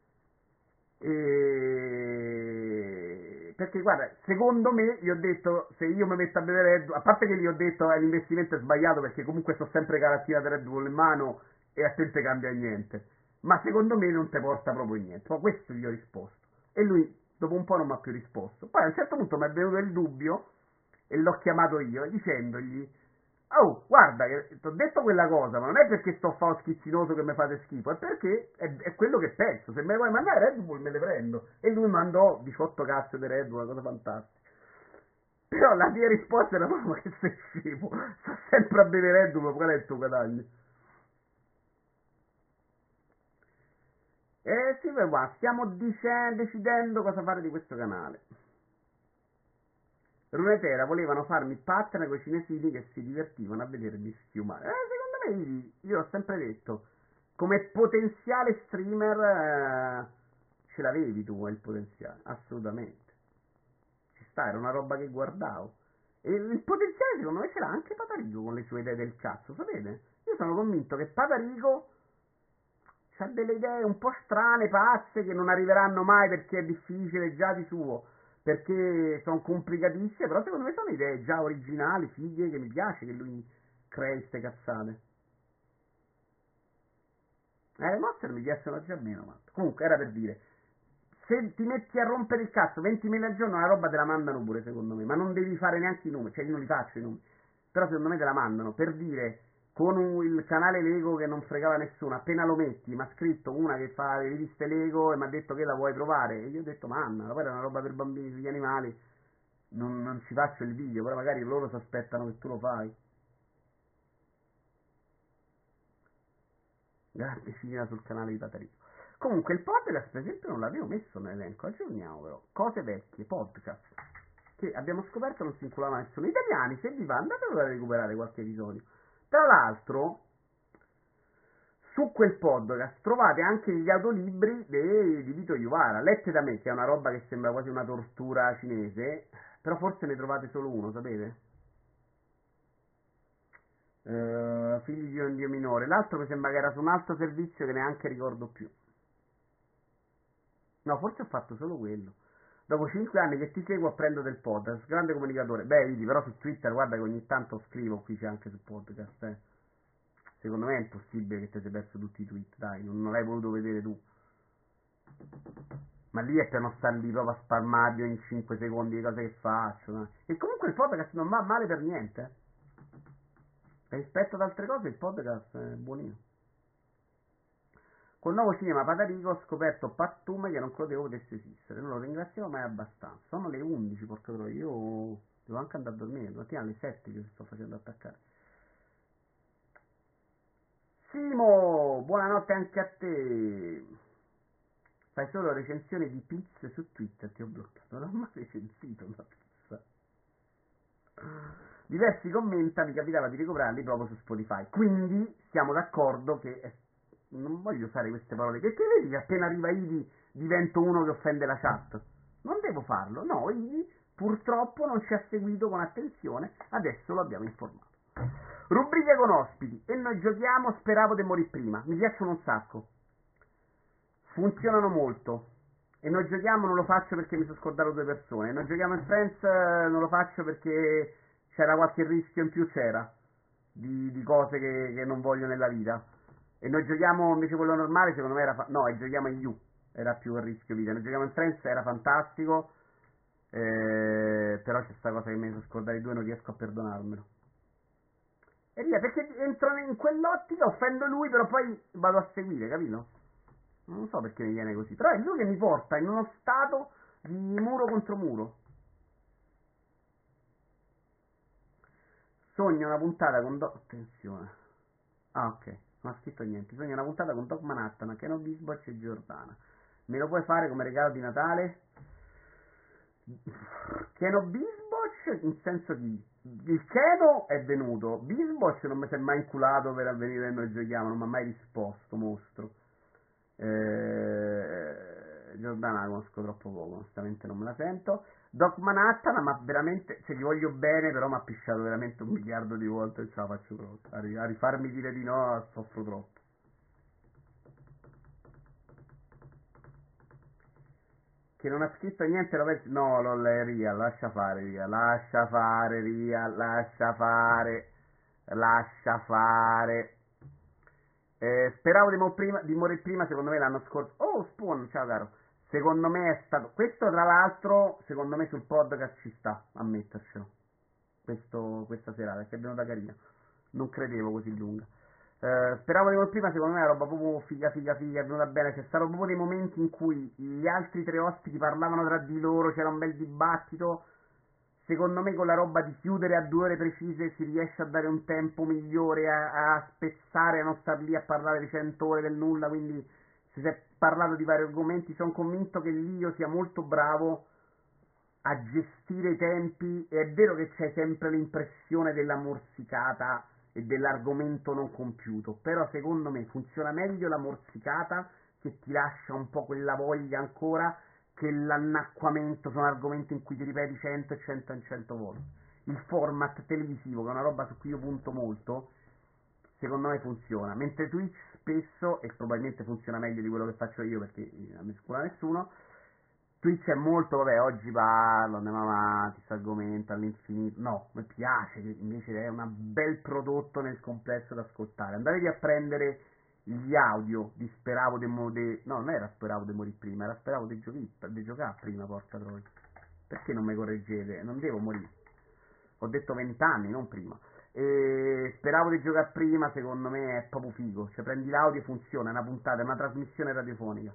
Perché guarda, secondo me gli ho detto, se io mi metto a bere Red Bull, a parte che gli ho detto l'investimento è sbagliato perché comunque sto sempre carattina di Red Bull in mano e a te non te cambia niente, ma secondo me non ti porta proprio niente. Ma questo gli ho risposto, e lui dopo un po' non mi ha più risposto. Poi a un certo punto mi è venuto il dubbio e l'ho chiamato io dicendogli: oh, guarda, ti ho detto quella cosa, ma non è perché sto a fare schizzinoso che mi fate schifo, è perché è quello che penso. Se me vuoi mandare Red Bull me le prendo. E lui mandò 18 cazzo di Red Bull, una cosa fantastica. Però la mia risposta era proprio: che sei scemo, sto sempre a bere Red Bull, qual è il tuo guadagno? Sì, qua, stiamo decidendo cosa fare di questo canale. Runetera volevano farmi partner con i cinesini che si divertivano a vedermi schiumare. Secondo me, io ho sempre detto, come potenziale streamer ce l'avevi tu il potenziale, assolutamente. Ci sta, era una roba che guardavo. E il potenziale secondo me ce l'ha anche Patarico con le sue idee del cazzo, sapete? Io sono convinto che Patarico ha delle idee un po' strane, pazze, che non arriveranno mai perché è difficile già di suo, perché sono complicatissime, però secondo me sono idee già originali, fighe, che mi piace che lui crei queste cazzate. Le monster mi piacciono già meno, ma comunque era per dire, se ti metti a rompere il cazzo 20.000 al giorno, la roba te la mandano pure secondo me, ma non devi fare neanche i numeri, cioè io non li faccio i numeri, però secondo me te la mandano, per dire, con il canale Lego che non fregava nessuno, appena lo metti, mi ha scritto una che fa le riviste Lego e mi ha detto che la vuoi provare, e io ho detto mandala, poi era una roba per bambini sugli animali, non ci faccio il video, però magari loro si aspettano che tu lo fai. Grande figlia sul canale di Patarico. Comunque il podcast per esempio non l'avevo messo nell'elenco, aggiorniamo però, cose vecchie, podcast, che abbiamo scoperto non si inculava nessuno. Italiani, se vi va, andate a recuperare qualche episodio. Tra l'altro, su quel podcast trovate anche gli audiolibri di Vito Iuvara, letti da me, che è una roba che sembra quasi una tortura cinese, però forse ne trovate solo uno, sapete? Figli di un dio minore. L'altro mi sembra che era su un altro servizio che neanche ricordo più. No, forse ho fatto solo quello. Dopo 5 anni che ti seguo apprendo del podcast, grande comunicatore. Beh, vedi, però su Twitter, guarda che ogni tanto scrivo qui c'è anche su podcast, Secondo me è impossibile che ti sei perso tutti i tweet, dai, non l'hai voluto vedere tu. Ma lì è per non star lì proprio a spalmarvi ogni 5 secondi le cose che faccio. No? E comunque il podcast non va male per niente. Rispetto ad altre cose il podcast è buonino. Col nuovo cinema Patarico ho scoperto Pattume che non credevo potesse esistere. Non lo ringraziamo mai abbastanza. Sono le 11, porca troia. Io devo anche andare a dormire. Domattina alle 7 che sto facendo attaccare. Simo, buonanotte anche a te. Fai solo recensioni di pizze su Twitter, ti ho bloccato. Non ho mai recensito una pizza. Diversi commenta, mi capitava di recuperarli proprio su Spotify. Quindi siamo d'accordo che non voglio usare queste parole. Perché vedi che appena arriva Ivi divento uno che offende la chat. Non devo farlo. No, Ivi purtroppo non ci ha seguito con attenzione. Adesso lo abbiamo informato. Rubriche con ospiti. E noi giochiamo Speravo di morire prima. Mi piacciono un sacco. Funzionano molto. E noi giochiamo non lo faccio perché mi sono scordato 2 persone. E noi giochiamo in Friends non lo faccio perché c'era qualche rischio in più, c'era di cose che non voglio nella vita. E noi giochiamo invece quello normale, secondo me era no, e giochiamo in You, era più il rischio vita. Noi giochiamo in Friends, era fantastico, però c'è sta cosa che mi sono scordato i 2, non riesco a perdonarmelo. E via, perché entro in quell'ottica, offendo lui, però poi vado a seguire, capito? Non so perché mi viene così, però è lui che mi porta in uno stato di muro contro muro. Sogno una puntata con attenzione. Ah, ok, non ha scritto niente. Sogno una puntata con Doc Manhattan, Keno Bisboccia e Giordana. Me lo puoi fare come regalo di Natale? Keno Bisboccia in senso di... Il Keno è venuto, Bisboccia non mi si è mai inculato per venire e noi giochiamo, non mi ha mai risposto, mostro. Giordana la conosco troppo poco, onestamente non me la sento. Doc Manhattan, ma veramente, cioè gli voglio bene, però mi ha pisciato veramente 1 miliardo di volte e ce la faccio proprio. A rifarmi dire di no soffro troppo. Che non ha scritto niente, no, Ria, lascia fare, Ria, lascia fare, Ria, lascia fare, lascia fare. Speravo di morire prima, secondo me l'anno scorso. Oh, Spawn, ciao caro. Secondo me è stato... Questo tra l'altro, secondo me sul podcast ci sta, a mettercelo. Questa serata, che è venuta carina. Non credevo così lunga. Speravo di morire prima, secondo me è una roba proprio figa, è venuta bene. C'è stato proprio dei momenti in cui gli altri 3 ospiti parlavano tra di loro, c'era un bel dibattito. Secondo me con la roba di chiudere a 2 ore precise si riesce a dare un tempo migliore a spezzare, a non star lì a parlare di 100 ore del nulla, quindi si è parlato di vari argomenti, sono convinto che l'io sia molto bravo a gestire i tempi, e è vero che c'è sempre l'impressione della morsicata e dell'argomento non compiuto, però secondo me funziona meglio la morsicata che ti lascia un po' quella voglia ancora, che l'annacquamento sono argomenti in cui ti ripeti 100 e 100 e 100 volte. Il format televisivo, che è una roba su cui io punto molto, secondo me funziona, mentre Twitch spesso, e probabilmente funziona meglio di quello che faccio io perché non mi scura nessuno, Twitch è molto, vabbè, oggi parlo, andiamo avanti, si argomenta all'infinito. No, mi piace, invece è un bel prodotto nel complesso da ascoltare. Andatevi a prendere gli audio di Speravo no, non era Speravo di morire prima, era Speravo di giocare prima, porca troia. Perché non mi correggete? Non devo morire. Ho detto 20 anni, non prima. E Speravo di giocare prima, secondo me è proprio figo. Cioè prendi l'audio e funziona, è una puntata, è una trasmissione radiofonica.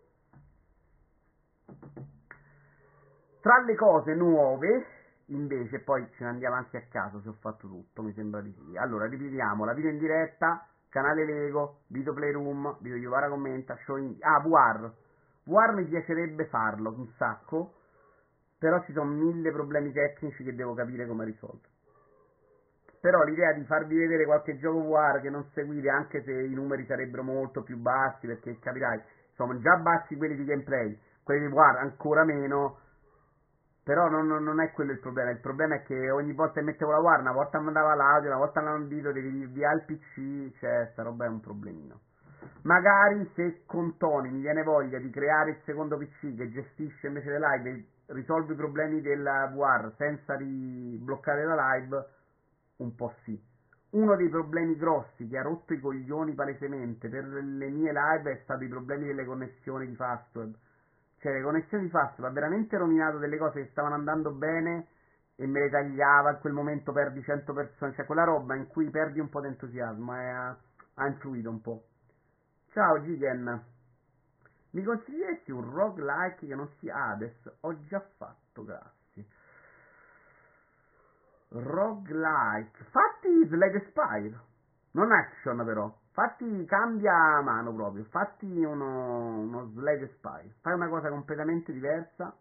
Tra le cose nuove, invece, poi ce ne andiamo anche a caso se ho fatto tutto, mi sembra di sì. Allora, ripetiamo, la video in diretta, canale Lego, video Playroom, video Iuvara commenta, show in... VR. VR mi piacerebbe farlo, un sacco, però ci sono 1000 problemi tecnici che devo capire come risolvere. Però l'idea di farvi vedere qualche gioco VR che non seguite, anche se i numeri sarebbero molto più bassi, perché capirai, sono già bassi quelli di gameplay, quelli di VR ancora meno, però non è quello il problema è che ogni volta che mettevo la VR, una volta mandava l'audio, una volta andava un video, devi via il PC, cioè sta roba è un problemino. Magari se con Tony mi viene voglia di creare il secondo PC che gestisce invece le live e risolve i problemi della VR senza bloccare la live, un po' sì. Uno dei problemi grossi che ha rotto i coglioni palesemente per le mie live è stato i problemi delle connessioni di Fastweb. Cioè le connessioni di Fastweb ha veramente rovinato delle cose che stavano andando bene e me le tagliava, in quel momento perdi 100 persone, cioè quella roba in cui perdi un po' di entusiasmo e ha influito un po'. Ciao Gigen, mi consiglieresti un roguelike che non sia Hades? Ho già fatto, grazie. Roguelike, fatti Slade Spire, non action però, fatti cambia mano proprio, fatti uno Slade Spire, fai una cosa completamente diversa,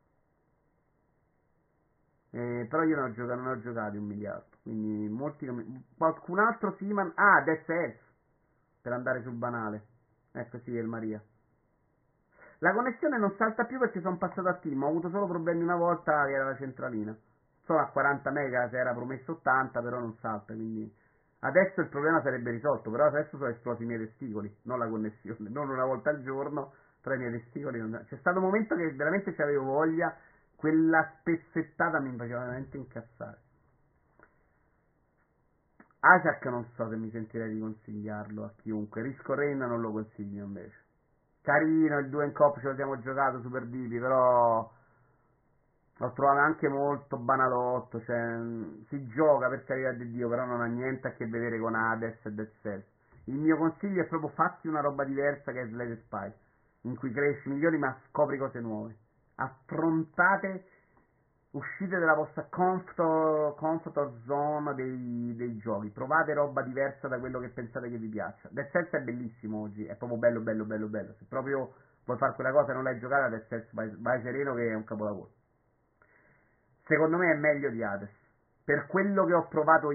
però io non ho giocato 1 miliardo, quindi molti, qualcun altro sì, ma... Ah, Dead Cells, per andare sul banale, ecco sì, El Maria. La connessione non salta più perché sono passato a Team, ho avuto solo problemi una volta che era la centralina. Solo a 40 mega se era promesso 80, però non salta, quindi adesso il problema sarebbe risolto, però adesso sono esplosi i miei testicoli, non la connessione, non una volta al giorno, tra i miei testicoli non... C'è stato un momento che veramente ci avevo voglia, quella spezzettata mi faceva veramente incazzare. Isaac non so se mi sentirei di consigliarlo a chiunque, Risco Rain non lo consiglio invece. Carino, il 2 in coop ce lo siamo giocato super divi, però l'ho trovato anche molto banalotto, cioè si gioca per carità di Dio, però non ha niente a che vedere con Hades e Dead Cells. Il mio consiglio è proprio fatti una roba diversa che è Slade Spy, in cui cresci migliori ma scopri cose nuove. Affrontate, uscite dalla vostra comfort zone dei giochi, provate roba diversa da quello che pensate che vi piaccia. Dead Cells è bellissimo oggi, è proprio bello bello bello bello, se proprio vuoi fare quella cosa e non l'hai giocata, Dead Cells vai sereno che è un capolavoro. Secondo me è meglio di Hades. Per quello che ho provato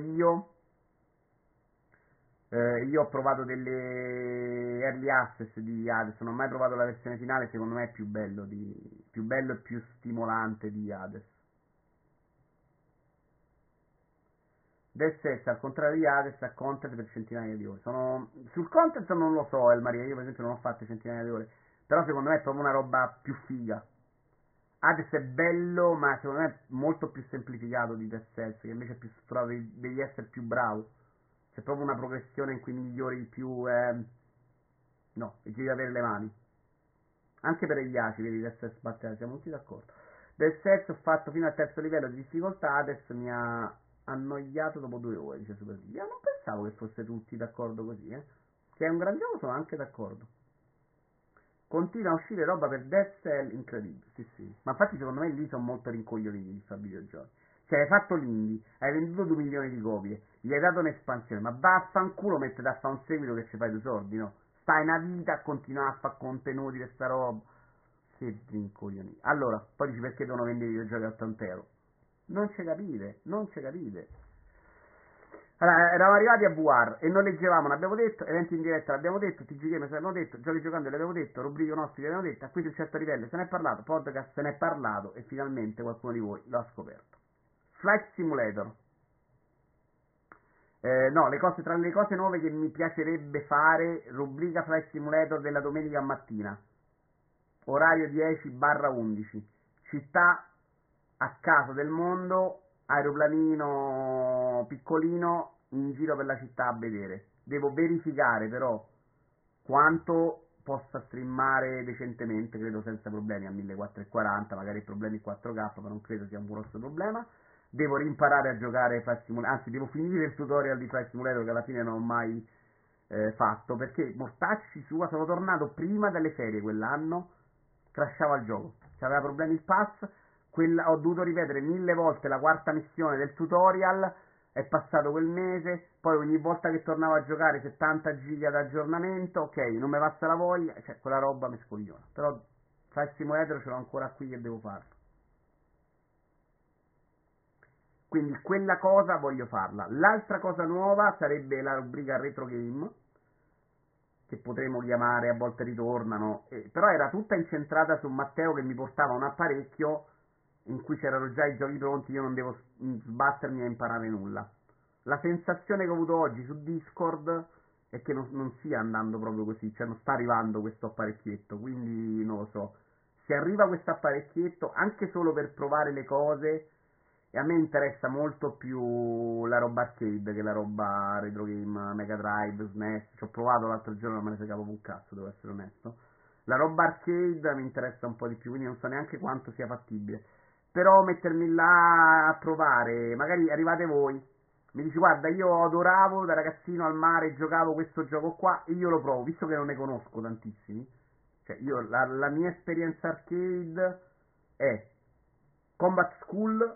io ho provato delle early access di Hades, non ho mai provato la versione finale, secondo me è più bello e più stimolante di Hades. Dead Cells, al contrario di Hades, ha content per centinaia di ore. Sul content non lo so, El Maria, io per esempio non ho fatto centinaia di ore, però secondo me è proprio una roba più figa. Hades è bello, ma secondo me è molto più semplificato di Dead Cells, che invece è più strutturato, devi essere più bravo. C'è proprio una progressione in cui migliori di più, no, e devi avere le mani. Anche per gli aci, vedi, Dead Cells battere, siamo tutti d'accordo. Dead Cells ho fatto fino al terzo livello di difficoltà, Hades mi ha annoiato dopo 2 ore, dice Super D. Io non pensavo che foste tutti d'accordo così, Che è un gran gioco, sono anche d'accordo. Continua a uscire roba per Dead Cell incredibile, sì sì. Ma infatti secondo me lì sono molto rincoglioniti di fare videogiochi. Cioè hai fatto l'indie, hai venduto 2 milioni di copie, gli hai dato un'espansione, ma vaffanculo mettete a fare un seguito che ci fai 2 soldi, no? Stai una vita a continuare a fare contenuti di sta roba. Che rincoglioniti. Allora, poi dici perché devono vendere i videogiochi a 80 euro? Non ci capite, non ci capite. Allora, eravamo arrivati a VR e non leggevamo, l'abbiamo detto, eventi in diretta l'abbiamo detto, TG Games l'abbiamo detto, giochi giocando l'abbiamo detto, rubriche nostri l'abbiamo detto, acquisti un certo livello, se ne è parlato, podcast se ne è parlato e finalmente qualcuno di voi lo ha scoperto. Flight Simulator. No, tra le cose nuove che mi piacerebbe fare, rubrica Flight Simulator della domenica mattina, orario 10/11, città a caso del mondo, aeroplanino piccolino in giro per la città a vedere. Devo verificare però quanto possa streamare decentemente, credo senza problemi a 1440, magari problemi 4K, ma non credo sia un grosso problema. Devo rimparare a giocare Flight Simulator, anzi devo finire il tutorial di Flight Simulator che alla fine non ho mai fatto, perché mortacci sua, sono tornato prima delle ferie quell'anno, crashava il gioco, c'aveva problemi il pass, ho dovuto ripetere 1000 volte la quarta missione del tutorial, è passato quel mese, poi ogni volta che tornavo a giocare 70 giga d'aggiornamento, ok, non mi passa la voglia, cioè quella roba mi scogliona, però Flight Simulator ce l'ho ancora qui che devo farlo. Quindi quella cosa voglio farla. L'altra cosa nuova sarebbe la rubrica retro game, che potremmo chiamare A volte ritornano, però era tutta incentrata su Matteo che mi portava un apparecchio in cui c'erano già i giochi pronti, io non devo sbattermi a imparare nulla. La sensazione che ho avuto oggi su Discord è che non stia andando proprio così, cioè non sta arrivando questo apparecchietto, quindi non lo so. Se arriva questo apparecchietto, anche solo per provare le cose, e a me interessa molto più la roba arcade che la roba retro game, Mega Drive, SNES, ci ho provato l'altro giorno, non me ne fregavo un cazzo, devo essere onesto. La roba arcade mi interessa un po' di più, quindi non so neanche quanto sia fattibile. Però mettermi là a provare, magari arrivate voi, mi dici guarda io adoravo da ragazzino al mare, giocavo questo gioco qua e io lo provo, visto che non ne conosco tantissimi, cioè io la mia esperienza arcade è Combat School,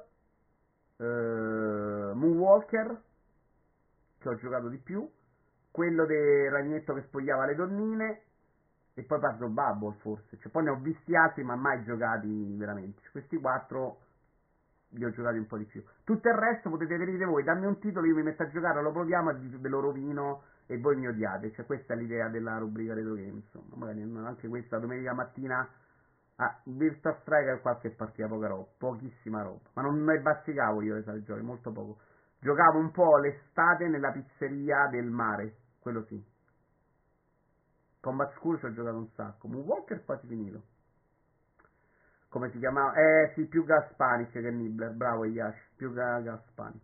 Moonwalker, che ho giocato di più, quello del ragnetto che spogliava le donnine e poi Puzzle Bubble forse, cioè, poi ne ho visti altri ma mai giocati veramente, questi quattro li ho giocati un po' di più. Tutto il resto potete vedere voi, dammi un titolo, io mi metto a giocare, lo proviamo e ve lo rovino e voi mi odiate, cioè questa è l'idea della rubrica Retro Game, insomma, magari anche questa domenica mattina a Virtua Striker qualche partita, poca roba, pochissima roba, ma non ne bazzicavo io le sale giochi, molto poco. Giocavo un po' l'estate nella pizzeria del mare, quello sì. Combat School ci ho giocato un sacco, Moonwalker quasi finito. Come si chiamava? Sì, più Gas Panic che Nibbler, bravo Yash, più Gas Panic.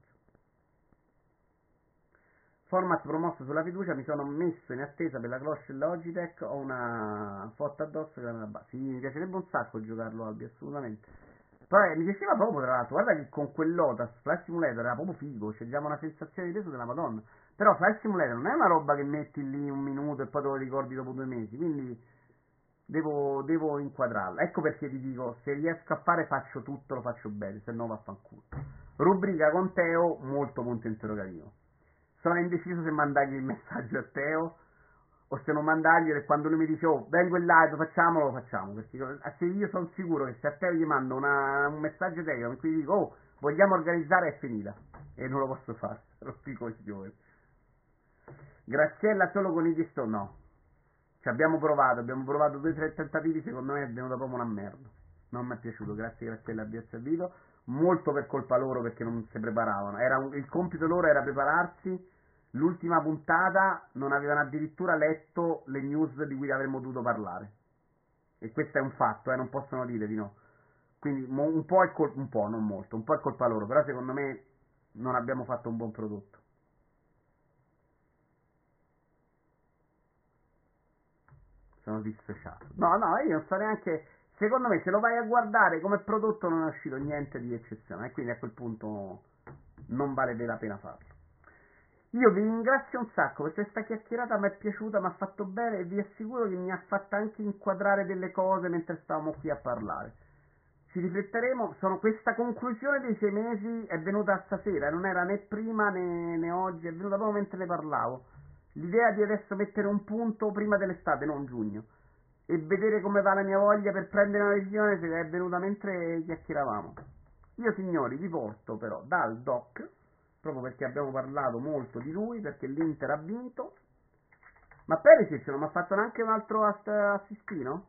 Format promosso sulla fiducia, mi sono messo in attesa per la cloche Logitech, ho una foto addosso che è una base. Sì, mi piacerebbe un sacco giocarlo Albi, assolutamente. Poi mi piaceva proprio tra l'altro, guarda che con quel Lotus Flight Simulator era proprio figo, cioè diamo una sensazione di peso della Madonna. Però Flight Simulator non è una roba che metti lì un minuto e poi te lo ricordi dopo 2 mesi, quindi devo inquadrarla. Ecco perché ti dico, se riesco a fare faccio tutto, lo faccio bene, se no vaffanculo. Rubrica con Teo, molto punto interrogativo. Sono indeciso se mandargli il messaggio a Teo o se non mandarglielo e quando lui mi dice oh vengo in live lo facciamo, perché se io sono sicuro che se a Teo gli mando un messaggio tecnico in cui gli dico oh vogliamo organizzare è finita e non lo posso fare, rotto i coglioni. Graziella solo con i gesto no, ci abbiamo provato 2 o 3 tentativi, secondo me è venuta proprio una merda, non mi è piaciuto, grazie Graziella abbia servito, molto per colpa loro perché non si preparavano, il compito loro era prepararsi. L'ultima puntata non avevano addirittura letto le news di cui avremmo dovuto parlare. E questo è un fatto, non possono dire di no. Quindi un po' è colpa, un po', non molto, un po' è colpa loro, però secondo me non abbiamo fatto un buon prodotto. Sono dissociato. No, io non so neanche. Secondo me se lo vai a guardare come prodotto non è uscito niente di eccezione. E quindi a quel punto non vale la pena farlo. Io vi ringrazio un sacco perché questa chiacchierata mi è piaciuta, mi ha fatto bene e vi assicuro che mi ha fatto anche inquadrare delle cose mentre stavamo qui a parlare. Ci rifletteremo, questa conclusione dei 6 mesi è venuta stasera, non era né prima né oggi, è venuta proprio mentre ne parlavo. L'idea di adesso mettere un punto prima dell'estate, non giugno, e vedere come va la mia voglia per prendere una decisione è venuta mentre chiacchieravamo. Io signori vi porto però dal doc, proprio perché abbiamo parlato molto di lui, perché l'Inter ha vinto. Ma Perisic non mi ha fatto neanche un altro assistino?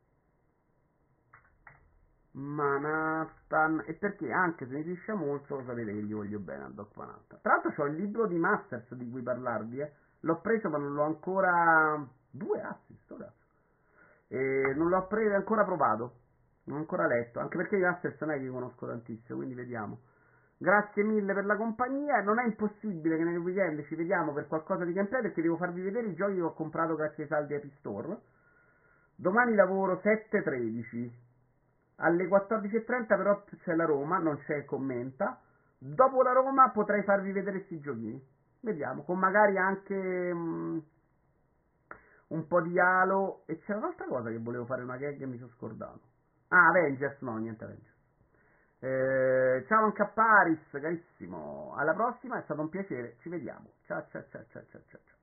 Manhattan. E perché anche se mi piscia molto lo sapete che gli voglio bene al Doc Manhattan. Tra l'altro c'ho il libro di Masters di cui parlarvi, l'ho preso ma non l'ho ancora 2 assist ora. E non l'ho ancora provato, non ho ancora letto, anche perché i Masters non è che li conosco tantissimo, quindi vediamo. Grazie mille per la compagnia, non è impossibile che nel weekend ci vediamo per qualcosa di gameplay perché devo farvi vedere i giochi che ho comprato grazie ai saldi Epic Store. Domani lavoro 7:13, alle 14:30 però c'è la Roma, non c'è commenta. Dopo la Roma potrei farvi vedere questi giochini, vediamo, con magari anche un po' di Halo. E c'era un'altra cosa che volevo fare, una gag e mi sono scordato. Avengers, no, niente Avengers. Ciao anche a Paris, carissimo. Alla prossima, è stato un piacere. Ci vediamo. Ciao ciao ciao ciao ciao ciao.